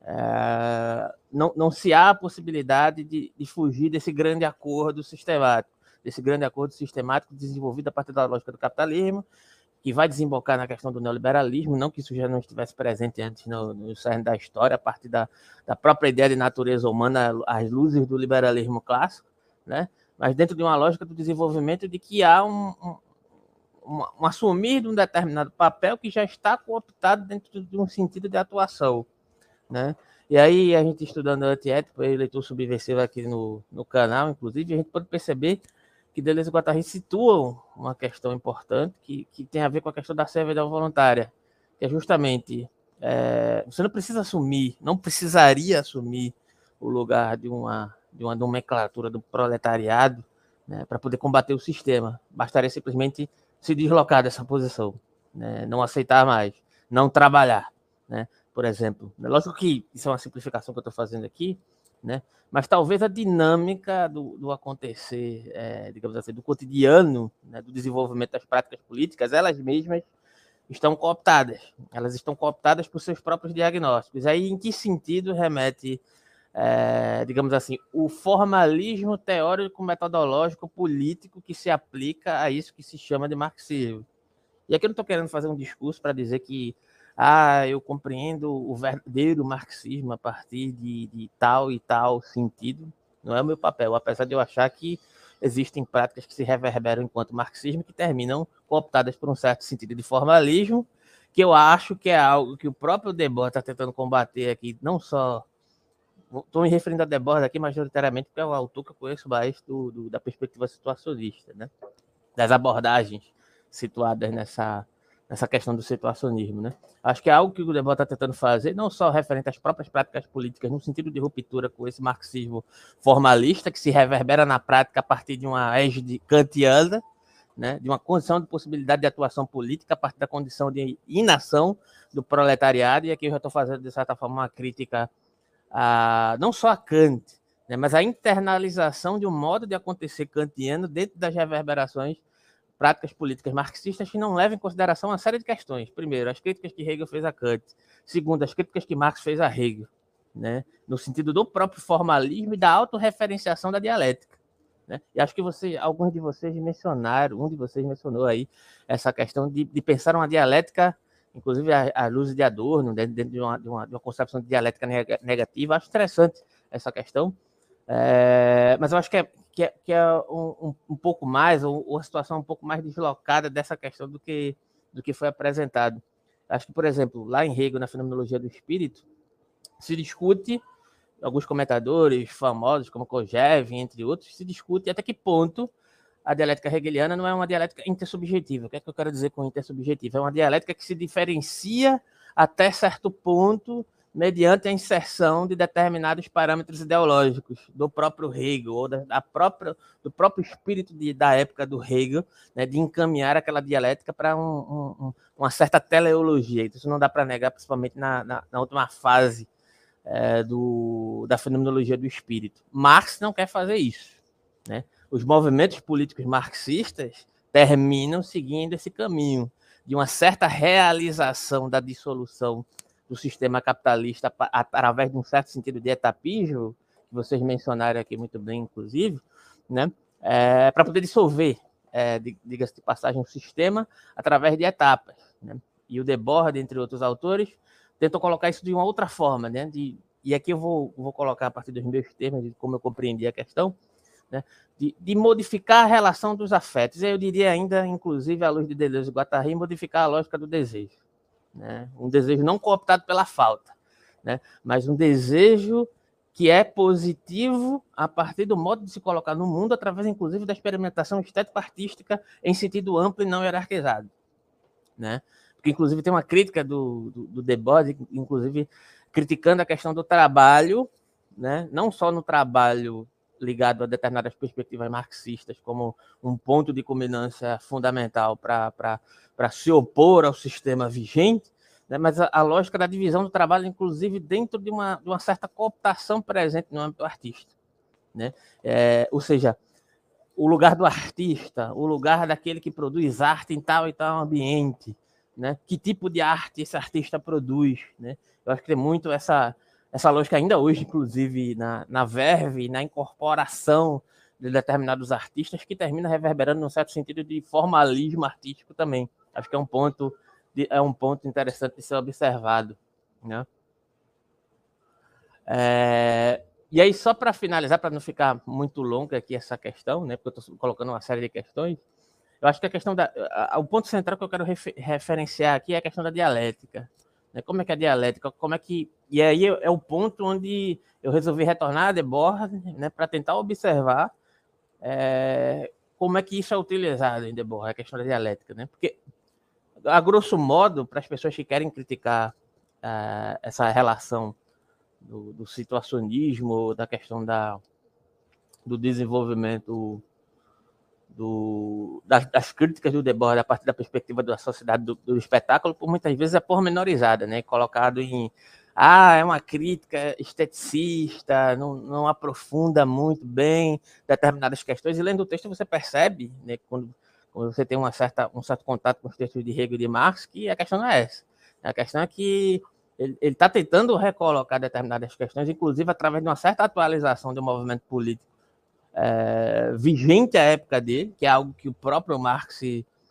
não se há a possibilidade de fugir desse grande acordo sistemático, desenvolvido a partir da lógica do capitalismo, que vai desembocar na questão do neoliberalismo, não que isso já não estivesse presente antes no cerne da história, a partir da própria ideia de natureza humana, às luzes do liberalismo clássico, né? Mas dentro de uma lógica do desenvolvimento de que há um assumir de um determinado papel que já está cooptado dentro de um sentido de atuação, né? E aí, a gente estudando antiética e leitura subversiva aqui no canal, inclusive, a gente pode perceber que Deleuze e Guattari situam uma questão importante que tem a ver com a questão da servidão voluntária, que é justamente, você não precisaria assumir o lugar de uma nomenclatura do proletariado, né, para poder combater o sistema. Bastaria simplesmente se deslocar dessa posição, né, não aceitar mais, não trabalhar, né, por exemplo. Lógico que isso é uma simplificação que eu estou fazendo aqui, né, mas talvez a dinâmica do acontecer, digamos assim, do cotidiano, né, do desenvolvimento das práticas políticas, elas mesmas estão cooptadas. Elas estão cooptadas por seus próprios diagnósticos. Aí, em que sentido remete, digamos assim, o formalismo teórico, metodológico, político que se aplica a isso que se chama de marxismo? E aqui eu não estou querendo fazer um discurso para dizer que eu compreendo o verdadeiro marxismo a partir de tal e tal sentido. Não é o meu papel, apesar de eu achar que existem práticas que se reverberam enquanto marxismo que terminam cooptadas por um certo sentido de formalismo, que eu acho que é algo que o próprio Debord está tentando combater aqui, não só... Estou me referindo a Debord aqui majoritariamente porque é o autor que eu conheço mais da perspectiva situacionista, né? Das abordagens situadas nessa questão do situacionismo, né? Acho que é algo que o Debord está tentando fazer, não só referente às próprias práticas políticas, no sentido de ruptura com esse marxismo formalista, que se reverbera na prática a partir de uma égide kantiana, né? De uma condição de possibilidade de atuação política a partir da condição de inação do proletariado, e aqui eu já estou fazendo, de certa forma, uma crítica não só a Kant, né? Mas a internalização de um modo de acontecer kantiano dentro das reverberações práticas políticas marxistas que não levam em consideração uma série de questões. Primeiro, as críticas que Hegel fez a Kant. Segundo, as críticas que Marx fez a Hegel, né? No sentido do próprio formalismo e da autorreferenciação da dialética, né? E acho que alguns de vocês mencionaram, um de vocês mencionou aí essa questão de pensar uma dialética, inclusive a luz de Adorno, dentro de uma concepção de dialética negativa. Acho interessante essa questão, mas eu acho que é um pouco mais, ou a situação um pouco mais deslocada dessa questão do que foi apresentado. Acho que, por exemplo, lá em Hegel, na Fenomenologia do Espírito, se discute, alguns comentadores famosos, como Kojève, entre outros, se discute até que ponto a dialética hegeliana não é uma dialética intersubjetiva. O que é que eu quero dizer com intersubjetiva? É uma dialética que se diferencia até certo ponto mediante a inserção de determinados parâmetros ideológicos do próprio Hegel, ou do próprio espírito da época do Hegel, né, de encaminhar aquela dialética para uma certa teleologia. Isso não dá para negar, principalmente na última fase da fenomenologia do espírito. Marx não quer fazer isso, né? Os movimentos políticos marxistas terminam seguindo esse caminho de uma certa realização da dissolução do sistema capitalista através de um certo sentido de etapismo, que vocês mencionaram aqui muito bem, inclusive, né? Para poder dissolver, diga-se de passagem, o sistema através de etapas, né? E o Debord, entre outros autores, tentam colocar isso de uma outra forma, né? E aqui eu vou colocar a partir dos meus termos, de como eu compreendi a questão, né? De modificar a relação dos afetos. Eu diria ainda, inclusive, à luz de Deleuze e Guattari, modificar a lógica do desejo, né? Um desejo não cooptado pela falta, né? Mas um desejo que é positivo a partir do modo de se colocar no mundo, através, inclusive, da experimentação estético-artística em sentido amplo e não hierarquizado, né? Porque, inclusive, tem uma crítica do Debord, inclusive, criticando a questão do trabalho, né? Não só no trabalho ligado a determinadas perspectivas marxistas como um ponto de culminância fundamental para se opor ao sistema vigente, né? Mas a lógica da divisão do trabalho, inclusive, dentro de uma certa cooptação presente no âmbito artístico, né? Ou seja, o lugar do artista, o lugar daquele que produz arte em tal e tal ambiente, né? Que tipo de arte esse artista produz, né? Eu acho que tem muito essa lógica ainda hoje, inclusive, na verve, na incorporação de determinados artistas, que termina reverberando num certo sentido de formalismo artístico também. Acho que é um ponto interessante de ser observado, né? E aí, só para finalizar, para não ficar muito longa aqui essa questão, né? Porque eu estou colocando uma série de questões, eu acho que a questão o ponto central que eu quero referenciar aqui é a questão da dialética. Como é que a dialética, e aí é o ponto onde eu resolvi retornar a Debord, né, para tentar observar como é que isso é utilizado em Debord, a questão da dialética, né? Porque, a grosso modo, para as pessoas que querem criticar essa relação do situacionismo, da questão do desenvolvimento das críticas do Debord a partir da perspectiva da sociedade do espetáculo, por muitas vezes é pormenorizada, né? Colocado em é uma crítica esteticista, não aprofunda muito bem determinadas questões, e lendo o texto você percebe, né, quando você tem um certo contato com os textos de Hegel e de Marx, que a questão não é essa. A questão é que ele está tentando recolocar determinadas questões, inclusive através de uma certa atualização do movimento político vigente à época dele, que é algo que o próprio Marx,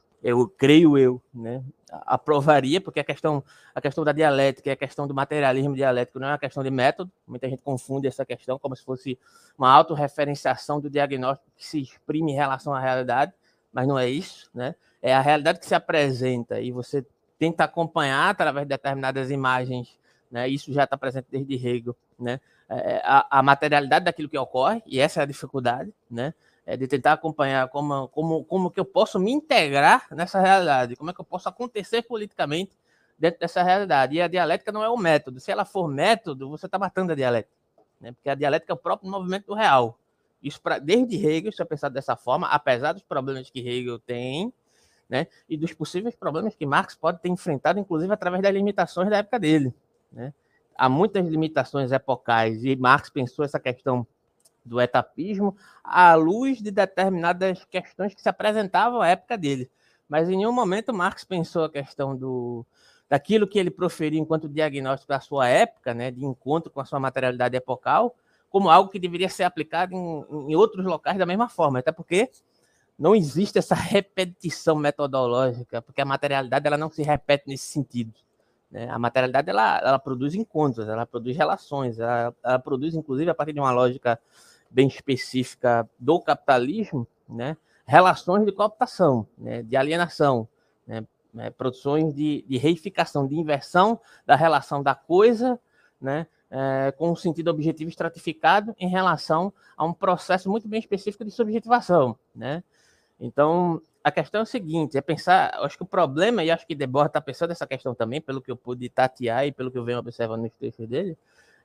creio eu, né, aprovaria, porque a questão da dialética e a questão do materialismo dialético não é uma questão de método. Muita gente confunde essa questão como se fosse uma autorreferenciação do diagnóstico que se exprime em relação à realidade, mas não é isso, né? É a realidade que se apresenta e você tenta acompanhar através de determinadas imagens, né? Isso já está presente desde Hegel, né? A materialidade daquilo que ocorre, e essa é a dificuldade, né? De tentar acompanhar como que eu posso me integrar nessa realidade, como é que eu posso acontecer politicamente dentro dessa realidade. E a dialética não é o método. Se ela for método, você está matando a dialética, né? Porque a dialética é o próprio movimento do real. Isso desde Hegel, se é pensado dessa forma, apesar dos problemas que Hegel tem, né? E dos possíveis problemas que Marx pode ter enfrentado, inclusive através das limitações da época dele, né? Há muitas limitações epocais, e Marx pensou essa questão do etapismo à luz de determinadas questões que se apresentavam à época dele. Mas em nenhum momento Marx pensou a questão daquilo que ele proferiu enquanto diagnóstico da sua época, né, de encontro com a sua materialidade epocal, como algo que deveria ser aplicado em outros locais da mesma forma, até porque não existe essa repetição metodológica, porque a materialidade ela não se repete nesse sentido, né? A materialidade ela produz encontros, ela produz relações, ela produz, inclusive, a partir de uma lógica bem específica do capitalismo, né? Relações de cooptação, né? De alienação, né? Produções de reificação, de inversão da relação da coisa, né? Com um sentido objetivo estratificado em relação a um processo muito bem específico de subjetivação, né? Então, a questão é o seguinte, é pensar, acho que o problema, e acho que Debord está pensando nessa questão também, pelo que eu pude tatear e pelo que eu venho observando nos textos dele,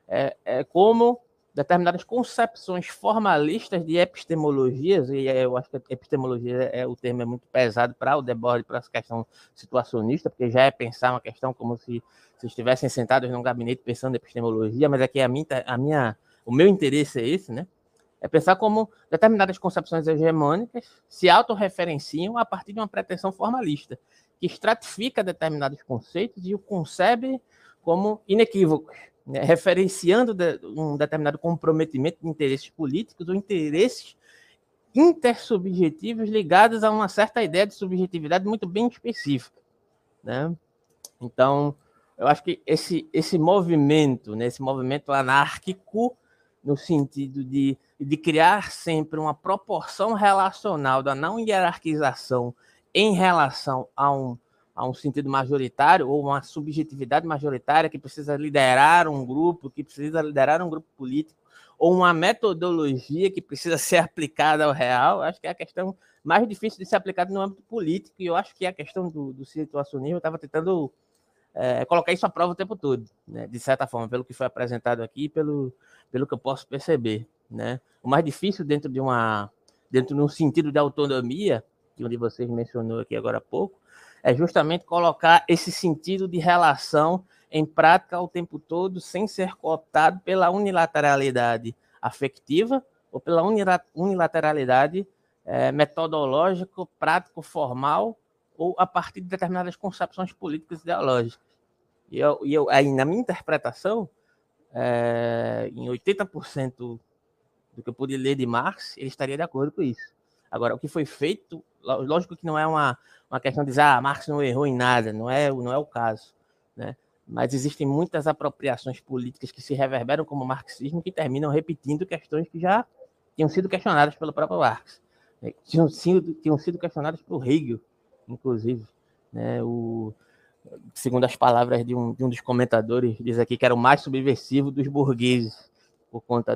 é como determinadas concepções formalistas de epistemologias, e eu acho que epistemologia o termo é muito pesado para o Debord, para essa questão situacionista, porque já é pensar uma questão como se estivessem sentados num gabinete pensando em epistemologia, mas aqui o meu interesse é esse, né? É pensar como determinadas concepções hegemônicas se autorreferenciam a partir de uma pretensão formalista, que estratifica determinados conceitos e o concebe como inequívocos, né? Referenciando um determinado comprometimento de interesses políticos ou interesses intersubjetivos ligados a uma certa ideia de subjetividade muito bem específica, né? Então, eu acho que esse movimento, né, esse movimento anárquico, no sentido de criar sempre uma proporção relacional da não hierarquização em relação a um sentido majoritário ou uma subjetividade majoritária que precisa liderar um grupo político, ou uma metodologia que precisa ser aplicada ao real. Acho que é a questão mais difícil de ser aplicada no âmbito político, e eu acho que a questão do situacionismo estava tentando colocar isso à prova o tempo todo, né? De certa forma, pelo que foi apresentado aqui, pelo que eu posso perceber, né? O mais difícil dentro de um sentido de autonomia, que um de vocês mencionou aqui agora há pouco, é justamente colocar esse sentido de relação em prática o tempo todo, sem ser cooptado pela unilateralidade afetiva ou pela unilateralidade metodológico, prático, formal, ou a partir de determinadas concepções políticas e ideológicas. E eu aí, na minha interpretação, em 80% do que eu pude ler de Marx, ele estaria de acordo com isso. Agora, o que foi feito, lógico que não é uma questão de dizer Marx não errou em nada, não é o caso, né? Mas existem muitas apropriações políticas que se reverberam como marxismo, que terminam repetindo questões que já tinham sido questionadas pelo próprio Marx, né? Tinham sido questionadas por Hegel, inclusive, né? Segundo as palavras de um dos comentadores, diz aqui que era o mais subversivo dos burgueses, por conta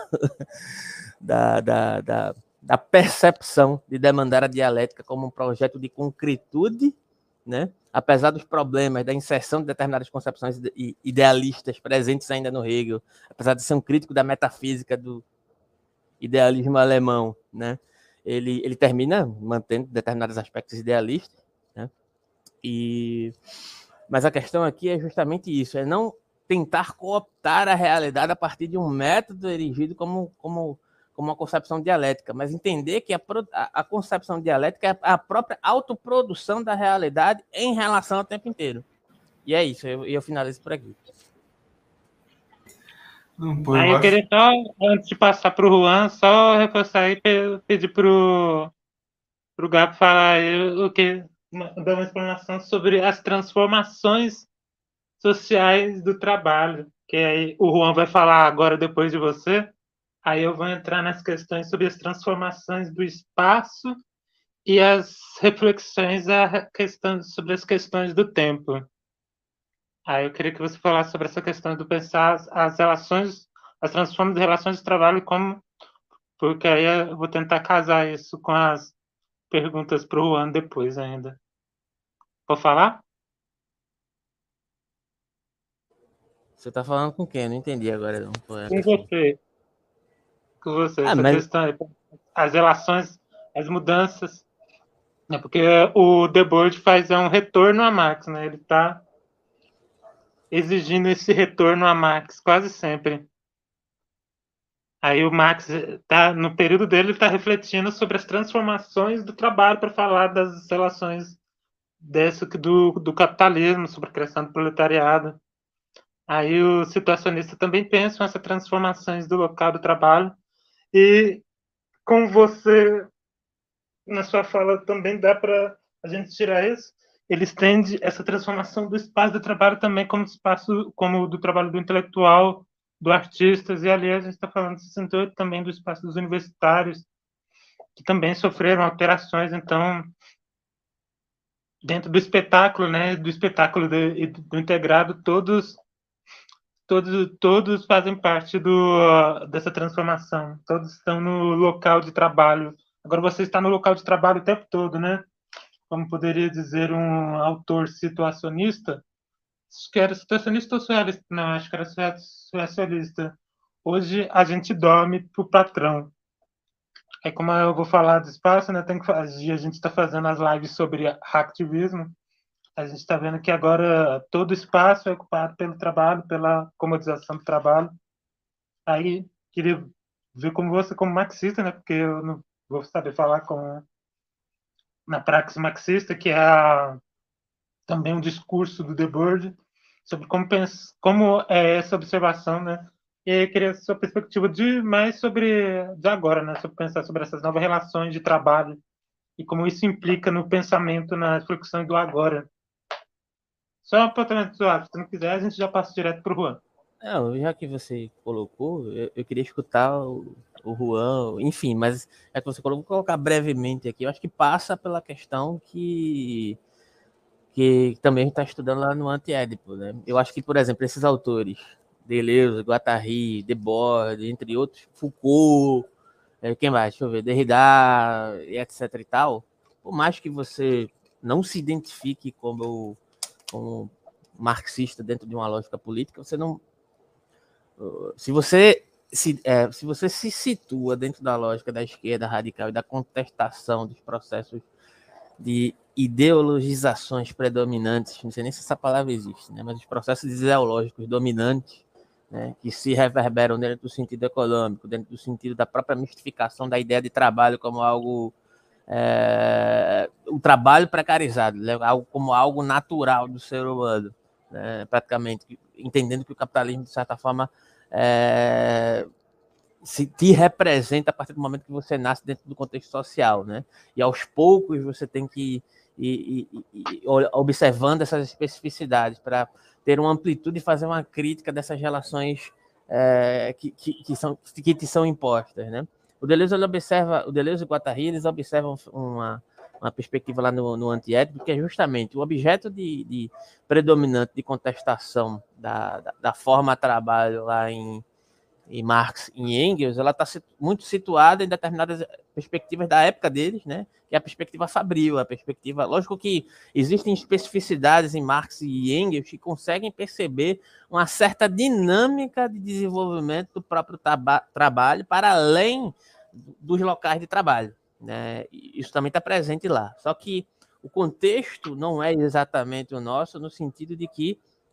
da percepção de demandar a dialética como um projeto de concretude, né? Apesar dos problemas da inserção de determinadas concepções idealistas presentes ainda no Hegel, apesar de ser um crítico da metafísica do idealismo alemão, né? Ele termina mantendo determinados aspectos idealistas, né? Mas a questão aqui é justamente isso, é não tentar cooptar a realidade a partir de um método erigido como como uma concepção dialética, mas entender que a concepção dialética é a própria autoprodução da realidade em relação ao tempo inteiro. E é isso, eu finalizo por aqui. Não, pô, Aí eu queria só, antes de passar para o Juan, só reforçar e pedir para o Gabo falar aí dar uma explanação sobre as transformações sociais do trabalho, que aí o Juan vai falar agora depois de você. Aí eu vou entrar nas questões sobre as transformações do espaço e as reflexões sobre as questões do tempo. Aí eu queria que você falasse sobre essa questão do pensar as relações, as transformações de relações de trabalho, porque aí eu vou tentar casar isso com as perguntas para o Juan depois ainda. Vou falar? Você está falando com quem? Eu não entendi agora. Não. Com você. Com você. Essa mas... questão aí, as relações, as mudanças. É porque o Debord faz um retorno a Marx, né? Ele está exigindo esse retorno a Marx quase sempre. Aí o Marx, no período dele, está refletindo sobre as transformações do trabalho para falar das relações do capitalismo, sobre a criação do proletariado. Aí os situacionistas também pensam essas transformações do local do trabalho. E com você, na sua fala, também dá para a gente tirar isso. Ele estende essa transformação do espaço do trabalho também como espaço, como do trabalho do intelectual, do artistas, e ali a gente está falando de 68 também do espaço dos universitários, que também sofreram alterações. Então, dentro do espetáculo, né, do espetáculo do integrado, todos fazem parte dessa transformação, todos estão no local de trabalho. Agora você está no local de trabalho o tempo todo, né? Como poderia dizer um autor situacionista, acho que era situacionista ou surrealista? Não, acho que era surrealista. Hoje a gente dorme pro patrão. É como eu vou falar do espaço, né? A gente está fazendo as lives sobre hacktivismo. A gente está vendo que agora todo espaço é ocupado pelo trabalho, pela comodização do trabalho. Aí queria ver como você, como marxista, né? Porque eu não vou saber falar na praxis marxista, que é também um discurso do Debord sobre como é essa observação, né? E aí eu queria a sua perspectiva mais de agora, né? Sobre pensar sobre essas novas relações de trabalho e como isso implica no pensamento, na reflexão do agora. Só um apontamento suave. Se não quiser, a gente já passa direto para o Juan. Não, já que você colocou, eu queria escutar o Juan, enfim, mas é que você colocou, vou colocar brevemente aqui. Eu acho que passa pela questão que também a gente está estudando lá no Anti-Édipo, né? Eu acho que, por exemplo, esses autores, Deleuze, Guattari, Debord, entre outros, Foucault, quem mais? Deixa eu ver, Derrida, etc e tal, por mais que você não se identifique como marxista dentro de uma lógica política, você não... Se você se situa dentro da lógica da esquerda radical e da contestação dos processos de ideologizações predominantes, não sei nem se essa palavra existe, né? Mas os processos ideológicos dominantes, né, que se reverberam dentro do sentido econômico, dentro do sentido da própria mistificação da ideia de trabalho como algo, o trabalho precarizado, né, como algo natural do ser humano, né, praticamente, entendendo que o capitalismo, de certa forma, se te representa a partir do momento que você nasce dentro do contexto social, né? E aos poucos você tem que ir observando essas especificidades para ter uma amplitude e fazer uma crítica dessas relações que te são impostas, né? O Deleuze e o Guattari, eles observam uma perspectiva lá no Anti-Édipo, que é justamente o objeto de predominante de contestação da forma trabalho lá em Marx e Engels, ela está muito situada em determinadas perspectivas da época deles, né? Que é a perspectiva fabril, a perspectiva... Lógico que existem especificidades em Marx e Engels que conseguem perceber uma certa dinâmica de desenvolvimento do próprio trabalho para além dos locais de trabalho, né? Isso também está presente lá. Só que o contexto não é exatamente o nosso, no sentido de que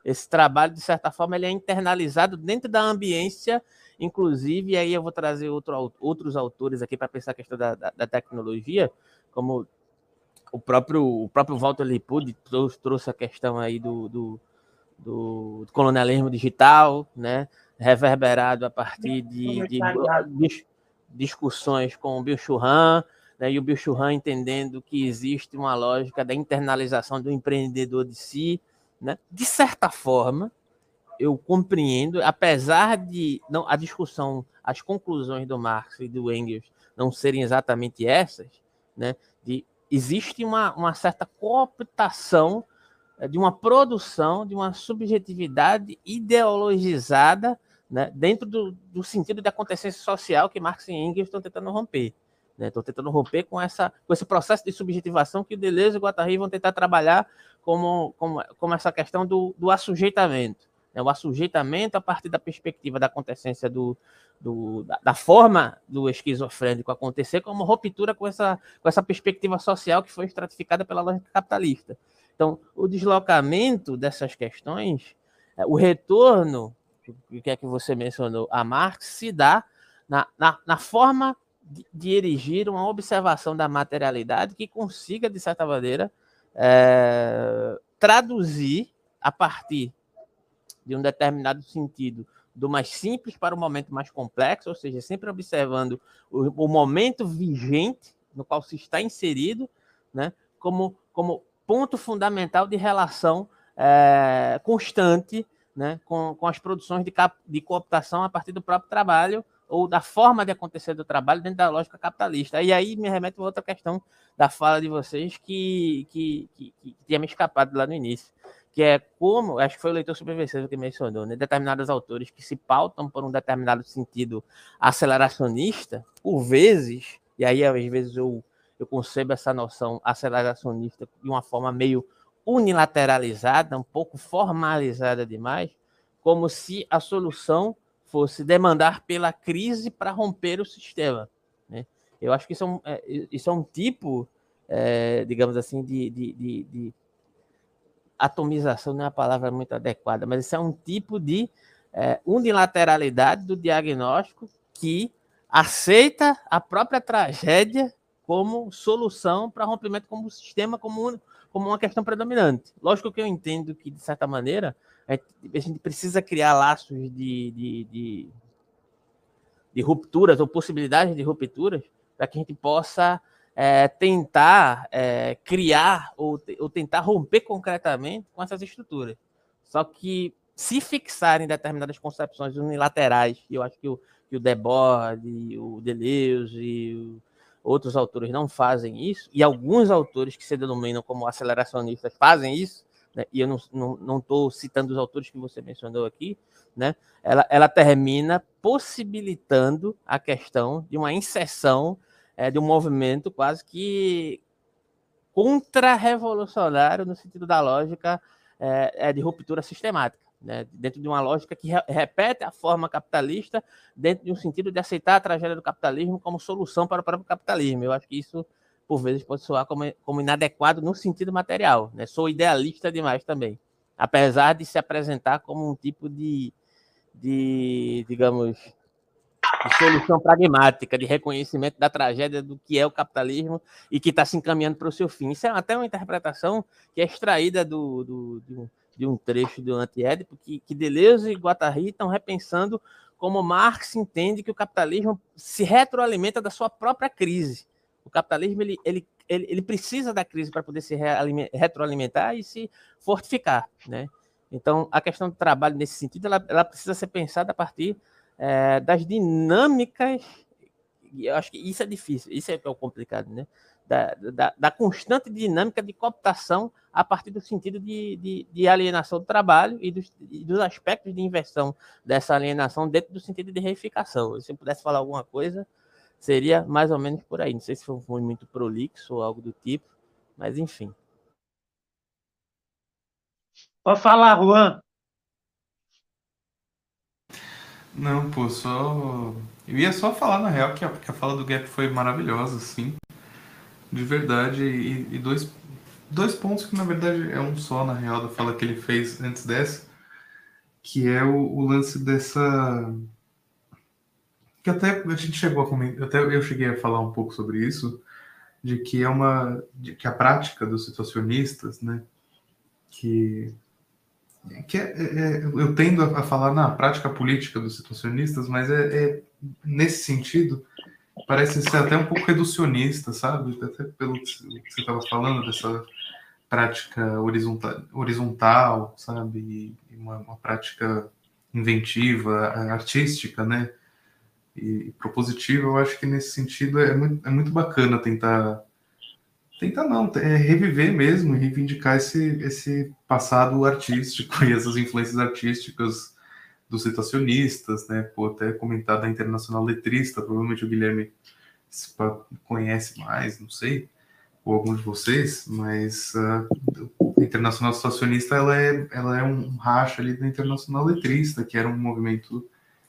esse trabalho, de certa forma, ele é internalizado dentro da ambiência, inclusive, e aí eu vou trazer outros autores aqui para pensar a questão da tecnologia, como o próprio Walter Lippmann trouxe a questão aí do colonialismo digital, né, reverberado a partir de discussões com o Byung-Chul Han, né, e o Byung-Chul Han entendendo que existe uma lógica da internalização do empreendedor de si, né? De certa forma, eu compreendo, apesar de não, a discussão, as conclusões do Marx e do Engels não serem exatamente essas, né, existe uma certa cooptação de uma produção, de uma subjetividade ideologizada, né, dentro do sentido da acontecência social que Marx e Engels estão tentando romper. Estão tentando romper com esse processo de subjetivação que o Deleuze e o Guattari vão tentar trabalhar como essa questão do assujeitamento. O assujeitamento a partir da perspectiva da acontecência da forma do esquizofrênico acontecer como ruptura com essa perspectiva social que foi estratificada pela lógica capitalista. Então, o deslocamento dessas questões, o retorno, que é que você mencionou, a Marx, se dá na forma de erigir uma observação da materialidade que consiga, de certa maneira, traduzir a partir de um determinado sentido do mais simples para o momento mais complexo, ou seja, sempre observando o momento vigente no qual se está inserido, né, como ponto fundamental de relação constante, né, com as produções de cooptação a partir do próprio trabalho ou da forma de acontecer do trabalho dentro da lógica capitalista. E aí me remete a outra questão da fala de vocês que tinha me escapado lá no início, que é como, acho que foi o leitor subversivo que mencionou, né, determinados autores que se pautam por um determinado sentido aceleracionista, por vezes, e aí às vezes eu concebo essa noção aceleracionista de uma forma meio unilateralizada, um pouco formalizada demais, como se a solução fosse demandar pela crise para romper o sistema, né? Eu acho que isso é um tipo, digamos assim, de atomização, não é uma palavra muito adequada, mas isso é um tipo de unilateralidade do diagnóstico que aceita a própria tragédia como solução para rompimento como sistema, como uma questão predominante. Lógico que eu entendo que, de certa maneira, a gente precisa criar laços de rupturas ou possibilidades de rupturas para que a gente possa tentar criar ou tentar romper concretamente com essas estruturas. Só que se fixar em determinadas concepções unilaterais, e eu acho que o Debord, o Deleuze e outros autores não fazem isso, e alguns autores que se denominam como aceleracionistas fazem isso, né, e eu não estou citando os autores que você mencionou aqui, né, ela termina possibilitando a questão de uma inserção de um movimento quase que contra-revolucionário no sentido da lógica de ruptura sistemática, né? Dentro de uma lógica que repete a forma capitalista, dentro de um sentido de aceitar a tragédia do capitalismo como solução para o próprio capitalismo. Eu acho que isso, por vezes, pode soar como inadequado no sentido material, né? Sou idealista demais também, apesar de se apresentar como um tipo de digamos, de solução pragmática, de reconhecimento da tragédia do que é o capitalismo e que está se encaminhando para o seu fim. Isso é até uma interpretação que é extraída de um trecho do Anti-Édipo, que Deleuze e Guattari estão repensando como Marx entende que o capitalismo se retroalimenta da sua própria crise. O capitalismo ele precisa da crise para poder se retroalimentar e se fortificar, né? Então, a questão do trabalho nesse sentido, ela precisa ser pensada a partir das dinâmicas, e eu acho que isso é difícil, isso é que é o complicado, né? Da constante dinâmica de cooptação a partir do sentido de alienação do trabalho e dos aspectos de inversão dessa alienação dentro do sentido de reificação. Se eu pudesse falar alguma coisa, seria mais ou menos por aí. Não sei se foi muito prolixo ou algo do tipo, mas enfim. Pode falar, Juan. Não, pô, eu ia só falar, na real, que a fala do Gap foi maravilhosa, assim, de verdade, e dois pontos que, na verdade, é um só, na real, da fala que ele fez antes dessa, que é o lance dessa... que até a gente chegou a comentar, até eu cheguei a falar um pouco sobre isso, de que que a prática dos situacionistas, né, que eu tendo a falar na prática política dos situacionistas, mas nesse sentido parece ser até um pouco reducionista, sabe? Até pelo que você estava falando dessa prática horizontal, sabe? E uma prática inventiva, artística, né? E propositiva. Eu acho que nesse sentido é muito bacana tentar não, reviver mesmo e reivindicar esse passado artístico e essas influências artísticas dos situacionistas, né? Pô, até comentar da Internacional Letrista, provavelmente o Guilherme conhece mais, não sei, ou algum de vocês, mas a Internacional Situacionista ela é um racha ali da Internacional Letrista, que era um movimento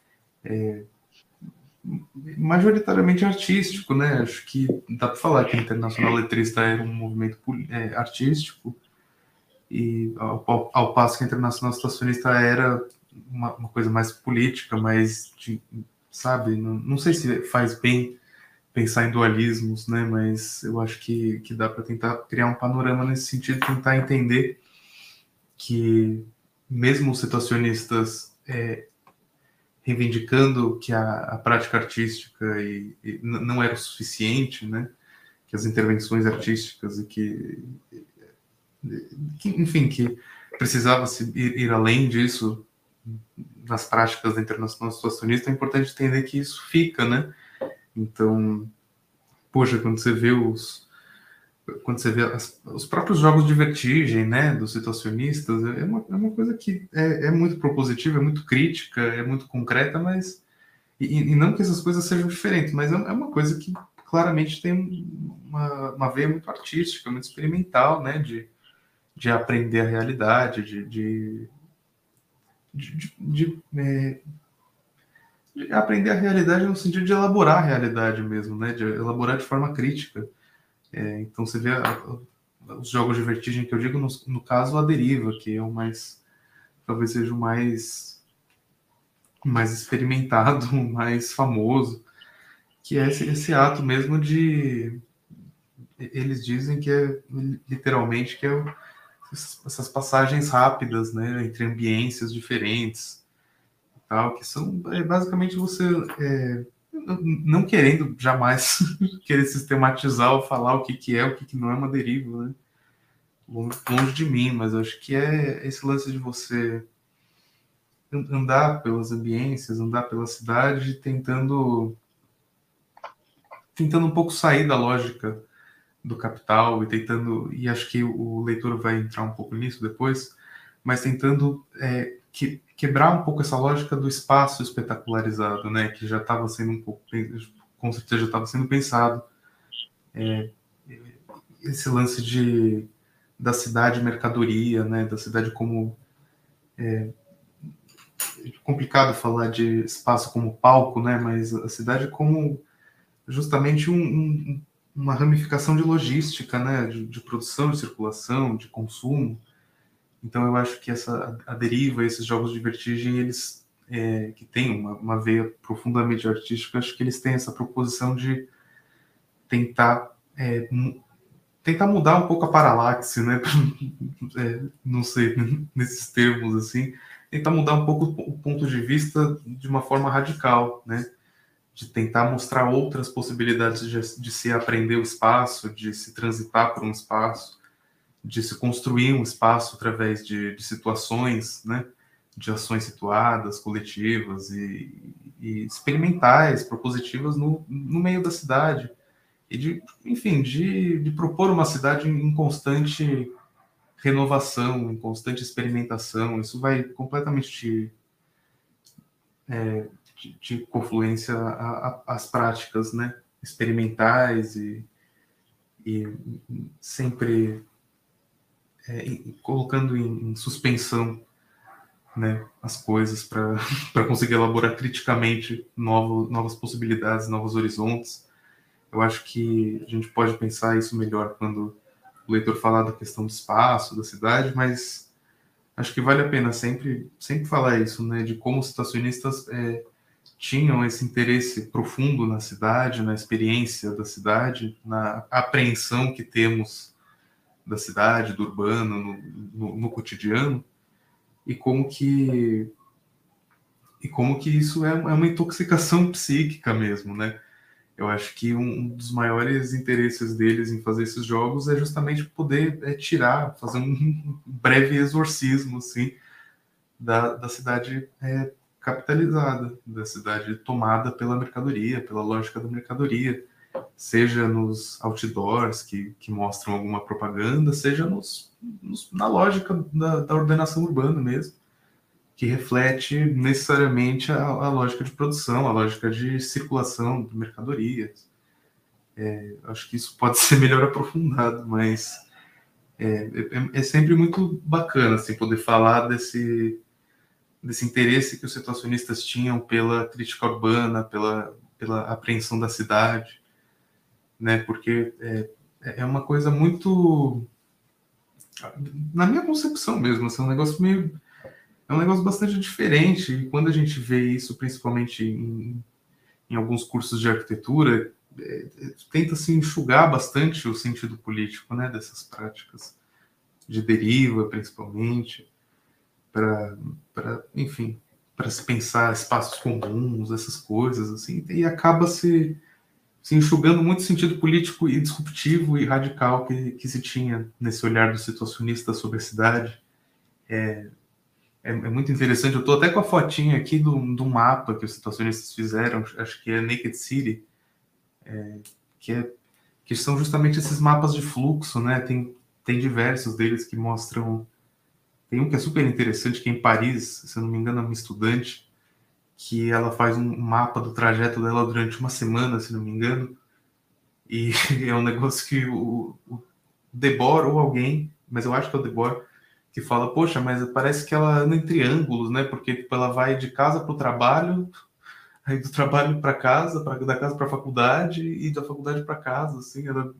majoritariamente artístico, né? Acho que dá para falar que a Internacional Letrista era um movimento artístico, e ao passo que a Internacional Situacionista era uma coisa mais política, mais sabe? Não sei se faz bem pensar em dualismos, né? Mas eu acho que dá para tentar criar um panorama nesse sentido, tentar entender que mesmo os situacionistas reivindicando que a prática artística não era o suficiente, né? Que as intervenções artísticas e enfim, que precisava se ir além disso nas práticas da Internacional Situacionista, é importante entender que isso fica, né? Então, poxa, quando você vê os próprios jogos de vertigem, né, dos situacionistas, é uma coisa que é muito propositiva, é muito crítica, é muito concreta, mas e não que essas coisas sejam diferentes, mas é uma coisa que claramente tem uma veia muito artística, muito experimental, né, de aprender a realidade, de aprender a realidade no sentido de elaborar a realidade mesmo, né, de elaborar de forma crítica. Então você vê os jogos de vertigem que eu digo, no caso, a deriva, que é o mais, talvez seja o mais experimentado, o mais famoso, que é esse ato mesmo eles dizem que literalmente que essas passagens rápidas, né, entre ambiências diferentes, tal, que são basicamente você não querendo jamais querer sistematizar ou falar o que é, o que não é uma deriva, né? Longe de mim, mas eu acho que é esse lance de você andar pelas ambiências, andar pela cidade, tentando um pouco sair da lógica do capital e acho que o leitor vai entrar um pouco nisso depois, mas tentando quebrar um pouco essa lógica do espaço espetacularizado, né, que já estava sendo um pouco, com certeza já estava sendo pensado, esse lance da cidade mercadoria, né, da cidade como é complicado falar de espaço como palco, né, mas a cidade como justamente uma ramificação de logística, né, de produção, de circulação, de consumo. Então eu acho que a deriva, esses jogos de vertigem, eles que têm uma veia profundamente artística, acho que eles têm essa proposição de tentar mudar um pouco a paralaxe, né? Não sei, nesses termos assim, tentar mudar um pouco o ponto de vista de uma forma radical, né? De tentar mostrar outras possibilidades de se aprender o espaço, de se transitar por um espaço, de se construir um espaço através de situações, né? De ações situadas, coletivas e experimentais, propositivas no meio da cidade. E enfim, de propor uma cidade em constante renovação, em constante experimentação. Isso vai completamente de confluência às práticas, né, experimentais e sempre colocando em suspensão, né, as coisas para conseguir elaborar criticamente novas possibilidades, novos horizontes. Eu acho que a gente pode pensar isso melhor quando o leitor falar da questão do espaço, da cidade, mas acho que vale a pena sempre falar isso, né, de como os situacionistas tinham esse interesse profundo na cidade, na experiência da cidade, na apreensão que temos da cidade, do urbano, no cotidiano, e como que isso é uma intoxicação psíquica mesmo, né? Eu acho que um dos maiores interesses deles em fazer esses jogos é justamente poder fazer um breve exorcismo, assim, da cidade capitalizada, da cidade tomada pela mercadoria, pela lógica da mercadoria, seja nos outdoors que mostram alguma propaganda, seja na lógica da ordenação urbana mesmo, que reflete necessariamente a lógica de produção, a lógica de circulação de mercadorias. Acho que isso pode ser melhor aprofundado, mas é sempre muito bacana assim, poder falar desse interesse que os situacionistas tinham pela crítica urbana, pela apreensão da cidade, né? Porque é uma coisa muito, na minha concepção mesmo, assim, é um negócio bastante diferente, e quando a gente vê isso, principalmente em alguns cursos de arquitetura, tenta se enxugar bastante o sentido político, né, dessas práticas de deriva, principalmente, enfim, para se pensar espaços comuns, essas coisas, assim, e acaba se enxugando muito o sentido político e disruptivo e radical que se tinha nesse olhar do situacionista sobre a cidade. É muito interessante. Eu estou até com a fotinha aqui do mapa que os situacionistas fizeram, acho que é Naked City, que são justamente esses mapas de fluxo, né? Tem diversos deles que mostram. Tem um que é super interessante, que é em Paris, se eu não me engano, é uma estudante, que ela faz um mapa do trajeto dela durante uma semana, se não me engano, e é um negócio que o Debord ou alguém, mas eu acho que é o Debord, que fala, poxa, mas parece que ela anda em triângulos, né? Porque tipo, ela vai de casa para o trabalho, aí do trabalho para casa, da casa para a faculdade e da faculdade para casa, assim, ela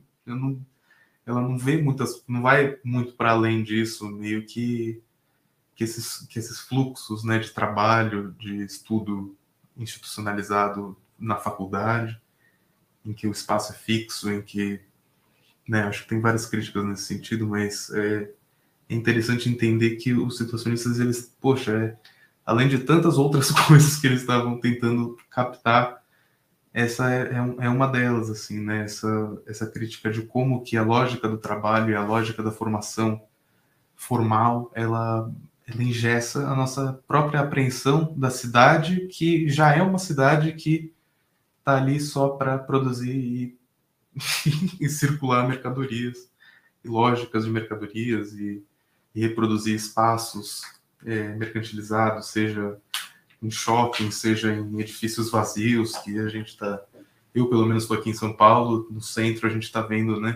não vê não vai muito para além disso, meio que esses fluxos, né, de trabalho, de estudo institucionalizado na faculdade, em que o espaço é fixo, em que, né, acho que tem várias críticas nesse sentido, mas é interessante entender que os situacionistas, eles, poxa, além de tantas outras coisas que eles estavam tentando captar, essa é uma delas, assim, né? Essa crítica de como que a lógica do trabalho e a lógica da formação formal, ela engessa a nossa própria apreensão da cidade, que já é uma cidade que está ali só para produzir e circular mercadorias, e lógicas de mercadorias, e reproduzir espaços mercantilizados, seja em shopping, seja em edifícios vazios, que a gente está... Eu, pelo menos, estou aqui em São Paulo, no centro, a gente está vendo, né,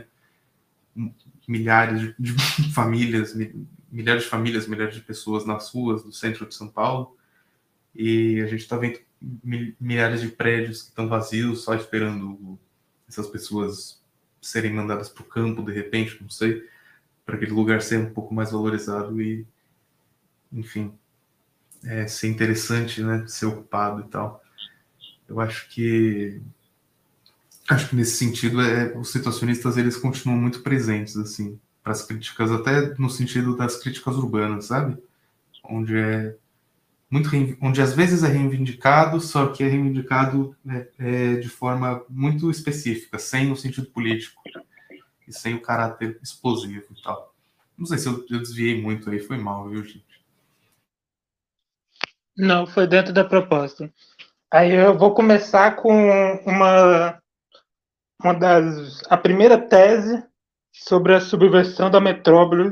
milhares de famílias, milhares de pessoas nas ruas do centro de São Paulo, e a gente está vendo milhares de prédios que estão vazios, só esperando essas pessoas serem mandadas para o campo, de repente, não sei, para aquele lugar ser um pouco mais valorizado e, enfim, ser interessante, né, ser ocupado e tal. Eu acho que nesse sentido os situacionistas, eles continuam muito presentes, assim, para as críticas, até no sentido das críticas urbanas, sabe? Onde às vezes é reivindicado, só que é reivindicado de forma muito específica, sem o sentido político e sem o caráter explosivo e tal. Não sei se eu desviei muito aí, foi mal, viu, gente? Não, foi dentro da proposta. Aí eu vou começar com a primeira tese sobre a subversão da metrópole,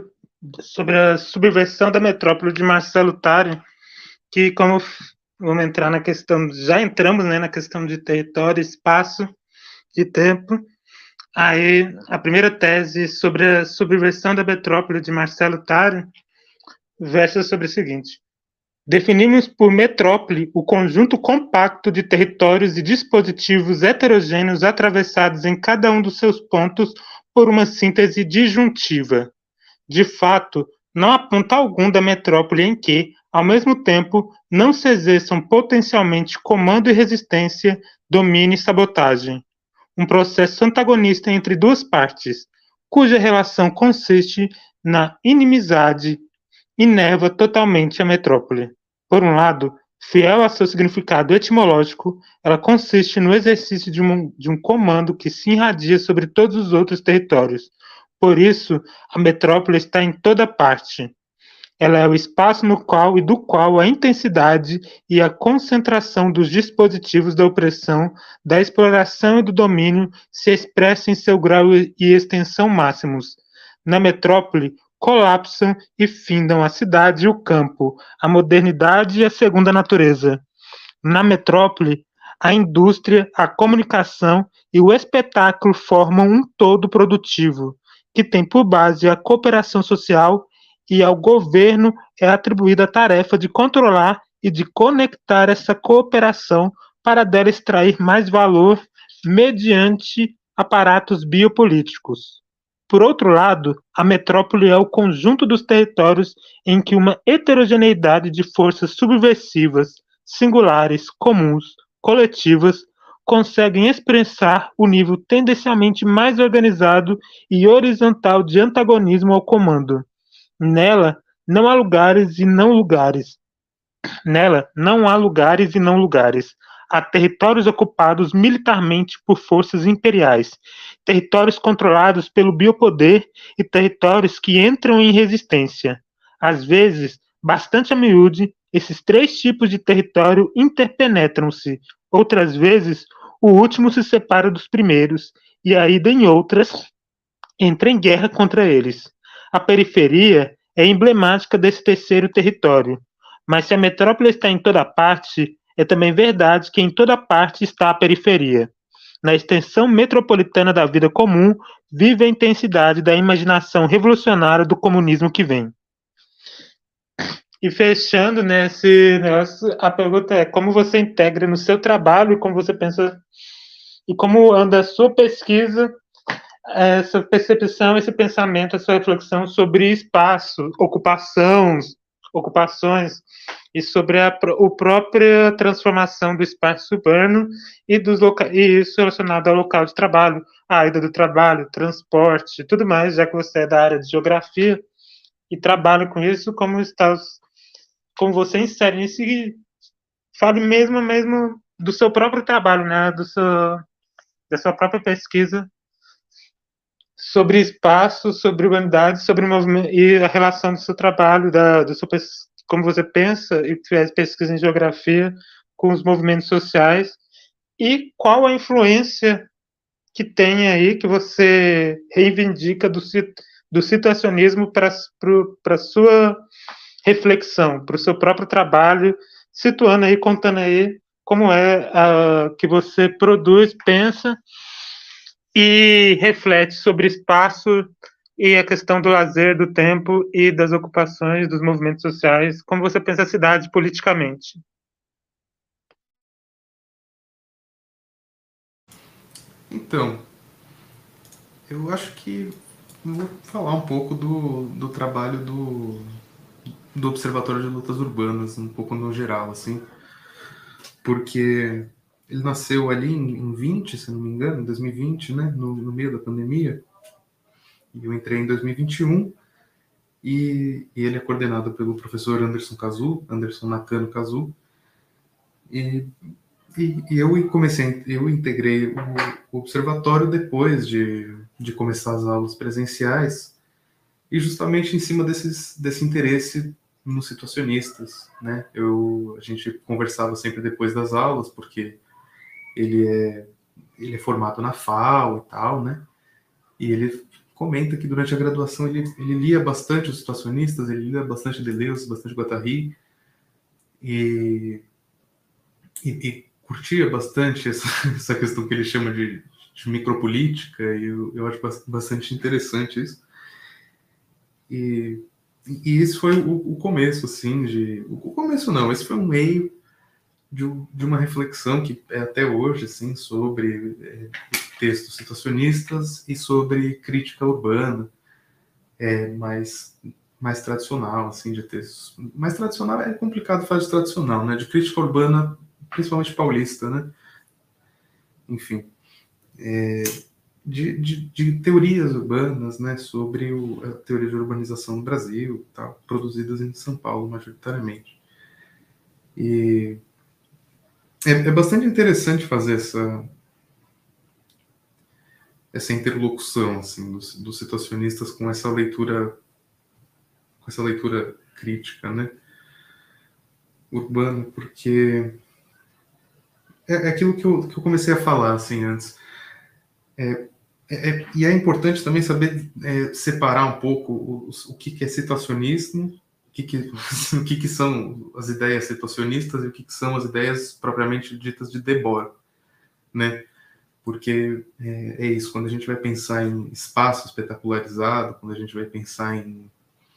de Marcelo Tari, que, como vamos entrar na questão, já entramos, né, na questão de território, espaço e tempo. Aí a primeira tese sobre a subversão da metrópole de Marcelo Tari versa sobre o seguinte: definimos por metrópole o conjunto compacto de territórios e dispositivos heterogêneos atravessados em cada um dos seus pontos por uma síntese disjuntiva. De fato, não há ponto algum da metrópole em que, ao mesmo tempo, não se exerçam potencialmente comando e resistência, domínio e sabotagem. Um processo antagonista entre duas partes, cuja relação consiste na inimizade, inerva totalmente a metrópole. Por um lado, fiel a seu significado etimológico, ela consiste no exercício de um comando que se irradia sobre todos os outros territórios. Por isso, a metrópole está em toda parte. Ela é o espaço no qual e do qual a intensidade e a concentração dos dispositivos da opressão, da exploração e do domínio se expressam em seu grau e extensão máximos. Na metrópole, colapsam e findam a cidade e o campo, a modernidade e a segunda natureza. Na metrópole, a indústria, a comunicação e o espetáculo formam um todo produtivo, que tem por base a cooperação social, e ao governo é atribuída a tarefa de controlar e de conectar essa cooperação para dela extrair mais valor mediante aparatos biopolíticos. Por outro lado, a metrópole é o conjunto dos territórios em que uma heterogeneidade de forças subversivas, singulares, comuns, coletivas, conseguem expressar o nível tendencialmente mais organizado e horizontal de antagonismo ao comando. Nela não há lugares e não lugares. Nela não há lugares e não lugares. Há territórios ocupados militarmente por forças imperiais, territórios controlados pelo biopoder e territórios que entram em resistência. Às vezes, bastante a miúde, esses três tipos de território interpenetram-se. Outras vezes, o último se separa dos primeiros, e ainda em outras, entra em guerra contra eles. A periferia é emblemática desse terceiro território. Mas se a metrópole está em toda parte, é também verdade que em toda parte está a periferia. Na extensão metropolitana da vida comum, vive a intensidade da imaginação revolucionária do comunismo que vem. E fechando nesse negócio, a pergunta é como você integra no seu trabalho e como você pensa e como anda a sua pesquisa, essa percepção, esse pensamento, essa reflexão sobre espaço, ocupações e sobre a própria transformação do espaço urbano e isso relacionado ao local de trabalho, a ida do trabalho, transporte, tudo mais, já que você é da área de geografia e trabalha com isso, como você insere nisso e fale mesmo do seu próprio trabalho, né, da sua própria pesquisa sobre espaço, sobre urbanidade, sobre movimento e a relação do seu trabalho, como você pensa e faz pesquisa em geografia com os movimentos sociais e qual a influência que tem aí que você reivindica do situacionismo para a sua reflexão, para o seu próprio trabalho, situando aí, contando aí como é que você produz, pensa e reflete sobre espaço e a questão do lazer, do tempo e das ocupações, dos movimentos sociais, como você pensa a cidade politicamente. Então, eu acho que vou falar um pouco do trabalho do Observatório de Lutas Urbanas, um pouco no geral, assim, porque ele nasceu ali em 20, se não me engano, em 2020, né, no meio da pandemia, e eu entrei em 2021, e ele é coordenado pelo professor Anderson Nakano Kazu, e eu integrei o observatório depois de começar as aulas presenciais, e justamente em cima desse interesse nos situacionistas, né? A gente conversava sempre depois das aulas, porque ele é formado na FAO e tal, né? E ele comenta que durante a graduação ele lia bastante os situacionistas, ele lia bastante Deleuze, bastante Guattari, e curtia bastante essa questão que ele chama de micropolítica, e eu acho bastante interessante isso. E esse foi o começo, assim, o começo não, esse foi um meio de uma reflexão que é até hoje, assim, sobre textos situacionistas e sobre crítica urbana, mais mais tradicional, assim, de textos. Mais tradicional é complicado falar de tradicional, né? De crítica urbana, principalmente paulista, né? Enfim. De teorias urbanas, né? Sobre a teoria de urbanização no Brasil, tal, produzidas em São Paulo, majoritariamente. E é bastante interessante fazer essa interlocução, assim, dos situacionistas com essa leitura crítica, né, urbana, porque é aquilo que eu comecei a falar, assim, antes. E é importante também saber separar um pouco o que é situacionismo, o que são as ideias situacionistas e o que são as ideias propriamente ditas de Debord, né? Porque é isso, quando a gente vai pensar em espaço espetacularizado, quando a gente vai pensar em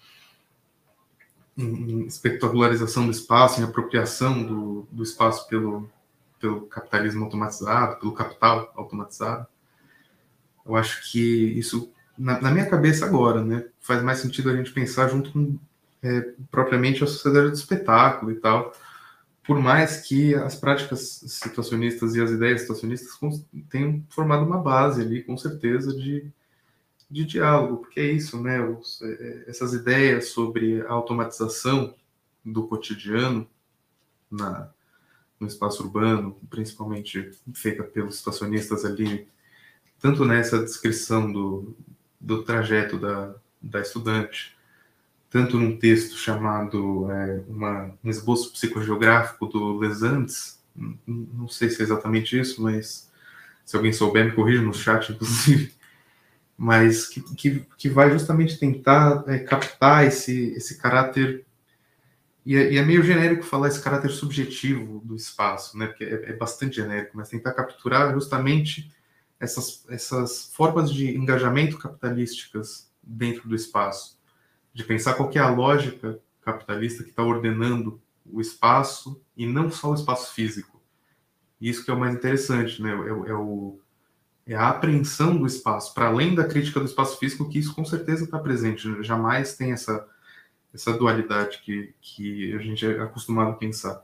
espetacularização do espaço, em apropriação do espaço pelo capitalismo automatizado, pelo capital automatizado, eu acho que isso, na minha cabeça agora, né, faz mais sentido a gente pensar junto com propriamente a sociedade do espetáculo e tal, por mais que as práticas situacionistas e as ideias situacionistas tenham formado uma base ali, com certeza, de diálogo, porque é isso, né? Essas ideias sobre a automatização do cotidiano no espaço urbano, principalmente feita pelos situacionistas ali, tanto nessa descrição do trajeto da estudante, tanto num texto chamado um esboço psicogeográfico do Les Andes, não sei se é exatamente isso, mas se alguém souber, me corrija no chat, inclusive, mas que vai justamente tentar captar esse caráter, e é meio genérico falar esse caráter subjetivo do espaço, né, porque é bastante genérico, mas tentar capturar justamente essas formas de engajamento capitalísticas dentro do espaço, de pensar qual que é a lógica capitalista que está ordenando o espaço, e não só o espaço físico. Isso que é o mais interessante, né? É a apreensão do espaço, para além da crítica do espaço físico, que isso com certeza está presente. Jamais tem essa dualidade que a gente é acostumado a pensar.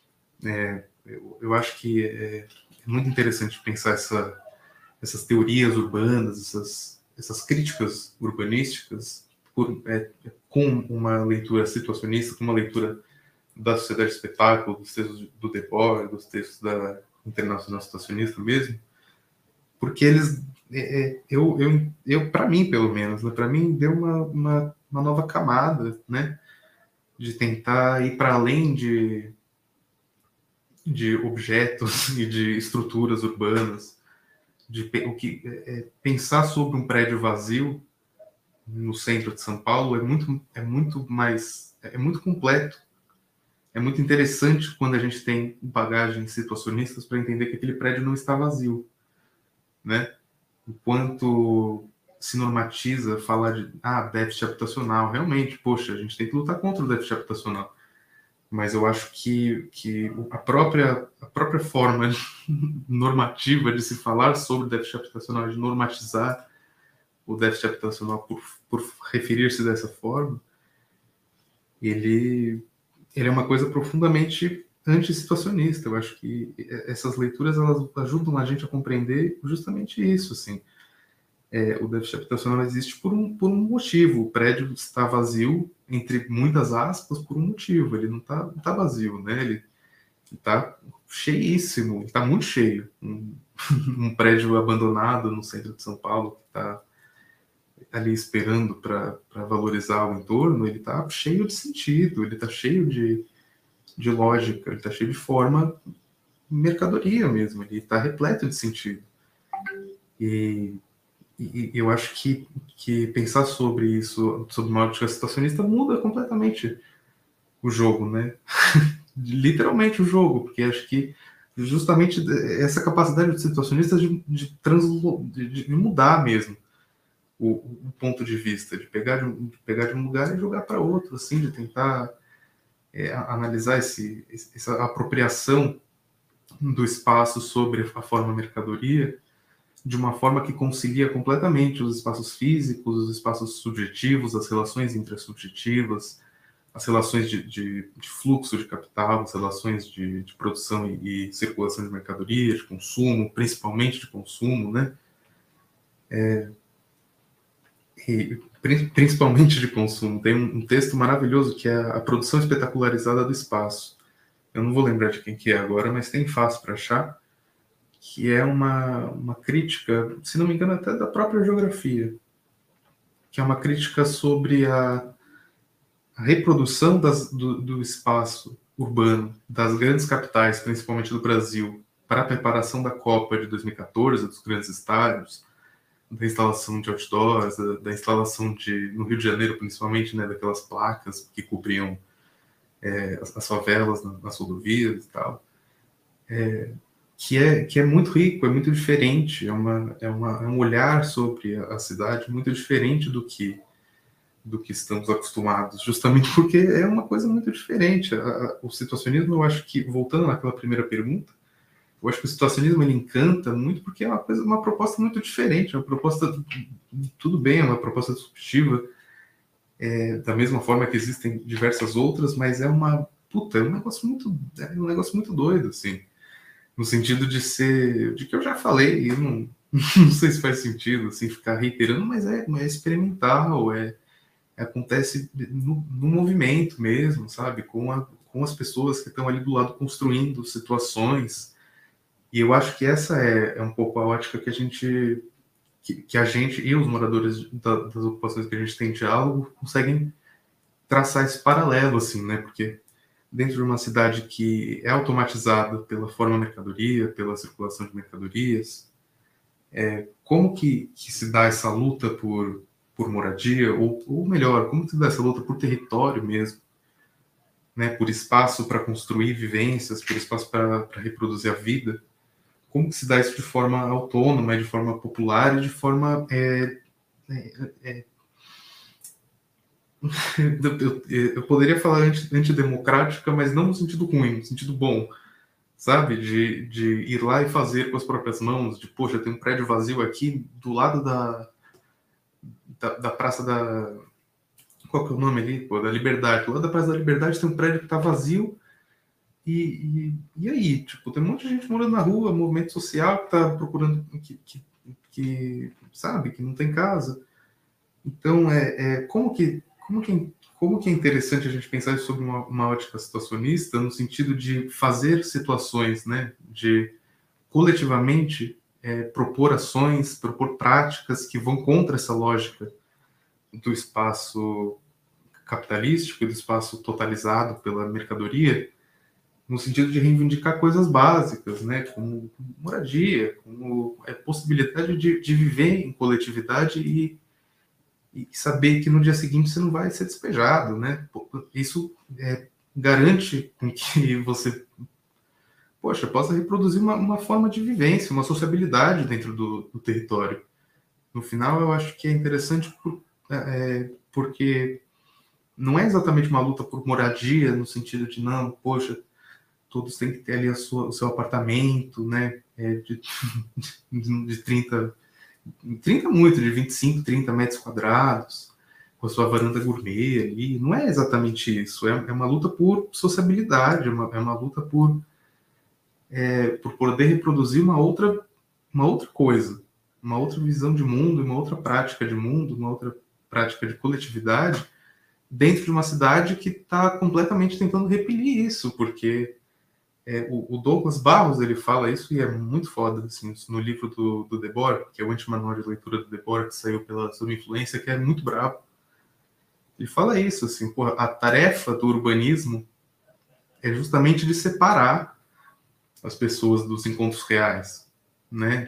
Eu acho que é muito interessante pensar essas teorias urbanas, essas críticas urbanísticas, com uma leitura situacionista, com uma leitura da sociedade de espetáculo, dos textos do Debord, dos textos da Internacional Situacionista mesmo, porque eles, para mim, pelo menos, né, para mim deu uma nova camada, né, de tentar ir para além de objetos e de estruturas urbanas, pensar sobre um prédio vazio no centro de São Paulo é muito completo. É muito interessante quando a gente tem bagagens situacionistas para entender que aquele prédio não está vazio, né? Enquanto se normatiza falar de déficit habitacional, realmente, poxa, a gente tem que lutar contra o déficit habitacional. Mas eu acho que a própria forma normativa de se falar sobre o déficit habitacional, de normatizar o déficit habitacional por referir-se dessa forma, ele é uma coisa profundamente antissituacionista. Eu acho que essas leituras elas ajudam a gente a compreender justamente isso, assim. O déficit habitacional existe por um motivo. O prédio está vazio, entre muitas aspas, por um motivo. Ele não tá vazio, né? Ele está cheíssimo, ele está muito cheio. Um prédio abandonado no centro de São Paulo, que está ali esperando para valorizar o entorno, ele está cheio de sentido, ele está cheio de lógica, ele está cheio de forma, mercadoria mesmo, ele está repleto de sentido. E eu acho que pensar sobre isso, sobre uma ótica situacionista, muda completamente o jogo, né? Literalmente o jogo, porque acho que justamente essa capacidade de situacionistas de mudar mesmo o ponto de vista, de pegar de um lugar e jogar para outro, assim, de tentar analisar essa apropriação do espaço sobre a forma mercadoria, de uma forma que concilia completamente os espaços físicos, os espaços subjetivos, as relações intrasubjetivas, as relações de fluxo de capital, as relações de produção e circulação de mercadoria, de consumo, principalmente de consumo, né? Principalmente de consumo. Tem um texto maravilhoso que é a produção espetacularizada do espaço. Eu não vou lembrar de quem que é agora, mas tem fácil para achar, que é uma crítica, se não me engano, até da própria geografia, que é uma crítica sobre a reprodução do espaço urbano das grandes capitais, principalmente do Brasil, para a preparação da Copa de 2014, dos grandes estádios, da instalação de outdoors, da instalação no Rio de Janeiro, principalmente, né, daquelas placas que cobriam as favelas nas rodovias e tal, que é muito rico, é muito diferente, é um olhar sobre a cidade muito diferente do que estamos acostumados, justamente porque é uma coisa muito diferente. O situacionismo, eu acho que, voltando naquela primeira pergunta, eu acho que o situacionismo ele encanta muito porque é uma proposta muito diferente, uma proposta, tudo bem, é uma proposta disruptiva, da mesma forma que existem diversas outras, mas é um negócio muito doido, assim, no sentido de que eu já falei, e eu não sei se faz sentido, assim, ficar reiterando, mas é experimental, acontece no movimento mesmo, sabe? Com as pessoas que estão ali do lado construindo situações. E eu acho que essa é um pouco a ótica que a gente e os moradores das ocupações que a gente tem diálogo conseguem traçar esse paralelo, assim, né? Porque dentro de uma cidade que é automatizada pela forma mercadoria, pela circulação de mercadorias, como que se dá essa luta por moradia, ou melhor, como se dá essa luta por território mesmo, né, por espaço para construir vivências, por espaço para reproduzir a vida, como que se dá isso de forma autônoma, de forma popular e de forma eu poderia falar antidemocrática, mas não no sentido ruim, no sentido bom, sabe? De ir lá e fazer com as próprias mãos, poxa, tem um prédio vazio aqui do lado da Praça da... Qual que é o nome ali? Pô, da Liberdade. Do lado da Praça da Liberdade tem um prédio que está vazio e aí? Tipo, tem um monte de gente morando na rua, movimento social que está procurando... Que sabe? Que não tem casa. Então, como que é interessante a gente pensar sobre uma ótica situacionista no sentido de fazer situações, né? De coletivamente propor ações, propor práticas que vão contra essa lógica do espaço capitalístico e do espaço totalizado pela mercadoria, no sentido de reivindicar coisas básicas, né, como moradia, como possibilidade de viver em coletividade e saber que no dia seguinte você não vai ser despejado, né? Isso garante que você possa reproduzir uma forma de vivência, uma sociabilidade dentro do território. No final, eu acho que é interessante porque não é exatamente uma luta por moradia, no sentido de, não, poxa, todos têm que ter ali o seu apartamento, né, de 30 muito, de 25, 30 metros quadrados, com a sua varanda gourmet ali. Não é exatamente isso. É uma luta por sociabilidade, é uma luta por poder reproduzir uma outra coisa, uma outra visão de mundo, uma outra prática de mundo, uma outra prática de coletividade dentro de uma cidade que está completamente tentando repelir isso, porque o Douglas Barros ele fala isso e é muito foda, assim, no livro do Debord, que é o antimanual de leitura do Debord, que saiu Sob Influência, que é muito brabo. Ele fala isso, assim, porra, a tarefa do urbanismo é justamente de separar as pessoas dos encontros reais, né?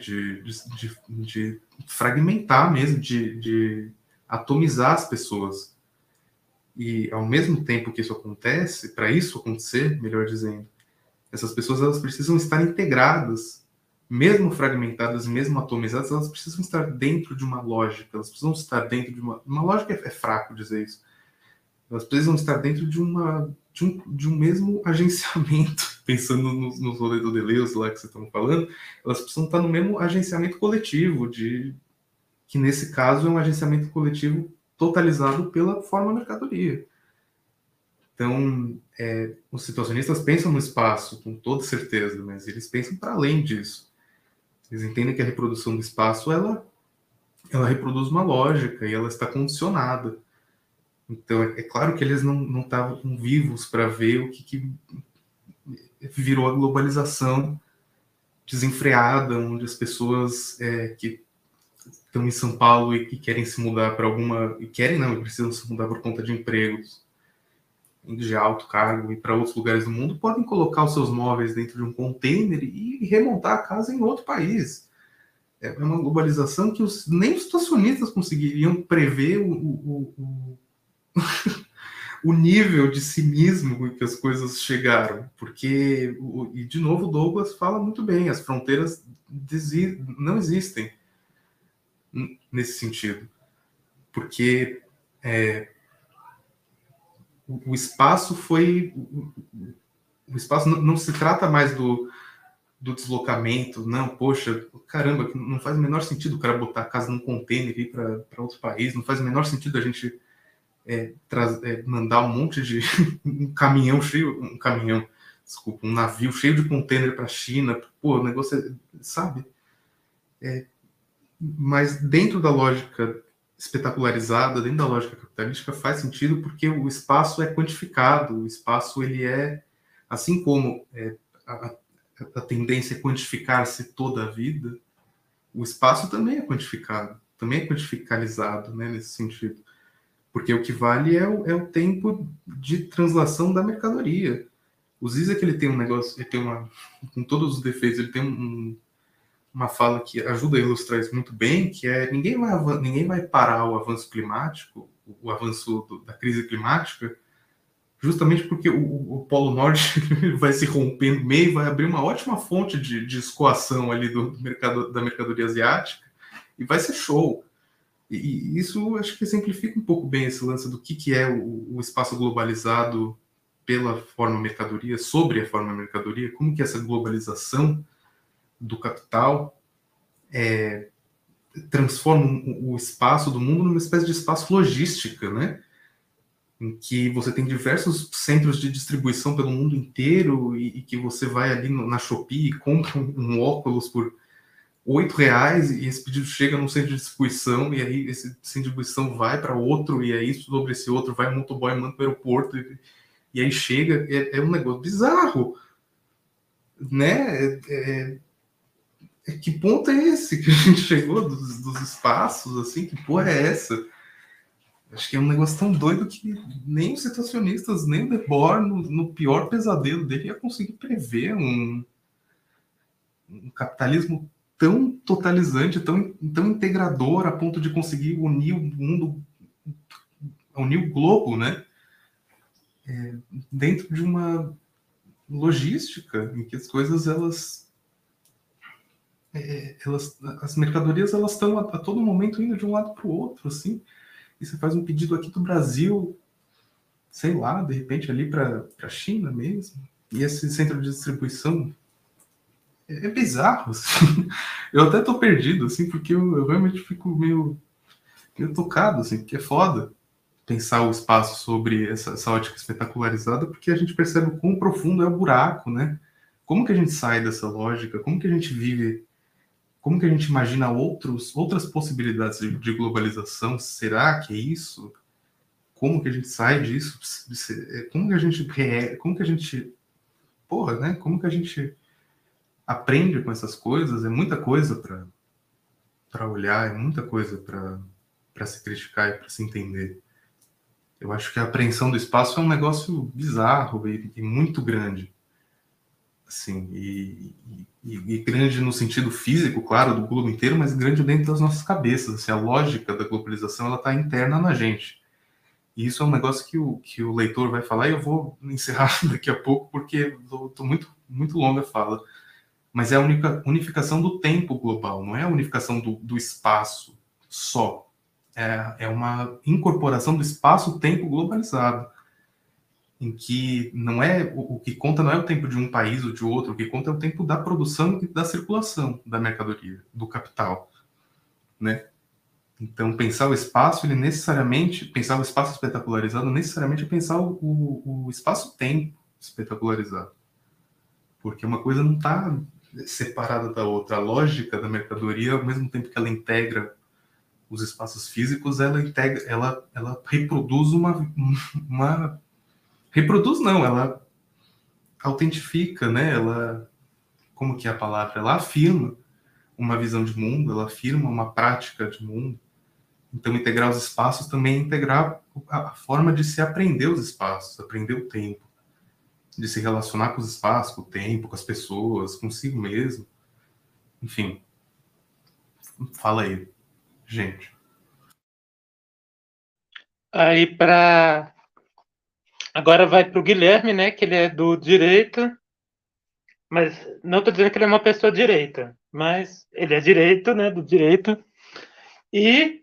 De fragmentar mesmo, de atomizar as pessoas. E ao mesmo tempo que isso acontece, para isso acontecer, melhor dizendo, essas pessoas elas precisam estar integradas, mesmo fragmentadas, mesmo atomizadas, elas precisam estar dentro de uma lógica, elas precisam estar dentro de uma lógica, é fraco dizer isso, elas precisam estar dentro de um mesmo agenciamento pensando nos rolês do Deleuze lá que vocês estão falando, elas precisam estar no mesmo agenciamento coletivo, que nesse caso é um agenciamento coletivo totalizado pela forma mercadoria. Então, os situacionistas pensam no espaço, com toda certeza, mas eles pensam para além disso. Eles entendem que a reprodução do espaço, ela reproduz uma lógica e ela está condicionada. Então, é claro que eles não estavam vivos para ver o que virou a globalização desenfreada, onde as pessoas que estão em São Paulo e que querem se mudar para alguma... E precisam se mudar por conta de empregos de alto cargo e para outros lugares do mundo, podem colocar os seus móveis dentro de um container e remontar a casa em outro país. É uma globalização que nem os situacionistas conseguiriam prever o nível de cinismo que as coisas chegaram. Porque, e de novo, Douglas fala muito bem, as fronteiras não existem nesse sentido. Porque o espaço foi... O espaço não se trata mais do deslocamento, não, poxa, caramba, não faz o menor sentido o cara botar a casa num container e ir para outro país, não faz o menor sentido a gente mandar um monte de... um navio cheio de container para a China, pô, o negócio sabe? Mas dentro da lógica espetacularizada, dentro da lógica capitalística, faz sentido porque o espaço é quantificado, o espaço, ele assim como a tendência é quantificar-se toda a vida, o espaço também é quantificado, também é quantificalizado, né, nesse sentido. Porque o que vale é o tempo de translação da mercadoria. O Zizek, ele tem um negócio, com todos os defeitos, ele tem uma fala que ajuda a ilustrar isso muito bem, que é ninguém vai parar o avanço climático, o avanço da crise climática, justamente porque o Polo Norte vai se romper no meio, vai abrir uma ótima fonte de escoação ali da mercadoria asiática, e vai ser show. E isso acho que exemplifica um pouco bem esse lance do que é o espaço globalizado pela forma mercadoria, sobre a forma mercadoria, como que essa globalização do capital transforma o espaço do mundo numa espécie de espaço logística, né? Em que você tem diversos centros de distribuição pelo mundo inteiro e que você vai ali na Shopee e compra um óculos por R$8 e esse pedido chega num centro de distribuição e aí esse centro de distribuição vai para outro e aí sobre esse outro vai um motoboy e manda para o aeroporto e aí chega, é um negócio bizarro, né? Que ponto é esse que a gente chegou dos espaços, assim, que porra é essa? Acho que é um negócio tão doido que nem os situacionistas, nem o Debord, no pior pesadelo dele, ia conseguir prever um capitalismo tão totalizante, tão integrador, a ponto de conseguir unir o mundo, unir o globo, né? Dentro de uma logística em que as coisas, as mercadorias, elas estão a todo momento indo de um lado para o outro, assim. E você faz um pedido aqui do Brasil, sei lá, de repente ali para a China mesmo, e esse centro de distribuição é bizarro, assim. Eu até tô perdido, assim, porque eu realmente fico meio tocado, assim, porque é foda pensar o espaço sobre essa ótica espetacularizada, porque a gente percebe o quão profundo é o buraco, né? Como que a gente sai dessa lógica? Como que a gente vive? Como que a gente imagina outras possibilidades de globalização? Será que é isso? Como que a gente sai disso? Como que a gente porra, né? Como que a gente aprende com essas coisas? É muita coisa para olhar, é muita coisa para se criticar e para se entender. Eu acho que a apreensão do espaço é um negócio bizarro e muito grande. Assim, e grande no sentido físico, claro, do globo inteiro, mas grande dentro das nossas cabeças. Assim, a lógica da globalização, ela está interna na gente. E isso é um negócio que o leitor vai falar, e eu vou encerrar daqui a pouco, porque estou muito, muito longa a fala. Mas é a unificação do tempo global, não é a unificação do espaço só. É uma incorporação do espaço-tempo globalizado. em que não é o que conta não é o tempo de um país ou de outro, o que conta é o tempo da produção e da circulação da mercadoria, do capital, né? Então, pensar o espaço, pensar o espaço espetacularizado, necessariamente é pensar o espaço-tempo espetacularizado. Porque uma coisa não está separada da outra. A lógica da mercadoria, ao mesmo tempo que ela integra os espaços físicos, ela reproduz reproduz não, ela autentifica, né? Como que é a palavra? Ela afirma uma visão de mundo, ela afirma uma prática de mundo. Então, integrar os espaços também é integrar a forma de se aprender os espaços, aprender o tempo, de se relacionar com os espaços, com o tempo, com as pessoas, consigo mesmo. Enfim, fala aí, gente. Aí agora vai para o Guilherme, né? Que ele é do direito, mas não estou dizendo que ele é uma pessoa direita, mas ele é direito, né? Do direito. E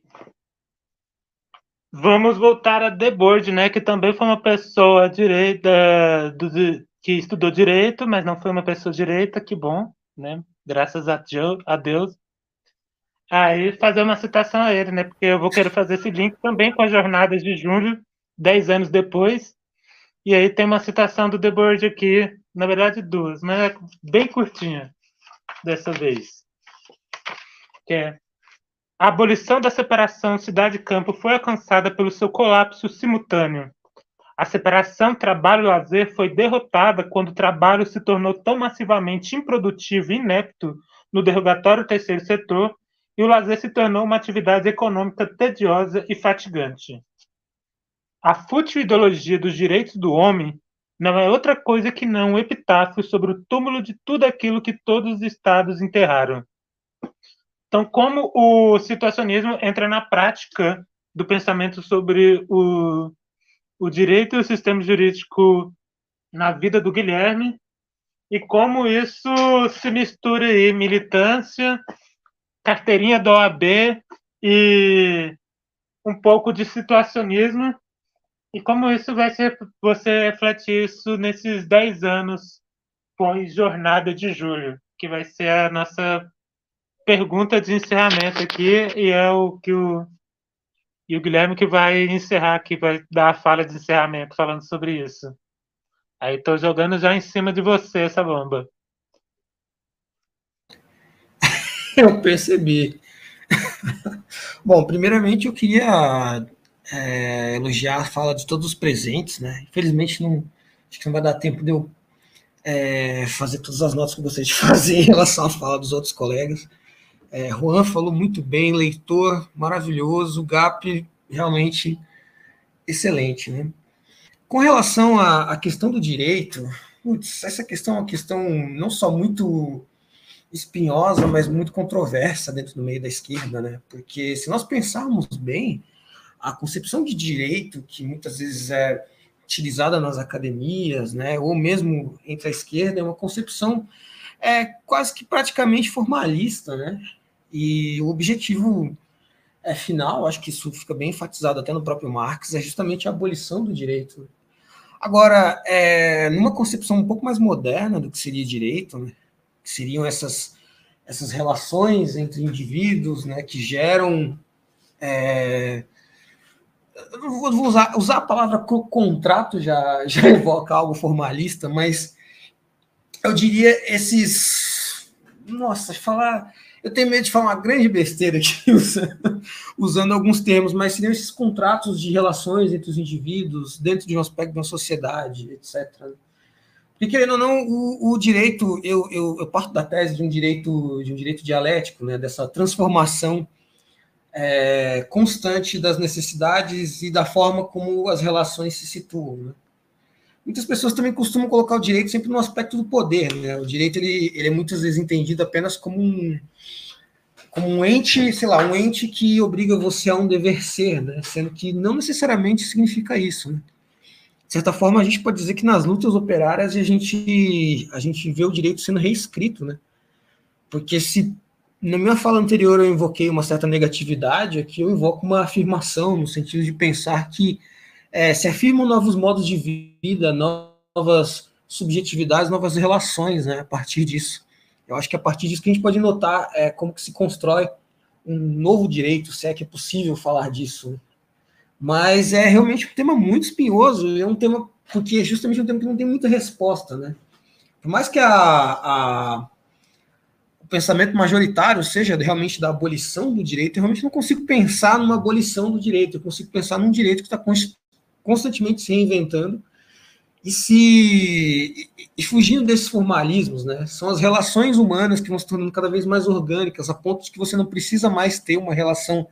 vamos voltar a Debord, né? Que também foi uma pessoa direita, que estudou direito, mas não foi uma pessoa direita. Que bom, né? Graças a Deus. Aí fazer uma citação a ele, né? Porque eu vou querer fazer esse link também com as jornadas de julho, 10 anos depois. E aí tem uma citação do Debord aqui, na verdade 2, mas é bem curtinha dessa vez. Que é: a abolição da separação cidade-campo foi alcançada pelo seu colapso simultâneo. A separação trabalho-lazer foi derrotada quando o trabalho se tornou tão massivamente improdutivo e inepto no derrogatório terceiro setor e o lazer se tornou uma atividade econômica tediosa e fatigante. A fútil ideologia dos direitos do homem não é outra coisa que não um epitáfio sobre o túmulo de tudo aquilo que todos os estados enterraram. Então, como o situacionismo entra na prática do pensamento sobre o direito e o sistema jurídico na vida do Guilherme, e como isso se mistura aí, militância, carteirinha da OAB e um pouco de situacionismo, e como isso vai ser, você reflete isso nesses 10 anos pós-jornada de julho, que vai ser a nossa pergunta de encerramento aqui, e é o Guilherme que vai encerrar aqui, vai dar a fala de encerramento falando sobre isso. Aí estou jogando já em cima de você essa bomba. Eu percebi. Bom, primeiramente eu queria elogiar a fala de todos os presentes, né? Infelizmente acho que não vai dar tempo de eu fazer todas as notas que eu gostaria de fazer em relação à fala dos outros colegas. Juan falou muito bem, Leitor maravilhoso, Gap realmente excelente, né? Com relação à questão do direito, essa questão é uma questão não só muito espinhosa, mas muito controversa dentro do meio da esquerda, né? Porque se nós pensarmos bem, a concepção de direito, que muitas vezes é utilizada nas academias, né, ou mesmo entre a esquerda, é uma concepção quase que praticamente formalista, né? E o objetivo final, acho que isso fica bem enfatizado até no próprio Marx, é justamente a abolição do direito. Agora, numa concepção um pouco mais moderna do que seria direito, né, que seriam essas relações entre indivíduos, né, que geram... eu vou usar a palavra contrato, já evoca algo formalista, mas eu diria esses... Nossa, eu tenho medo de falar uma grande besteira aqui, usando alguns termos, mas seriam esses contratos de relações entre os indivíduos, dentro de um aspecto de uma sociedade, etc. Porque, querendo ou não, o direito, eu parto da tese de um direito dialético, né, dessa transformação constante das necessidades e da forma como as relações se situam, né? Muitas pessoas também costumam colocar o direito sempre no aspecto do poder, né? O direito ele é muitas vezes entendido apenas como um ente, sei lá, um ente que obriga você a um dever ser, né? Sendo que não necessariamente significa isso, né? De certa forma, a gente pode dizer que nas lutas operárias a gente vê o direito sendo reescrito, né? Porque se na minha fala anterior eu invoquei uma certa negatividade, aqui eu invoco uma afirmação, no sentido de pensar que se afirmam novos modos de vida, novas subjetividades, novas relações, né, a partir disso. Eu acho que a partir disso que a gente pode notar como que se constrói um novo direito, se é que é possível falar disso. Mas é realmente um tema muito espinhoso, é um tema, porque é justamente um tema que não tem muita resposta, né? Por mais que o pensamento majoritário seja realmente da abolição do direito, eu realmente não consigo pensar numa abolição do direito, eu consigo pensar num direito que está constantemente se reinventando e fugindo desses formalismos, né? São as relações humanas que vão se tornando cada vez mais orgânicas, a ponto de que você não precisa mais ter uma relação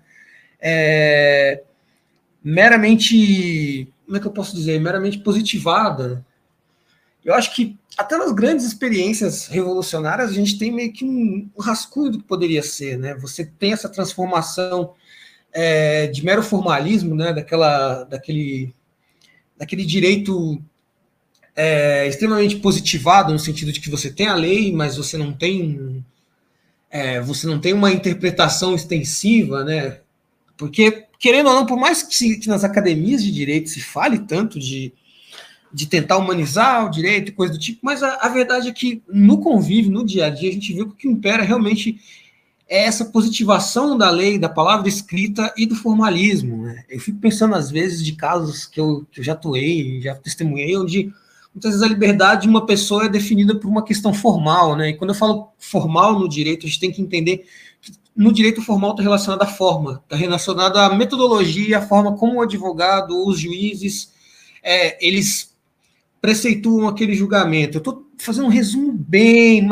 meramente, como é que eu posso dizer, meramente positivada. Eu acho que até nas grandes experiências revolucionárias a gente tem meio que um rascunho do que poderia ser, né? Você tem essa transformação de mero formalismo, né? Daquele direito extremamente positivado, no sentido de que você tem a lei, mas você não tem uma interpretação extensiva, né? Porque, querendo ou não, por mais que nas academias de direito se fale tanto de tentar humanizar o direito e coisa do tipo, mas a verdade é que no convívio, no dia a dia, a gente viu que o que impera realmente é essa positivação da lei, da palavra escrita e do formalismo, né? Eu fico pensando, às vezes, de casos que eu já atuei, já testemunhei, onde muitas vezes a liberdade de uma pessoa é definida por uma questão formal, né? E quando eu falo formal no direito, a gente tem que entender que no direito formal está relacionado à forma, está relacionado à metodologia, à forma como o advogado, os juízes, eles preceituam aquele julgamento. Eu estou fazendo um resumo bem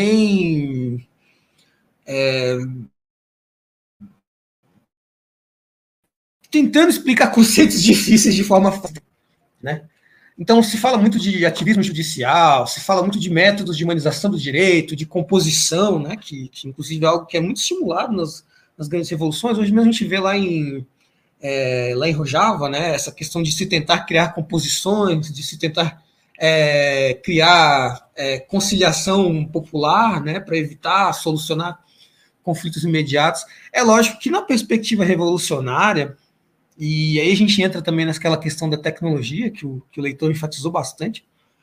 tentando explicar conceitos difíceis de forma fácil, né? Então, se fala muito de ativismo judicial, se fala muito de métodos de humanização do direito, de composição, né, que inclusive é algo que é muito estimulado nas grandes revoluções. Hoje mesmo a gente vê lá em Rojava, né, essa questão de se tentar criar composições, de se tentar criar conciliação popular, né, para evitar, solucionar conflitos imediatos. É lógico que na perspectiva revolucionária, e aí a gente entra também naquela questão da tecnologia, que o leitor enfatizou bastante,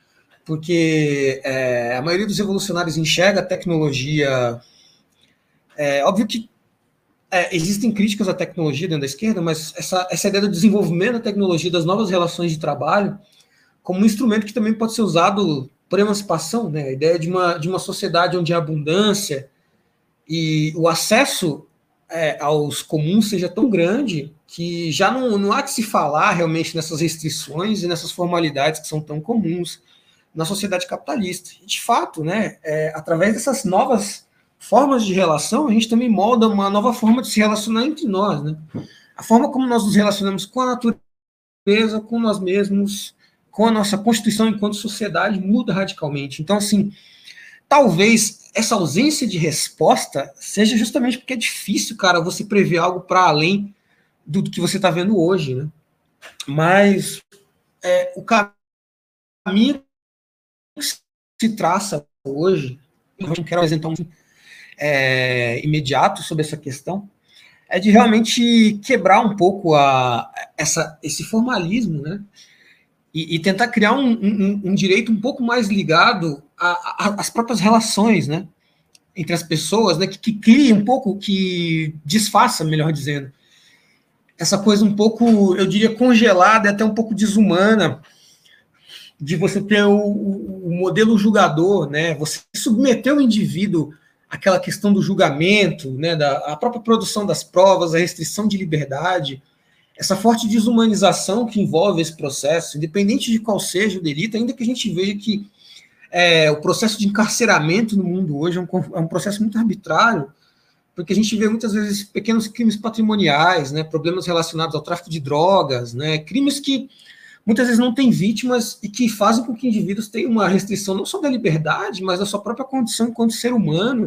porque a maioria dos revolucionários enxerga a tecnologia... óbvio que existem críticas à tecnologia dentro da esquerda, mas essa ideia do desenvolvimento da tecnologia, das novas relações de trabalho, como um instrumento que também pode ser usado por emancipação, né? A ideia de uma sociedade onde a abundância e o acesso aos comuns seja tão grande que já não há de se falar realmente nessas restrições e nessas formalidades que são tão comuns na sociedade capitalista. E, de fato, né, através dessas novas formas de relação, a gente também molda uma nova forma de se relacionar entre nós, né? A forma como nós nos relacionamos com a natureza, com nós mesmos, com a nossa constituição enquanto sociedade muda radicalmente. Então, assim, talvez essa ausência de resposta seja justamente porque é difícil, cara, você prever algo para além do que você está vendo hoje, né? Mas o caminho que se traça hoje, eu não quero apresentar um imediato sobre essa questão, é de realmente quebrar um pouco esse formalismo, né? E tentar criar um direito um pouco mais ligado às próprias relações, né, entre as pessoas, né, que crie um pouco, que desfaça, melhor dizendo, essa coisa um pouco, eu diria, congelada, até um pouco desumana, de você ter o modelo julgador, né, você submeter o indivíduo àquela questão do julgamento, né, a própria produção das provas, a restrição de liberdade, essa forte desumanização que envolve esse processo, independente de qual seja o delito, ainda que a gente veja que o processo de encarceramento no mundo hoje é um processo muito arbitrário, porque a gente vê muitas vezes pequenos crimes patrimoniais, né, problemas relacionados ao tráfico de drogas, né, crimes que muitas vezes não têm vítimas e que fazem com que indivíduos tenham uma restrição não só da liberdade, mas da sua própria condição enquanto ser humano,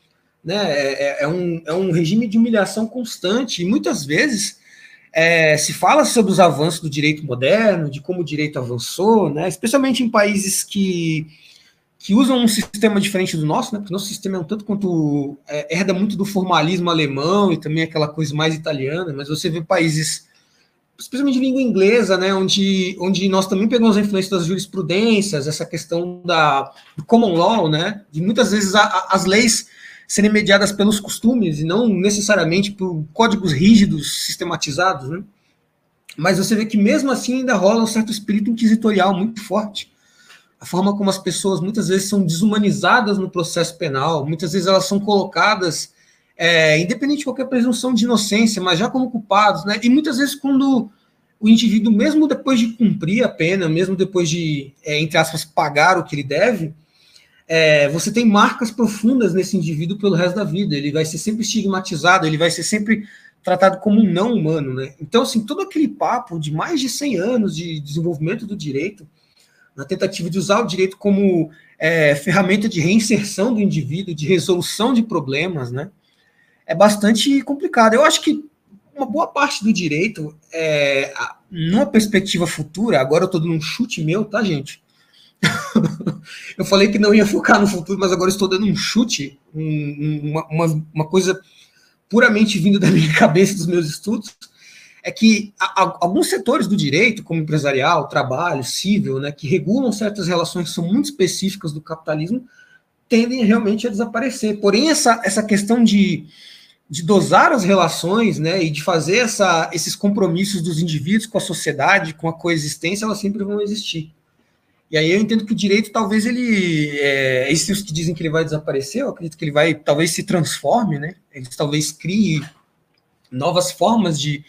né, é um regime de humilhação constante, e muitas vezes se fala sobre os avanços do direito moderno, de como o direito avançou, né, especialmente em países que usam um sistema diferente do nosso, né, porque o nosso sistema é um tanto quanto herda muito do formalismo alemão e também aquela coisa mais italiana, mas você vê países especialmente de língua inglesa, né, onde nós também pegamos a influência das jurisprudências, essa questão do common law, né, de muitas vezes as leis serem mediadas pelos costumes e não necessariamente por códigos rígidos, sistematizados, né? Mas você vê que mesmo assim ainda rola um certo espírito inquisitorial muito forte. A forma como as pessoas muitas vezes são desumanizadas no processo penal, muitas vezes elas são colocadas, independente de qualquer presunção de inocência, mas já como culpados, né? E muitas vezes quando o indivíduo, mesmo depois de cumprir a pena, mesmo depois de, entre aspas, pagar o que ele deve, você tem marcas profundas nesse indivíduo pelo resto da vida. Ele vai ser sempre estigmatizado, ele vai ser sempre tratado como um não humano, né? Então, assim, todo aquele papo de mais de 100 anos de desenvolvimento do direito, na tentativa de usar o direito como ferramenta de reinserção do indivíduo, de resolução de problemas, né? É bastante complicado. Eu acho que uma boa parte do direito, numa perspectiva futura, agora eu estou dando um chute meu, tá, gente? Eu falei que não ia focar no futuro, mas agora estou dando um chute, uma coisa puramente vindo da minha cabeça, dos meus estudos, é que alguns setores do direito, como empresarial, trabalho, civil, né, que regulam certas relações que são muito específicas do capitalismo, tendem realmente a desaparecer. Porém, essa questão de dosar as relações, né, e de fazer esses compromissos dos indivíduos com a sociedade, com a coexistência, elas sempre vão existir. E aí eu entendo que o direito, talvez esses que dizem que ele vai desaparecer, eu acredito que ele vai, talvez se transforme, né? Ele talvez crie novas formas de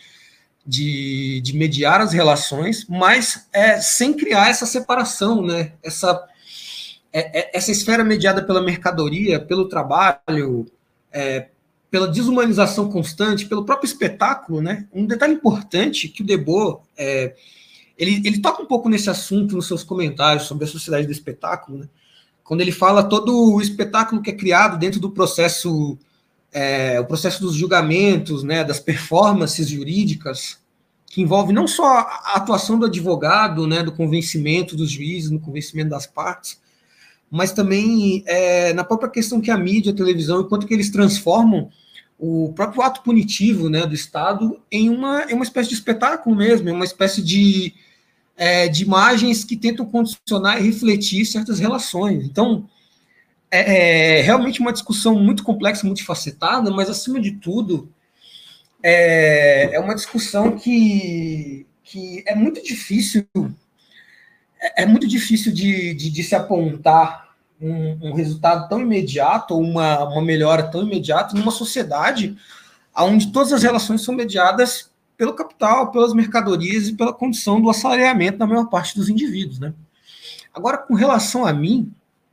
mediar as relações, mas sem criar essa separação, né? Essa esfera mediada pela mercadoria, pelo trabalho, pela desumanização constante, pelo próprio espetáculo, né? Um detalhe importante que o Debord ele toca um pouco nesse assunto nos seus comentários sobre a sociedade do espetáculo, né? Quando ele fala todo o espetáculo que é criado dentro do processo, o processo dos julgamentos, né, das performances jurídicas, que envolve não só a atuação do advogado, né, do convencimento dos juízes, no convencimento das partes, mas também na própria questão que a mídia, a televisão, enquanto que eles transformam o próprio ato punitivo, né, do Estado em uma espécie de espetáculo mesmo, uma espécie de imagens que tentam condicionar e refletir certas relações. Então, é realmente uma discussão muito complexa, multifacetada, mas, acima de tudo, é uma discussão que é muito difícil de se apontar um resultado tão imediato, ou uma melhora tão imediata numa sociedade onde todas as relações são mediadas pelo capital, pelas mercadorias e pela condição do assalariamento da maior parte dos indivíduos, né? Agora, com relação a mim,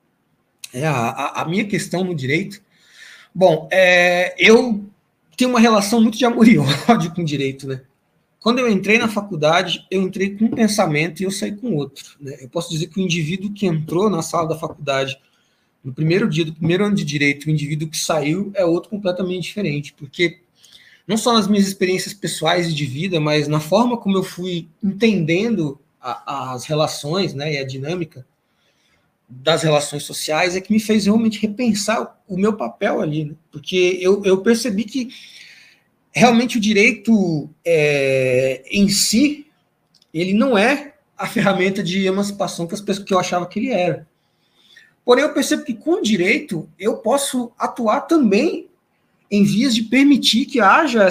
a minha questão no direito, bom, eu tenho uma relação muito de amor e ódio com o direito, né? Quando eu entrei na faculdade, eu entrei com um pensamento e eu saí com outro, né? Eu posso dizer que o indivíduo que entrou na sala da faculdade no primeiro dia do primeiro ano de direito, o indivíduo que saiu é outro completamente diferente, porque não só nas minhas experiências pessoais e de vida, mas na forma como eu fui entendendo as relações, né, e a dinâmica das relações sociais, é que me fez realmente repensar o meu papel ali, né? Porque eu percebi que realmente o direito em si, ele não é a ferramenta de emancipação que eu achava que ele era. Porém, eu percebo que com o direito eu posso atuar também em vias de permitir que haja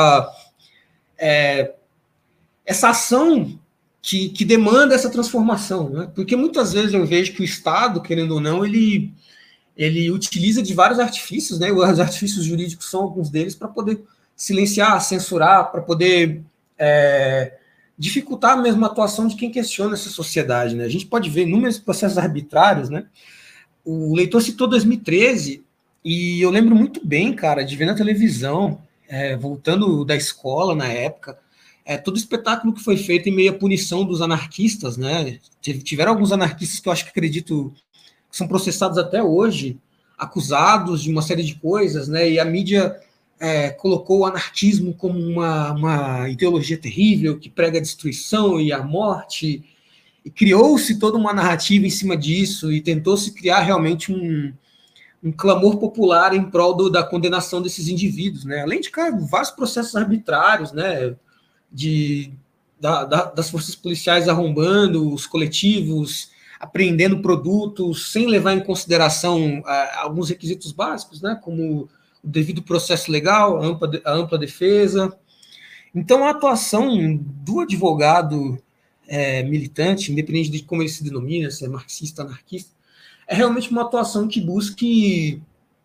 essa ação que demanda essa transformação, né? Porque muitas vezes eu vejo que o Estado, querendo ou não, ele utiliza de vários artifícios, né? Os artifícios jurídicos são alguns deles para poder silenciar, censurar, para poder dificultar a mesma atuação de quem questiona essa sociedade, né? A gente pode ver inúmeros processos arbitrários, né? O Leitor citou 2013, e eu lembro muito bem, cara, de ver na televisão, voltando da escola na época, todo o espetáculo que foi feito em meio à punição dos anarquistas, né? Tiveram alguns anarquistas que eu acho que acredito que são processados até hoje, acusados de uma série de coisas, né? E a mídia colocou o anarquismo como uma ideologia terrível que prega a destruição e a morte, e criou-se toda uma narrativa em cima disso, e tentou-se criar realmente um clamor popular em prol da condenação desses indivíduos, né? Além de, cara, vários processos arbitrários, né? De das forças policiais arrombando os coletivos, apreendendo produtos, sem levar em consideração alguns requisitos básicos, né, como o devido processo legal, a ampla defesa. Então, a atuação do advogado militante, independente de como ele se denomina, se é marxista, anarquista, é realmente uma atuação que busque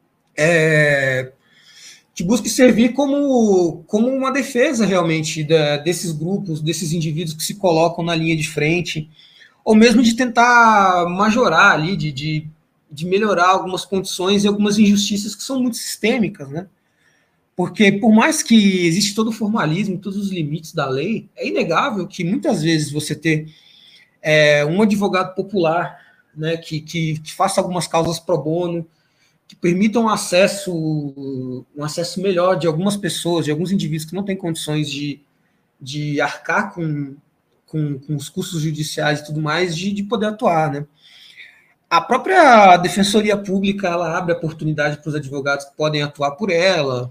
servir como uma defesa realmente desses grupos, desses indivíduos que se colocam na linha de frente, ou mesmo de tentar majorar ali, de melhorar algumas condições e algumas injustiças que são muito sistêmicas, né? Porque por mais que existe todo o formalismo, todos os limites da lei, é inegável que muitas vezes você ter um advogado popular, né, que faça algumas causas pro bono, que permitam um acesso melhor de algumas pessoas, de alguns indivíduos que não têm condições de arcar com os custos judiciais e tudo mais, de poder atuar, né? A própria Defensoria Pública, ela abre oportunidade para os advogados que podem atuar por ela.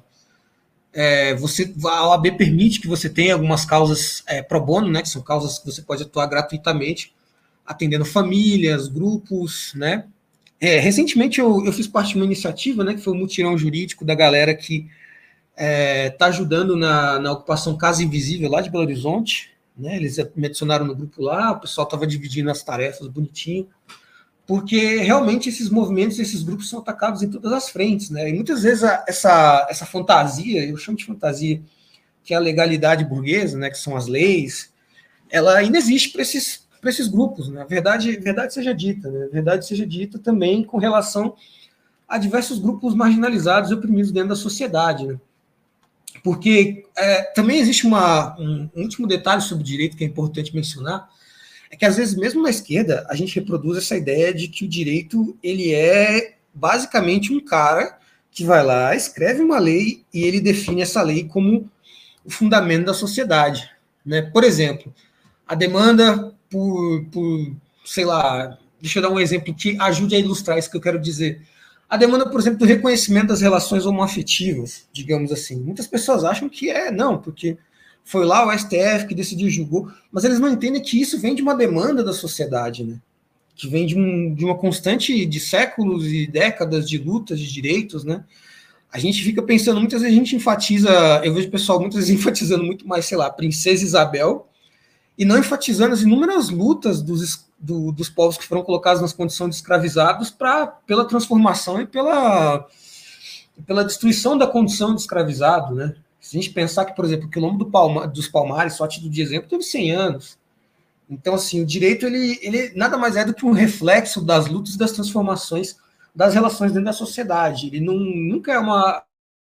A OAB permite que você tenha algumas causas pro bono, né, que são causas que você pode atuar gratuitamente, atendendo famílias, grupos, né? Recentemente eu fiz parte de uma iniciativa, né, que foi o mutirão jurídico da galera que está ajudando na ocupação Casa Invisível lá de Belo Horizonte, né? Eles me adicionaram no grupo lá, o pessoal estava dividindo as tarefas bonitinho, porque realmente esses movimentos, esses grupos são atacados em todas as frentes, né? E muitas vezes essa fantasia, eu chamo de fantasia, que é a legalidade burguesa, né, que são as leis, ela ainda existe para esses grupos, né? Verdade seja dita, né? Verdade seja dita também com relação a diversos grupos marginalizados e oprimidos dentro da sociedade, né? Porque também existe um último detalhe sobre o direito que é importante mencionar, é que às vezes mesmo na esquerda a gente reproduz essa ideia de que o direito ele é basicamente um cara que vai lá, escreve uma lei e ele define essa lei como o fundamento da sociedade, né? Por exemplo, a demanda por, sei lá, deixa eu dar um exemplo que ajude a ilustrar isso que eu quero dizer. A demanda, por exemplo, do reconhecimento das relações homoafetivas, digamos assim. Muitas pessoas acham que não, porque foi lá o STF que decidiu, julgou, mas eles não entendem que isso vem de uma demanda da sociedade, né? Que vem de uma constante de séculos e décadas de lutas de direitos, né? A gente fica pensando, muitas vezes a gente enfatiza, eu vejo o pessoal muitas vezes enfatizando muito mais, sei lá, Princesa Isabel, e não enfatizando as inúmeras lutas dos povos que foram colocados nas condições de escravizados pela transformação e pela destruição da condição de escravizado, né? Se a gente pensar que, por exemplo, o quilombo dos Palmares, só a título de exemplo, teve 100 anos. Então, assim, o direito ele nada mais é do que um reflexo das lutas e das transformações das relações dentro da sociedade. Ele nunca é uma...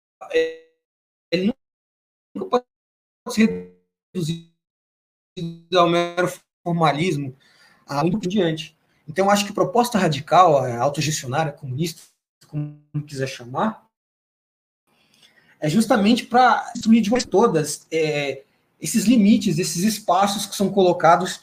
Ele nunca pode ser reduzido ao mero formalismo, muito por diante. Então, acho que proposta radical, autogestionária, comunista, como quiser chamar, é justamente para destruir de vez todas esses limites, esses espaços que são colocados,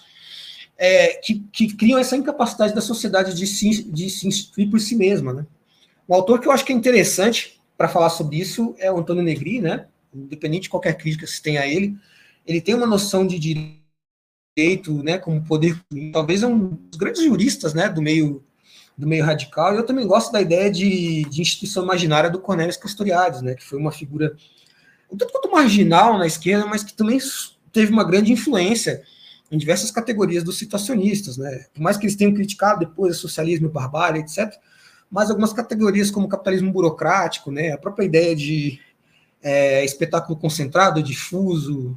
que criam essa incapacidade da sociedade de se instituir por si mesma, né? Um autor que eu acho que é interessante para falar sobre isso é o Antônio Negri, né? Independente de qualquer crítica que se tenha a ele tem uma noção de direito, né, como poder, talvez é um dos grandes juristas, né, do meio radical, e eu também gosto da ideia de instituição imaginária do Cornélio Castoriadis, né, que foi uma figura um tanto quanto marginal na esquerda, mas que também teve uma grande influência em diversas categorias dos situacionistas, né, por mais que eles tenham criticado depois o socialismo e barbárie, etc., mas algumas categorias como o capitalismo burocrático, né, a própria ideia de espetáculo concentrado, difuso,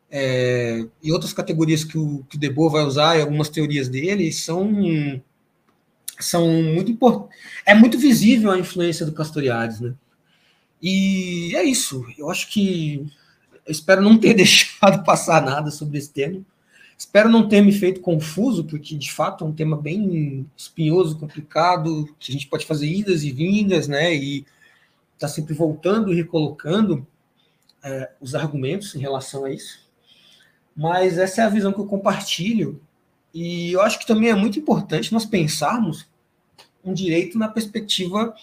e outras categorias que o Debord vai usar e algumas teorias dele são muito importantes. É muito visível a influência do Castoriadis, né? E é isso. Eu acho que eu espero não ter deixado passar nada sobre esse tema. Espero não ter me feito confuso, porque de fato é um tema bem espinhoso, complicado, que a gente pode fazer idas e vindas, né? E tá sempre voltando e recolocando os argumentos em relação a isso. Mas essa é a visão que eu compartilho, e eu acho que também é muito importante nós pensarmos um direito na perspectiva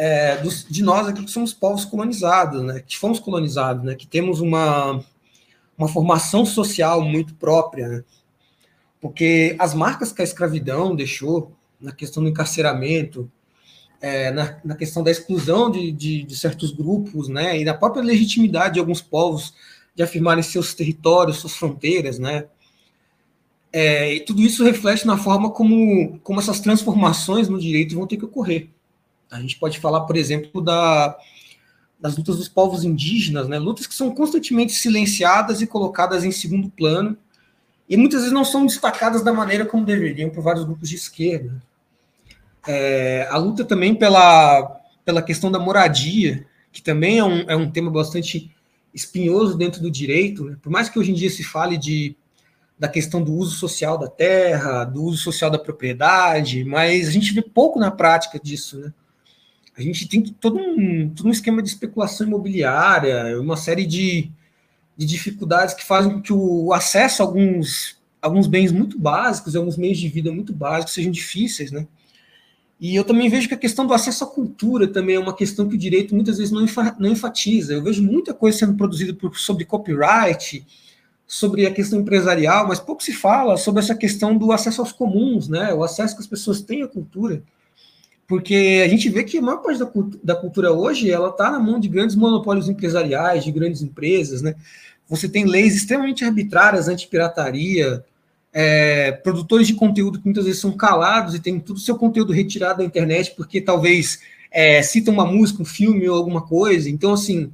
de nós aqui que somos povos colonizados, né, que fomos colonizados, né, que temos uma uma formação social muito própria, né? Porque as marcas que a escravidão deixou na questão do encarceramento, na questão da exclusão de certos grupos, né, e da própria legitimidade de alguns povos de afirmarem seus territórios, suas fronteiras, né, e tudo isso reflete na forma como essas transformações no direito vão ter que ocorrer. A gente pode falar, por exemplo, das lutas dos povos indígenas, né, lutas que são constantemente silenciadas e colocadas em segundo plano, e muitas vezes não são destacadas da maneira como deveriam por vários grupos de esquerda. A luta também pela questão da moradia, que também é um tema bastante espinhoso dentro do direito, né? Por mais que hoje em dia se fale da questão do uso social da terra, do uso social da propriedade, mas a gente vê pouco na prática disso, né? A gente tem todo um esquema de especulação imobiliária, uma série de dificuldades que fazem com que o acesso a alguns bens muito básicos, alguns meios de vida muito básicos sejam difíceis, né? E eu também vejo que a questão do acesso à cultura também é uma questão que o direito muitas vezes não enfatiza. Eu vejo muita coisa sendo produzida sobre copyright, sobre a questão empresarial, mas pouco se fala sobre essa questão do acesso aos comuns, né? O acesso que as pessoas têm à cultura. Porque a gente vê que a maior parte da cultura hoje ela está na mão de grandes monopólios empresariais, de grandes empresas, né? Você tem leis extremamente arbitrárias anti-pirataria, produtores de conteúdo que muitas vezes são calados e tem todo o seu conteúdo retirado da internet porque talvez citam uma música, um filme ou alguma coisa. Então, assim,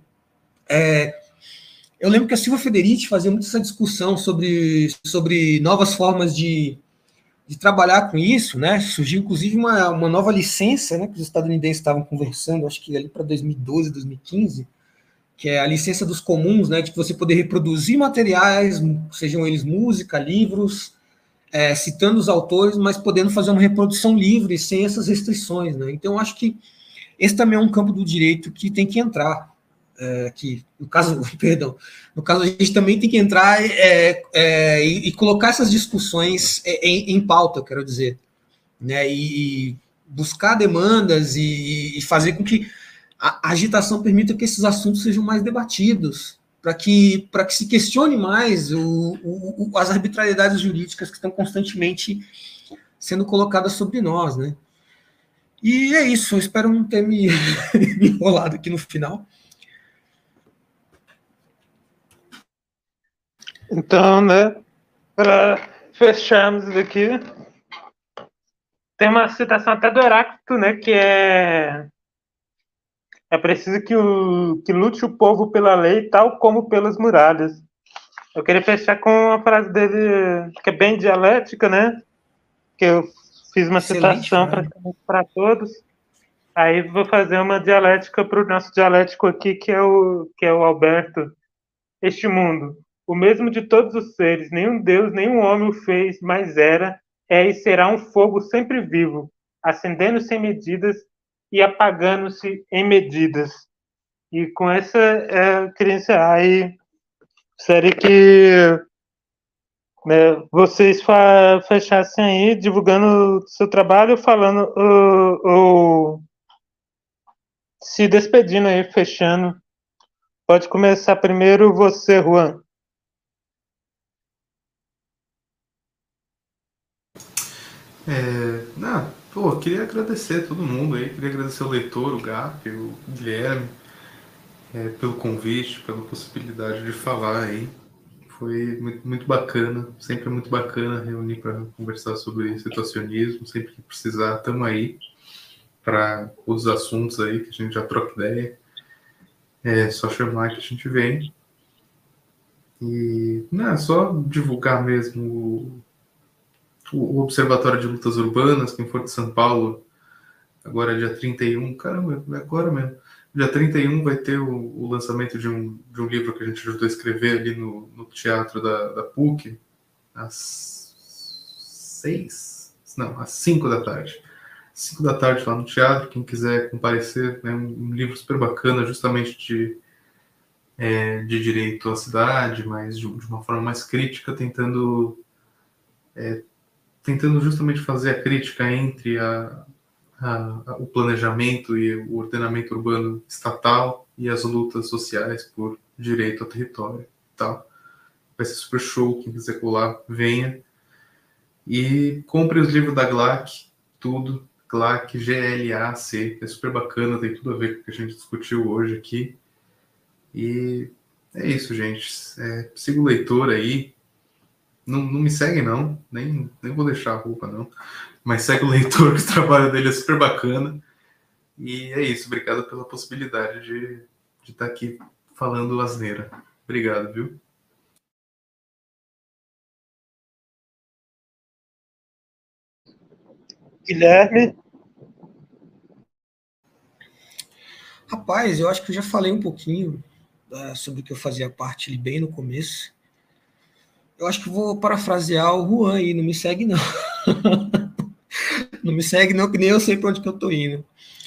eu lembro que a Silva Federici fazia muito essa discussão sobre novas formas de trabalhar com isso, né? Surgiu, inclusive, uma nova licença, né, que os estadunidenses estavam conversando, acho que ali para 2012, 2015, que é a licença dos comuns, né, de você poder reproduzir materiais, sejam eles música, livros, citando os autores, mas podendo fazer uma reprodução livre, sem essas restrições, né? Então, eu acho que esse também é um campo do direito que tem que entrar, que, no caso, perdão, no caso a gente também tem que entrar e colocar essas discussões em pauta, eu quero dizer, né, e buscar demandas e fazer com que a agitação permita que esses assuntos sejam mais debatidos, para que se questione mais as arbitrariedades jurídicas que estão constantemente sendo colocadas sobre nós, né? E é isso, eu espero não ter me enrolado aqui no final. Então, né, para fecharmos aqui, tem uma citação até do Heráclito, né, que é preciso que lute o povo pela lei, tal como pelas muralhas. Eu queria fechar com a frase dele, que é bem dialética, né, que eu fiz uma citação para todos. Aí vou fazer uma dialética para o nosso dialético aqui, que é o Alberto. Este mundo, o mesmo de todos os seres, nenhum Deus, nenhum homem o fez, mas é e será um fogo sempre vivo, acendendo-se em medidas e apagando-se em medidas. E com essa, eu queria encerrar aí. Gostaria que, né, vocês fechassem aí, divulgando o seu trabalho, falando, ou se despedindo aí, fechando. Pode começar primeiro você, Juan. Queria agradecer a todo mundo aí, queria agradecer o leitor, o Gap, o Guilherme, pelo convite, pela possibilidade de falar aí. Foi muito, muito bacana, sempre é muito bacana reunir para conversar sobre situacionismo, sempre que precisar, estamos aí para os assuntos aí que a gente já troca ideia. É só chamar que a gente vem. E não, é só divulgar mesmo o Observatório de Lutas Urbanas, quem for de São Paulo, agora é dia 31, caramba, é agora mesmo. Dia 31 vai ter o lançamento de um livro que a gente ajudou a escrever ali no teatro da PUC, às 5 da tarde. 5 da tarde lá no teatro, quem quiser comparecer, é um livro super bacana, justamente de direito à cidade, mas de uma forma mais crítica, tentando justamente fazer a crítica entre o planejamento e o ordenamento urbano estatal e as lutas sociais por direito ao território e tal. vai ser super show. Quem quiser colar, venha. E compre os livros da GLAC, tudo. GLAC, GLAC, é super bacana, tem tudo a ver com o que a gente discutiu hoje aqui. E é isso, gente. Siga o leitor aí. Não me segue, não. Nem vou deixar a roupa, não. Mas segue o leitor, que o trabalho dele é super bacana. E é isso. Obrigado pela possibilidade de estar aqui falando asneira. Obrigado, viu? Guilherme? Rapaz, eu acho que eu já falei um pouquinho sobre o que eu fazia parte ali bem no começo. Eu acho que vou parafrasear o Juan aí, não me segue não. Não me segue não, que nem eu sei para onde que eu tô indo.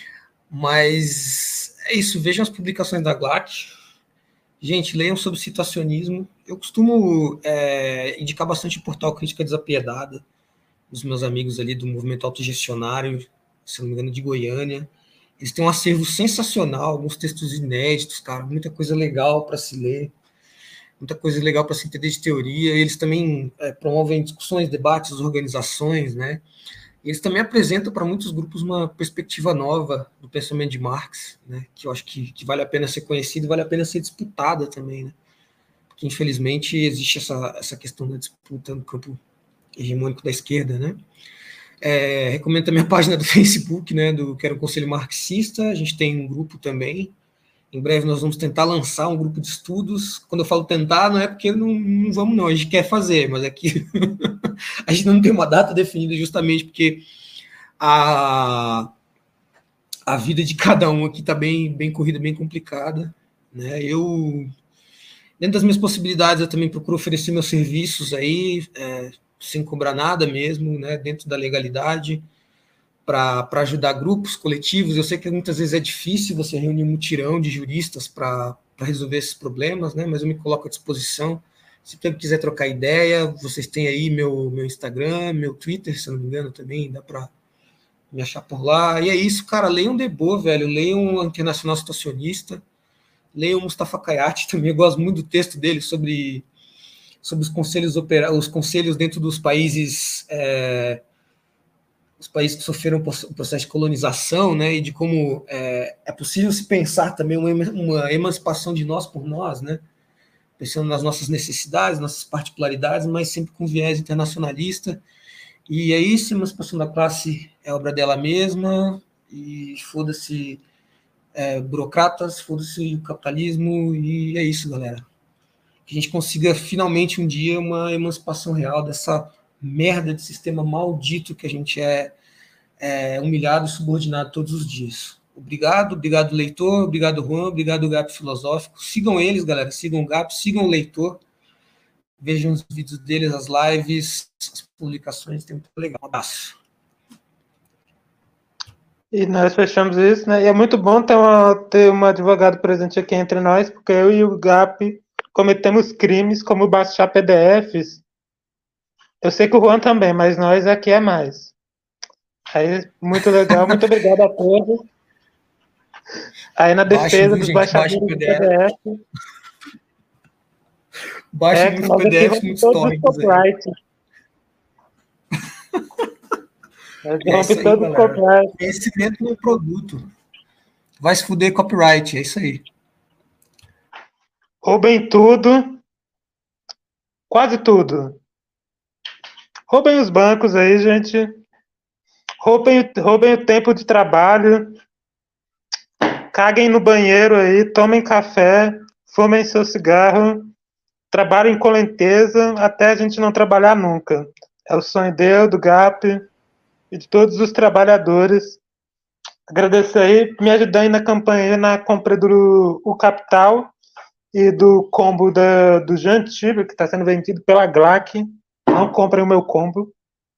Mas é isso, vejam as publicações da GLAC. Gente, leiam sobre citacionismo. Eu costumo indicar bastante o portal Crítica Desapiedada, dos meus amigos ali do movimento autogestionário, se não me engano, de Goiânia. Eles têm um acervo sensacional, alguns textos inéditos, cara, muita coisa legal para se ler, muita coisa legal para se entender de teoria. Eles também promovem discussões, debates, organizações, né? E eles também apresentam para muitos grupos uma perspectiva nova do pensamento de Marx, né? Que eu acho que vale a pena ser conhecida e vale a pena ser disputada também, né? Porque, infelizmente, existe essa questão da disputa no campo hegemônico da esquerda, né? Recomendo também a página do Facebook, né, do Quero um Conselho Marxista. A gente tem um grupo também. Em breve nós vamos tentar lançar um grupo de estudos. Quando eu falo tentar, não é porque não vamos, não. A gente quer fazer, mas é que a gente não tem uma data definida justamente porque a vida de cada um aqui está bem corrida, bem complicada, né? Dentro das minhas possibilidades, eu também procuro oferecer meus serviços aí, sem cobrar nada mesmo, né, dentro da legalidade, para ajudar grupos, coletivos. Eu sei que muitas vezes é difícil você reunir um mutirão de juristas para resolver esses problemas, né, mas eu me coloco à disposição. Se você quiser trocar ideia, vocês têm aí meu Instagram, meu Twitter, se não me engano, também dá para me achar por lá. E é isso, cara, leiam Debord, velho, leiam o Internacional Situacionista, leiam o Mustafa Kayati também, eu gosto muito do texto dele sobre os conselhos dentro dos países, os países que sofreram o processo de colonização, né, e de como é possível se pensar também uma emancipação de nós por nós, né, pensando nas nossas necessidades, nossas particularidades, mas sempre com viés internacionalista. E é isso, a emancipação da classe é obra dela mesma, e foda-se burocratas, foda-se o capitalismo, e é isso, galera. Que a gente consiga finalmente um dia uma emancipação real dessa merda de sistema maldito que a gente é humilhado e subordinado todos os dias. Obrigado leitor, obrigado Juan, obrigado GAP Filosófico. Sigam eles, galera, sigam o GAP, sigam o leitor, vejam os vídeos deles, as lives, as publicações, tem muito legal. Um abraço. E nós fechamos isso, né? E é muito bom ter um advogado presente aqui entre nós, porque eu e o GAP cometemos crimes como baixar PDFs. Eu sei que o Juan também, mas nós aqui é mais. Aí, muito legal, muito obrigado a todos. Aí na defesa dos baixadores de PDF. Baixe muitos PDFs, muitos torrents aí. Rompe todo o copyright. Conhecimento no produto. Vai se fuder copyright, é isso aí. Roubem tudo. Quase tudo. Roubem os bancos aí, gente. Roubem o tempo de trabalho. Caguem no banheiro aí, tomem café, fumem seu cigarro, trabalhem com lenteza até a gente não trabalhar nunca. É o sonho do GAP e de todos os trabalhadores. Agradecer aí, me ajudando na campanha, na compra do Capital e do combo do Jantiba, que está sendo vendido pela GLAC. Não comprem o meu combo.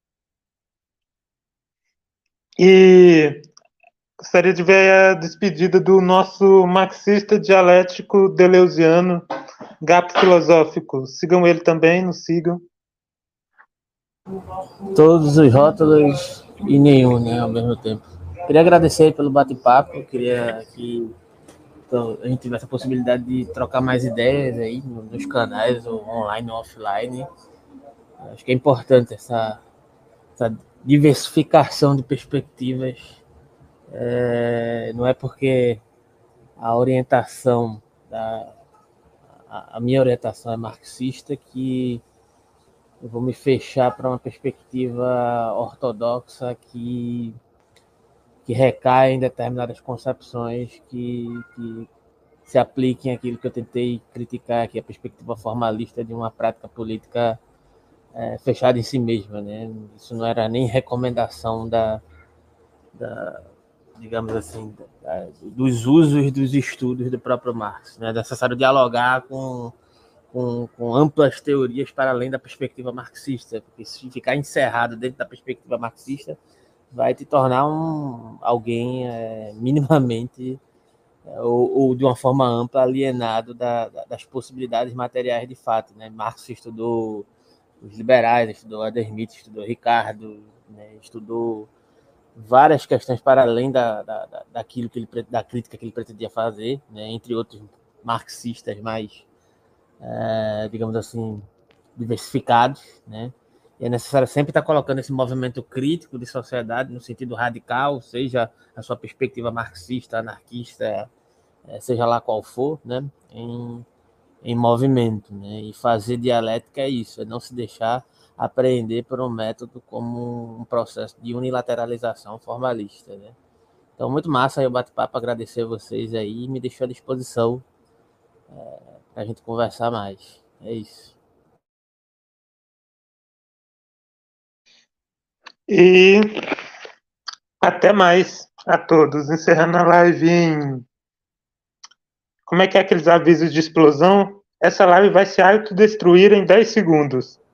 E gostaria de ver a despedida do nosso marxista dialético deleuziano, GAP Filosófico. Sigam ele também, nos sigam. Todos os rótulos e nenhum, né, ao mesmo tempo. Queria agradecer pelo bate-papo, queria que Então, a gente tiver essa possibilidade de trocar mais ideias aí nos canais, ou online ou offline. Acho que é importante essa diversificação de perspectivas. Não é porque a orientação a minha orientação é marxista que eu vou me fechar para uma perspectiva ortodoxa que recai em determinadas concepções que se apliquem àquilo que eu tentei criticar, que é a perspectiva formalista de uma prática política fechada em si mesma, né? Isso não era nem recomendação digamos assim, dos usos dos estudos do próprio Marx. Né? É necessário dialogar com amplas teorias para além da perspectiva marxista, porque se ficar encerrado dentro da perspectiva marxista, vai te tornar alguém minimamente ou de uma forma ampla alienado das possibilidades materiais de fato. Né? Marx estudou os liberais, estudou Adam Smith, estudou Ricardo, né? Estudou várias questões para além daquilo da crítica que ele pretendia fazer, né? Entre outros marxistas mais, digamos assim, diversificados, né? E é necessário sempre estar colocando esse movimento crítico de sociedade no sentido radical, seja a sua perspectiva marxista, anarquista, seja lá qual for, né? Em movimento, né? E fazer dialética é isso, é não se deixar apreender por um método como um processo de unilateralização formalista, né? Então, muito massa aí o bate-papo, agradecer a vocês aí e me deixou à disposição para a gente conversar mais. É isso. E até mais a todos. Encerrando a live em... Como é que é aqueles avisos de explosão? Essa live vai se autodestruir em 10 segundos.